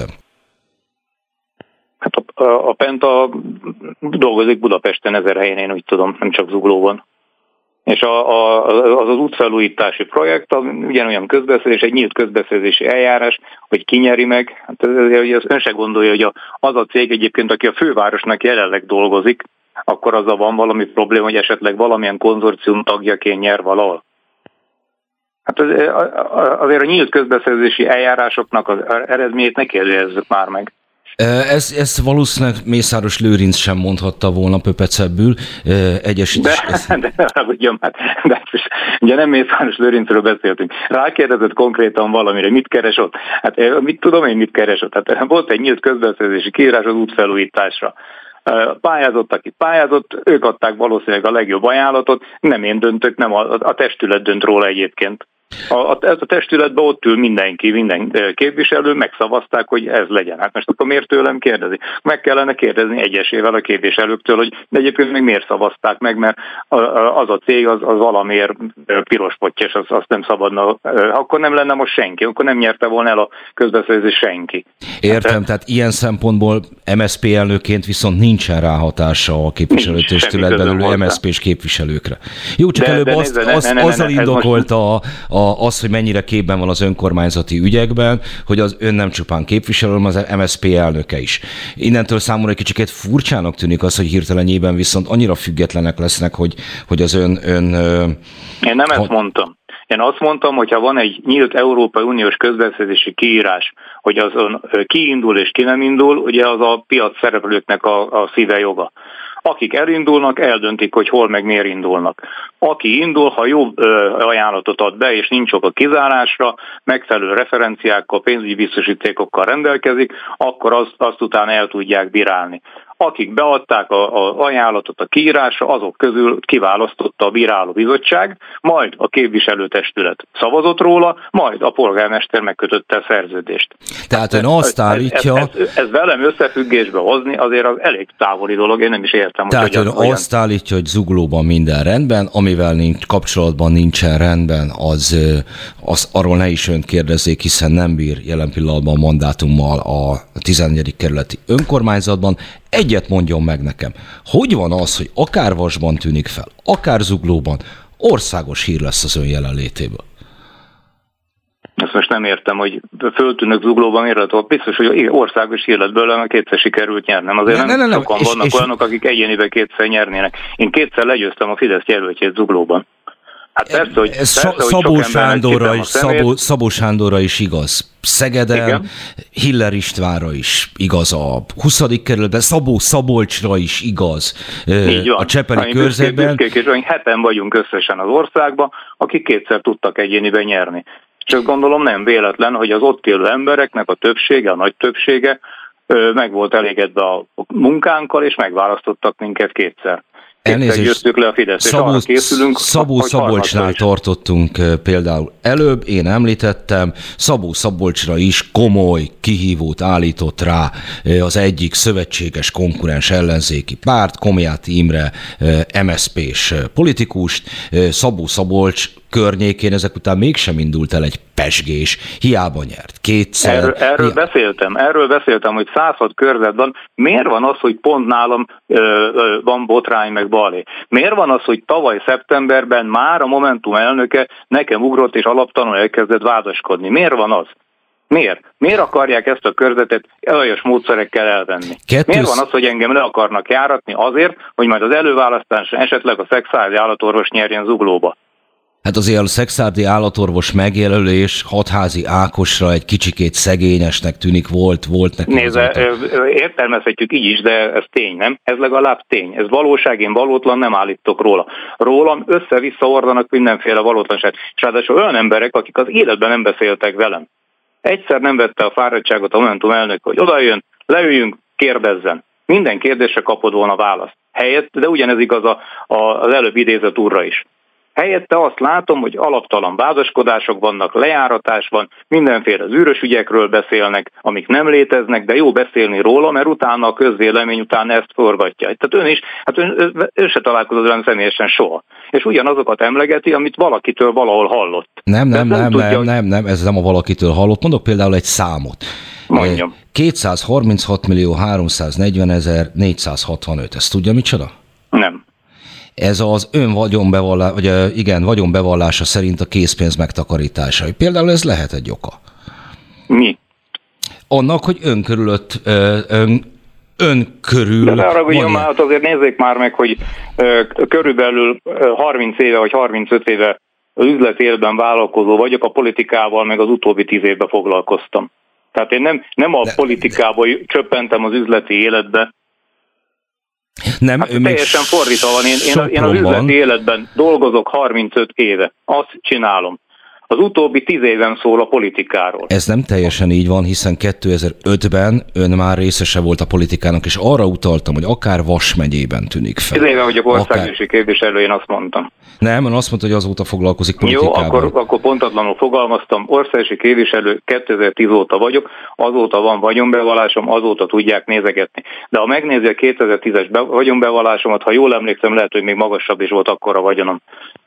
Hát a, a, a Penta dolgozik Budapesten ezer helyen, én úgy tudom, nem csak Zuglóban. És a, a, az az útfelújítási projekt, az ugyanolyan közbeszerzés, egy nyílt közbeszerzési eljárás, hogy ki nyeri meg. Hát az ön se gondolja, hogy a, az a cég egyébként, aki a fővárosnak jelenleg dolgozik, akkor azzal van valami probléma, hogy esetleg valamilyen konzorcium tagjaként nyer valahol. Hát az, azért a nyílt közbeszerzési eljárásoknak az eredményét ne kérdezzük már meg. Ez, ez valószínűleg Mészáros Lőrinc sem mondhatta volna pöpecebbül. Egyesítés. De, de, ugye, de ugye nem Mészáros Lőrincről beszéltünk. Rákérdezett konkrétan valamire, mit keres ott? Hát mit tudom én, mit keres ott? Hát volt egy nyílt közbeszerzési kiírás az útfelújításra. Pályázott, aki pályázott, ők adták valószínűleg a legjobb ajánlatot, nem én döntök, nem a, a testület dönt róla egyébként. A, a, ez a testületben ott ül mindenki, minden képviselő, megszavazták, hogy ez legyen. Hát most akkor miért tőlem kérdezi? Meg kellene kérdezni egyesével a képviselőktől, hogy de egyébként még miért szavazták meg, mert az a cég az, az valamiért piros pottyes, az, azt nem szabadna. Akkor nem lenne most senki, akkor nem nyerte volna el a közbeszerzés senki. Értem, hát, tehát ilyen szempontból em es zé pé elnökként viszont nincsen ráhatása a képviselőtestületben ülő em es zé pés képviselőkre. Jó, csak de, előbb de azt, nézze, azt, ne, ne, ne, azzal ne, indokolta a, a, az, hogy mennyire képben van az önkormányzati ügyekben, hogy az ön nem csupán képviselő, hanem az em es zé pé elnöke is. Innentől számomra egy kicsit furcsának tűnik az, hogy hirtelenjében viszont annyira függetlenek lesznek, hogy, hogy az ön... ön Én nem ezt mondtam. Én azt mondtam, hogy ha van egy nyílt Európai Uniós közbeszerzési kiírás, hogy azon ki indul és ki nem indul, ugye az a piac szereplőknek a, a szíve joga. Akik elindulnak, eldöntik, hogy hol meg miért indulnak. Aki indul, ha jó ö, ajánlatot ad be, és nincs ok a kizárásra, megfelelő referenciákkal, pénzügyi biztosítékokkal rendelkezik, akkor azt, azt utána el tudják bírálni. Akik beadták az ajánlatot a kiírásra, azok közül kiválasztotta a bírálóbizottság, majd a képviselőtestület szavazott róla, majd a polgármester megkötötte a szerződést. Tehát ön azt állítja... Ez, ez, ez, ez velem összefüggésbe hozni azért az elég távoli dolog, én nem is értem. Tehát ön olyan... azt állítja, hogy Zuglóban minden rendben, amivel nincs, kapcsolatban nincsen rendben, az, az arról ne is önt kérdezzék, hiszen nem bír jelen pillanatban mandátummal a tizennegyedik kerületi önkormányzatban. Egyet mondjon meg nekem, hogy van az, hogy akár Vasban tűnik fel, akár Zuglóban országos hír lesz az ön jelenlétéből? Ezt most nem értem, hogy föltűnök Zuglóban, miért lett biztos, hogy országos hír lett belőle, mert kétszer sikerült nyernem. Azért ne, nem ne, ne, sokan és, vannak és... olyanok, akik egyéniben kétszer nyernének. Én kétszer legyőztem a Fidesz jelöltjét Zuglóban. Hát persze, hogy, ez persze, Szabó, hogy Sándorra is, Szabó, Szabó Sándorra is igaz. Szegeden, igen. Hiller Istvánra is igaz, a huszadik kerületben, Szabó Szabolcsra is igaz. A Csepeli körzetben. Büszkék, és olyan heten vagyunk összesen az országban, akik kétszer tudtak egyéniben nyerni. Csak gondolom nem véletlen, hogy az ott élő embereknek a többsége, a nagy többsége meg volt elégedve a munkánkkal, és megválasztottak minket kétszer. Elnézést, le a Fidesz, Szabó, készülünk, Szabó Szabolcsnál tartottunk például előbb, én említettem, Szabó Szabolcsra is komoly kihívót állított rá az egyik szövetséges konkurens ellenzéki párt, Komjáti Imre em es zé pés politikust. Szabó Szabolcs környékén ezek után mégsem indult el egy pezsgés, hiába nyert kétszer. Erről, erről beszéltem, erről beszéltem, hogy százhat körzetben miért van az, hogy pont nálam ö, ö, van botrány meg balé? Miért van az, hogy tavaly szeptemberben már a Momentum elnöke nekem ugrott és alaptalanul elkezdett vádaskodni? Miért van az? Miért? Miért akarják ezt a körzetet olyas módszerekkel elvenni? Kettősz... Miért van az, hogy engem le akarnak járatni? Azért, hogy majd az előválasztáson esetleg a Szekszárdi állatorvos nyerjen Zuglóba. Hát azért a szekszárdi állatorvos megjelölés Hatházi Ákosra egy kicsikét szegényesnek tűnik, volt, volt neki. Nézze, értelmezhetjük így is, de ez tény, nem? Ez legalább tény. Ez valóság, én valótlan nem állítok róla. Rólam össze-vissza ordanak mindenféle valótlanság. És ráadásul olyan emberek, akik az életben nem beszéltek velem. Egyszer nem vette a fáradtságot a Momentum elnök, hogy odajön, leüljünk, kérdezzen. Minden kérdésre kapod volna választ. Helyett, de ugyanez igaz a, a, az előbb idézett úrra is. Helyette azt látom, hogy alaptalan vádaskodások vannak, lejáratás van, mindenféle zűrös ügyekről beszélnek, amik nem léteznek, de jó beszélni róla, mert utána a közvélemény utána ezt forgatja. Tehát ön is, hát ön, ön se találkozott velem személyesen soha. És ugyanazokat emlegeti, amit valakitől valahol hallott. Nem, nem, nem, nem, tudja, nem, nem, nem, ez nem a valakitől hallott. Mondok például egy számot. Mondjam. kétszázharminchat millió háromszáznegyvenezer négyszázhatvanöt. Ezt tudja micsoda? Nem. Ez az ön vagyonbevallá, vagy igen, vagyonbevallása szerint a készpénz megtakarítása. Például ez lehet egy oka. Mi? Annak, hogy ön körülött, ön, ön körül... De arra gondolom, hát azért nézzék már meg, hogy körülbelül harminc éve vagy harmincöt éve az üzleti életben vállalkozó vagyok, a politikával meg az utóbbi tíz évben foglalkoztam. Tehát én nem, nem a de, politikából de... csöppentem az üzleti életbe. Nem, hát teljesen fordítva van. Én, én, én az üzleti életben dolgozok harmincöt éve. Azt csinálom. Az utóbbi tíz éven szól a politikáról. Ez nem teljesen így van, hiszen kétezer-ötben ön már részese volt a politikának, és arra utaltam, hogy akár Vas megyében tűnik fel. tíz éven vagyok országgyűlési akár... képviselő, én azt mondtam. Nem, ön azt mondta, hogy azóta foglalkozik politikával. Jó, akkor, akkor pontatlanul fogalmaztam. Országgyűlési képviselő kétezer-tíz óta vagyok, azóta van vagyonbevallásom, azóta tudják nézegetni. De ha megnézi a kétezer-tízes vagyonbevallásomat, ha jól emlékszem, lehet, hogy még magasabb is volt akkor a vagyonom.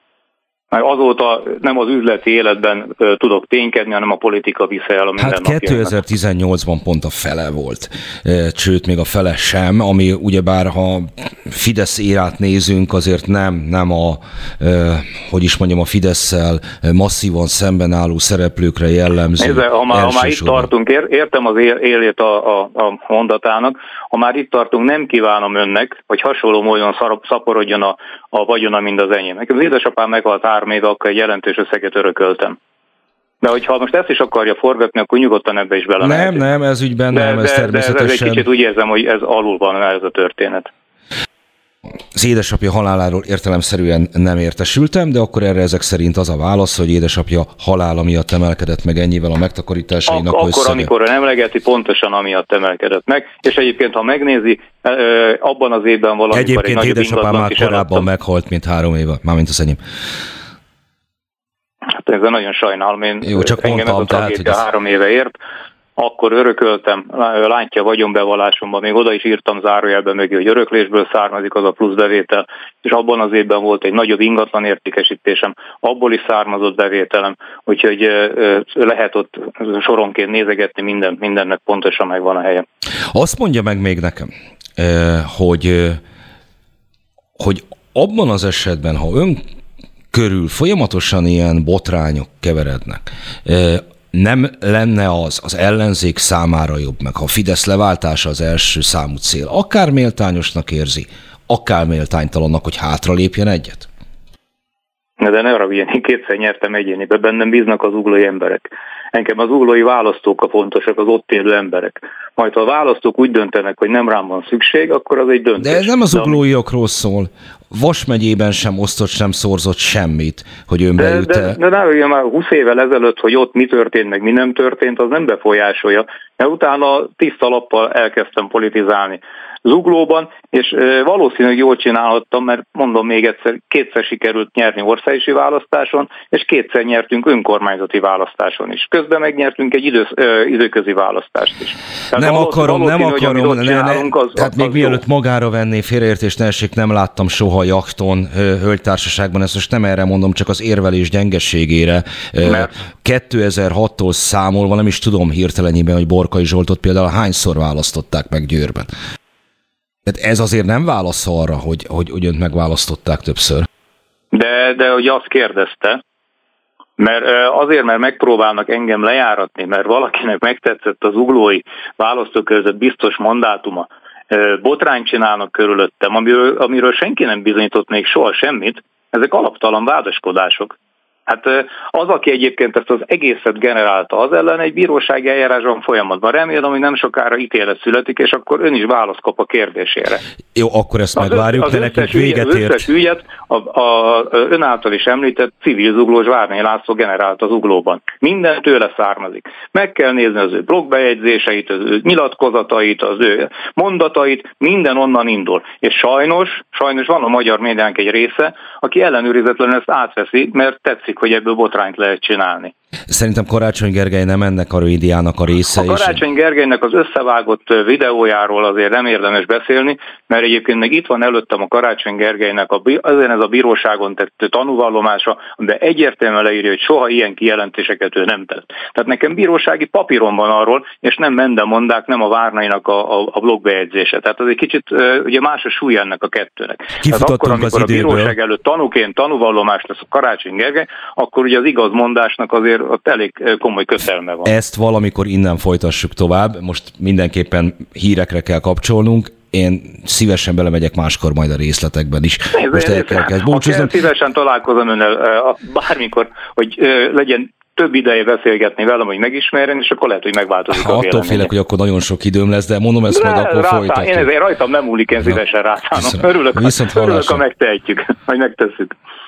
Azóta nem az üzleti életben uh, tudok ténykedni, hanem a politika viszi el a mindennapjaimat. Hát kétezer-tizennyolcban pont a fele volt, sőt még a fele sem, ami ugyebár, ha Fidesz érát nézünk, azért nem, nem a, hogy is mondjam, a Fidesszel masszívan szemben álló szereplőkre jellemző. Nézze, ha már, ha már itt tartunk, értem az élét a, a, a mondatának, ha már itt tartunk, nem kívánom önnek, hogy hasonló módon szaporodjon a, a vagyona, mint az enyém. Az édesapám meghalt három éve, akkor egy jelentős összeget örököltem. De hogyha most ezt is akarja forgatni, akkor nyugodtan ebbe is belemehet. Nem, nem, ez ügyben de, nem, ez de, természetesen. De ez egy kicsit úgy érzem, hogy ez alul van ez a történet. Az édesapja haláláról értelemszerűen nem értesültem, de akkor erre ezek szerint az a válasz, hogy édesapja halála miatt emelkedett meg ennyivel a megtakarításainak Ak- összege. Akkor, amikor ön emlegeti, pontosan amiatt emelkedett meg, és egyébként, ha megnézi, abban az évben valamikor egyébként egy nagyobb édesapám már korábban eladtam. meghalt, mint három éve, mármint az enyém. Hát ezzel nagyon sajnálom, én Jó, csak engem ez a tragédia három éve ért. Akkor örököltem, lántja vagyonbevallásomban, még oda is írtam zárójelben mögé, hogy öröklésből származik az a plusz bevétel, és abban az évben volt egy nagyobb ingatlan értékesítésem, abból is származott bevételem, úgyhogy lehet ott soronként nézegetni mindent, mindennek pontosan megvan a helye. Azt mondja meg még nekem, hogy, hogy abban az esetben, ha ön körül folyamatosan ilyen botrányok keverednek, nem lenne az az ellenzék számára jobb, meg ha Fidesz leváltása az első számú cél, akár méltányosnak érzi, akár méltánytalannak, hogy hátralépjen egyet? De ne arra, én kétszer nyertem egyénibe, bennem bíznak az uglói emberek. Engem az uglói választók a fontosak, az ott élő emberek. Majd ha a választók úgy döntenek, hogy nem rám van szükség, akkor az egy döntés. De ez nem az uglóiakról szól. Vas megyében sem osztott, sem szorzott semmit, hogy ön beült. De, de, de de már húsz évvel ezelőtt, hogy ott mi történt, meg mi nem történt, az nem befolyásolja. Mert utána tiszta lappal elkezdtem politizálni Zuglóban, és valószínűleg jól csinálhattam, mert mondom még egyszer, kétszer sikerült nyerni országosi választáson, és kétszer nyertünk önkormányzati választáson is. Közben megnyertünk egy idősz, időközi választást is. Tehát nem akarom, nem akarom, ne, ne, az, tehát az még az mielőtt jó. Magára venné, félreértés ne essék, nem láttam soha jachton, hölgytársaságban, ezt most nem erre mondom, csak az érvelés gyengeségére. Mert kétezer-hattól számolva, nem is tudom hirtelenjében, hogy Borkai Zsoltot például hányszor választották meg Győrben. Tehát ez azért nem válasz arra, hogy, hogy, hogy önt megválasztották többször. De, de hogy azt kérdezte, mert azért, mert megpróbálnak engem lejáratni, mert valakinek megtetszett az uglói választókörzet biztos mandátuma, botrányt csinálnak körülöttem, amiről, amiről senki nem bizonyított még soha semmit, ezek alaptalan vádaskodások. Hát az, aki egyébként ezt az egészet generálta, az ellen egy bírósági eljárásban folyamatban. Remélem, hogy nem sokára ítélet születik, és akkor ön is választ kap a kérdésére. Jó, akkor ezt az megvárjuk, az de nekünk véget ügyet, ért. Az összes ügyet a, a ön által is említett civil zuglós Várnai László generált az uglóban. Minden tőle származik. Meg kell nézni az ő blogbejegyzéseit, az ő nyilatkozatait, az ő mondatait, minden onnan indul. És sajnos, sajnos van a magyar médiánk egy része, aki ellenőrizetlenül ezt átveszi, mert tetszik, hogy ebből botrányt lehet csinálni. Szerintem Karácsony Gergely nem ennek a médiának a része. A Karácsony Gergelynek az összevágott videójáról azért nem érdemes beszélni, mert egyébként meg itt van előttem a Karácsony Gergelynek a, azért ez a bíróságon tett tanúvallomása, de egyértelműen leírja, hogy soha ilyen kijelentéseket ő nem tett. Tehát nekem bírósági papírom van arról, és nem mendemondák, nem a Várnainak a, a, a blogbejegyzése. Tehát az egy kicsit ugye más a súly ennek a kettőnek. Tehát akkor, amikor a bíróság előtt tanúként tanúvallomást lesz a Karácsony Gergely, akkor ugye az igazmondásnak azért ott elég komoly kötelme van. Ezt valamikor innen folytassuk tovább. Most mindenképpen hírekre kell kapcsolnunk. Én szívesen belemegyek máskor majd a részletekben is. Nézd, most el kell kezd búcsúznom. Szívesen találkozom önnel bármikor, hogy legyen több ideje beszélgetni velem, hogy megismerjen, és akkor lehet, hogy megváltozik ha, a attól félek, hogy akkor nagyon sok időm lesz, de mondom, ezt de majd akkor rátán, folytatjuk. Én ezért rajtam nem múlik, én szívesen rászállom. Örülök, örülök, ha megtehetjük, hogy megtesszük.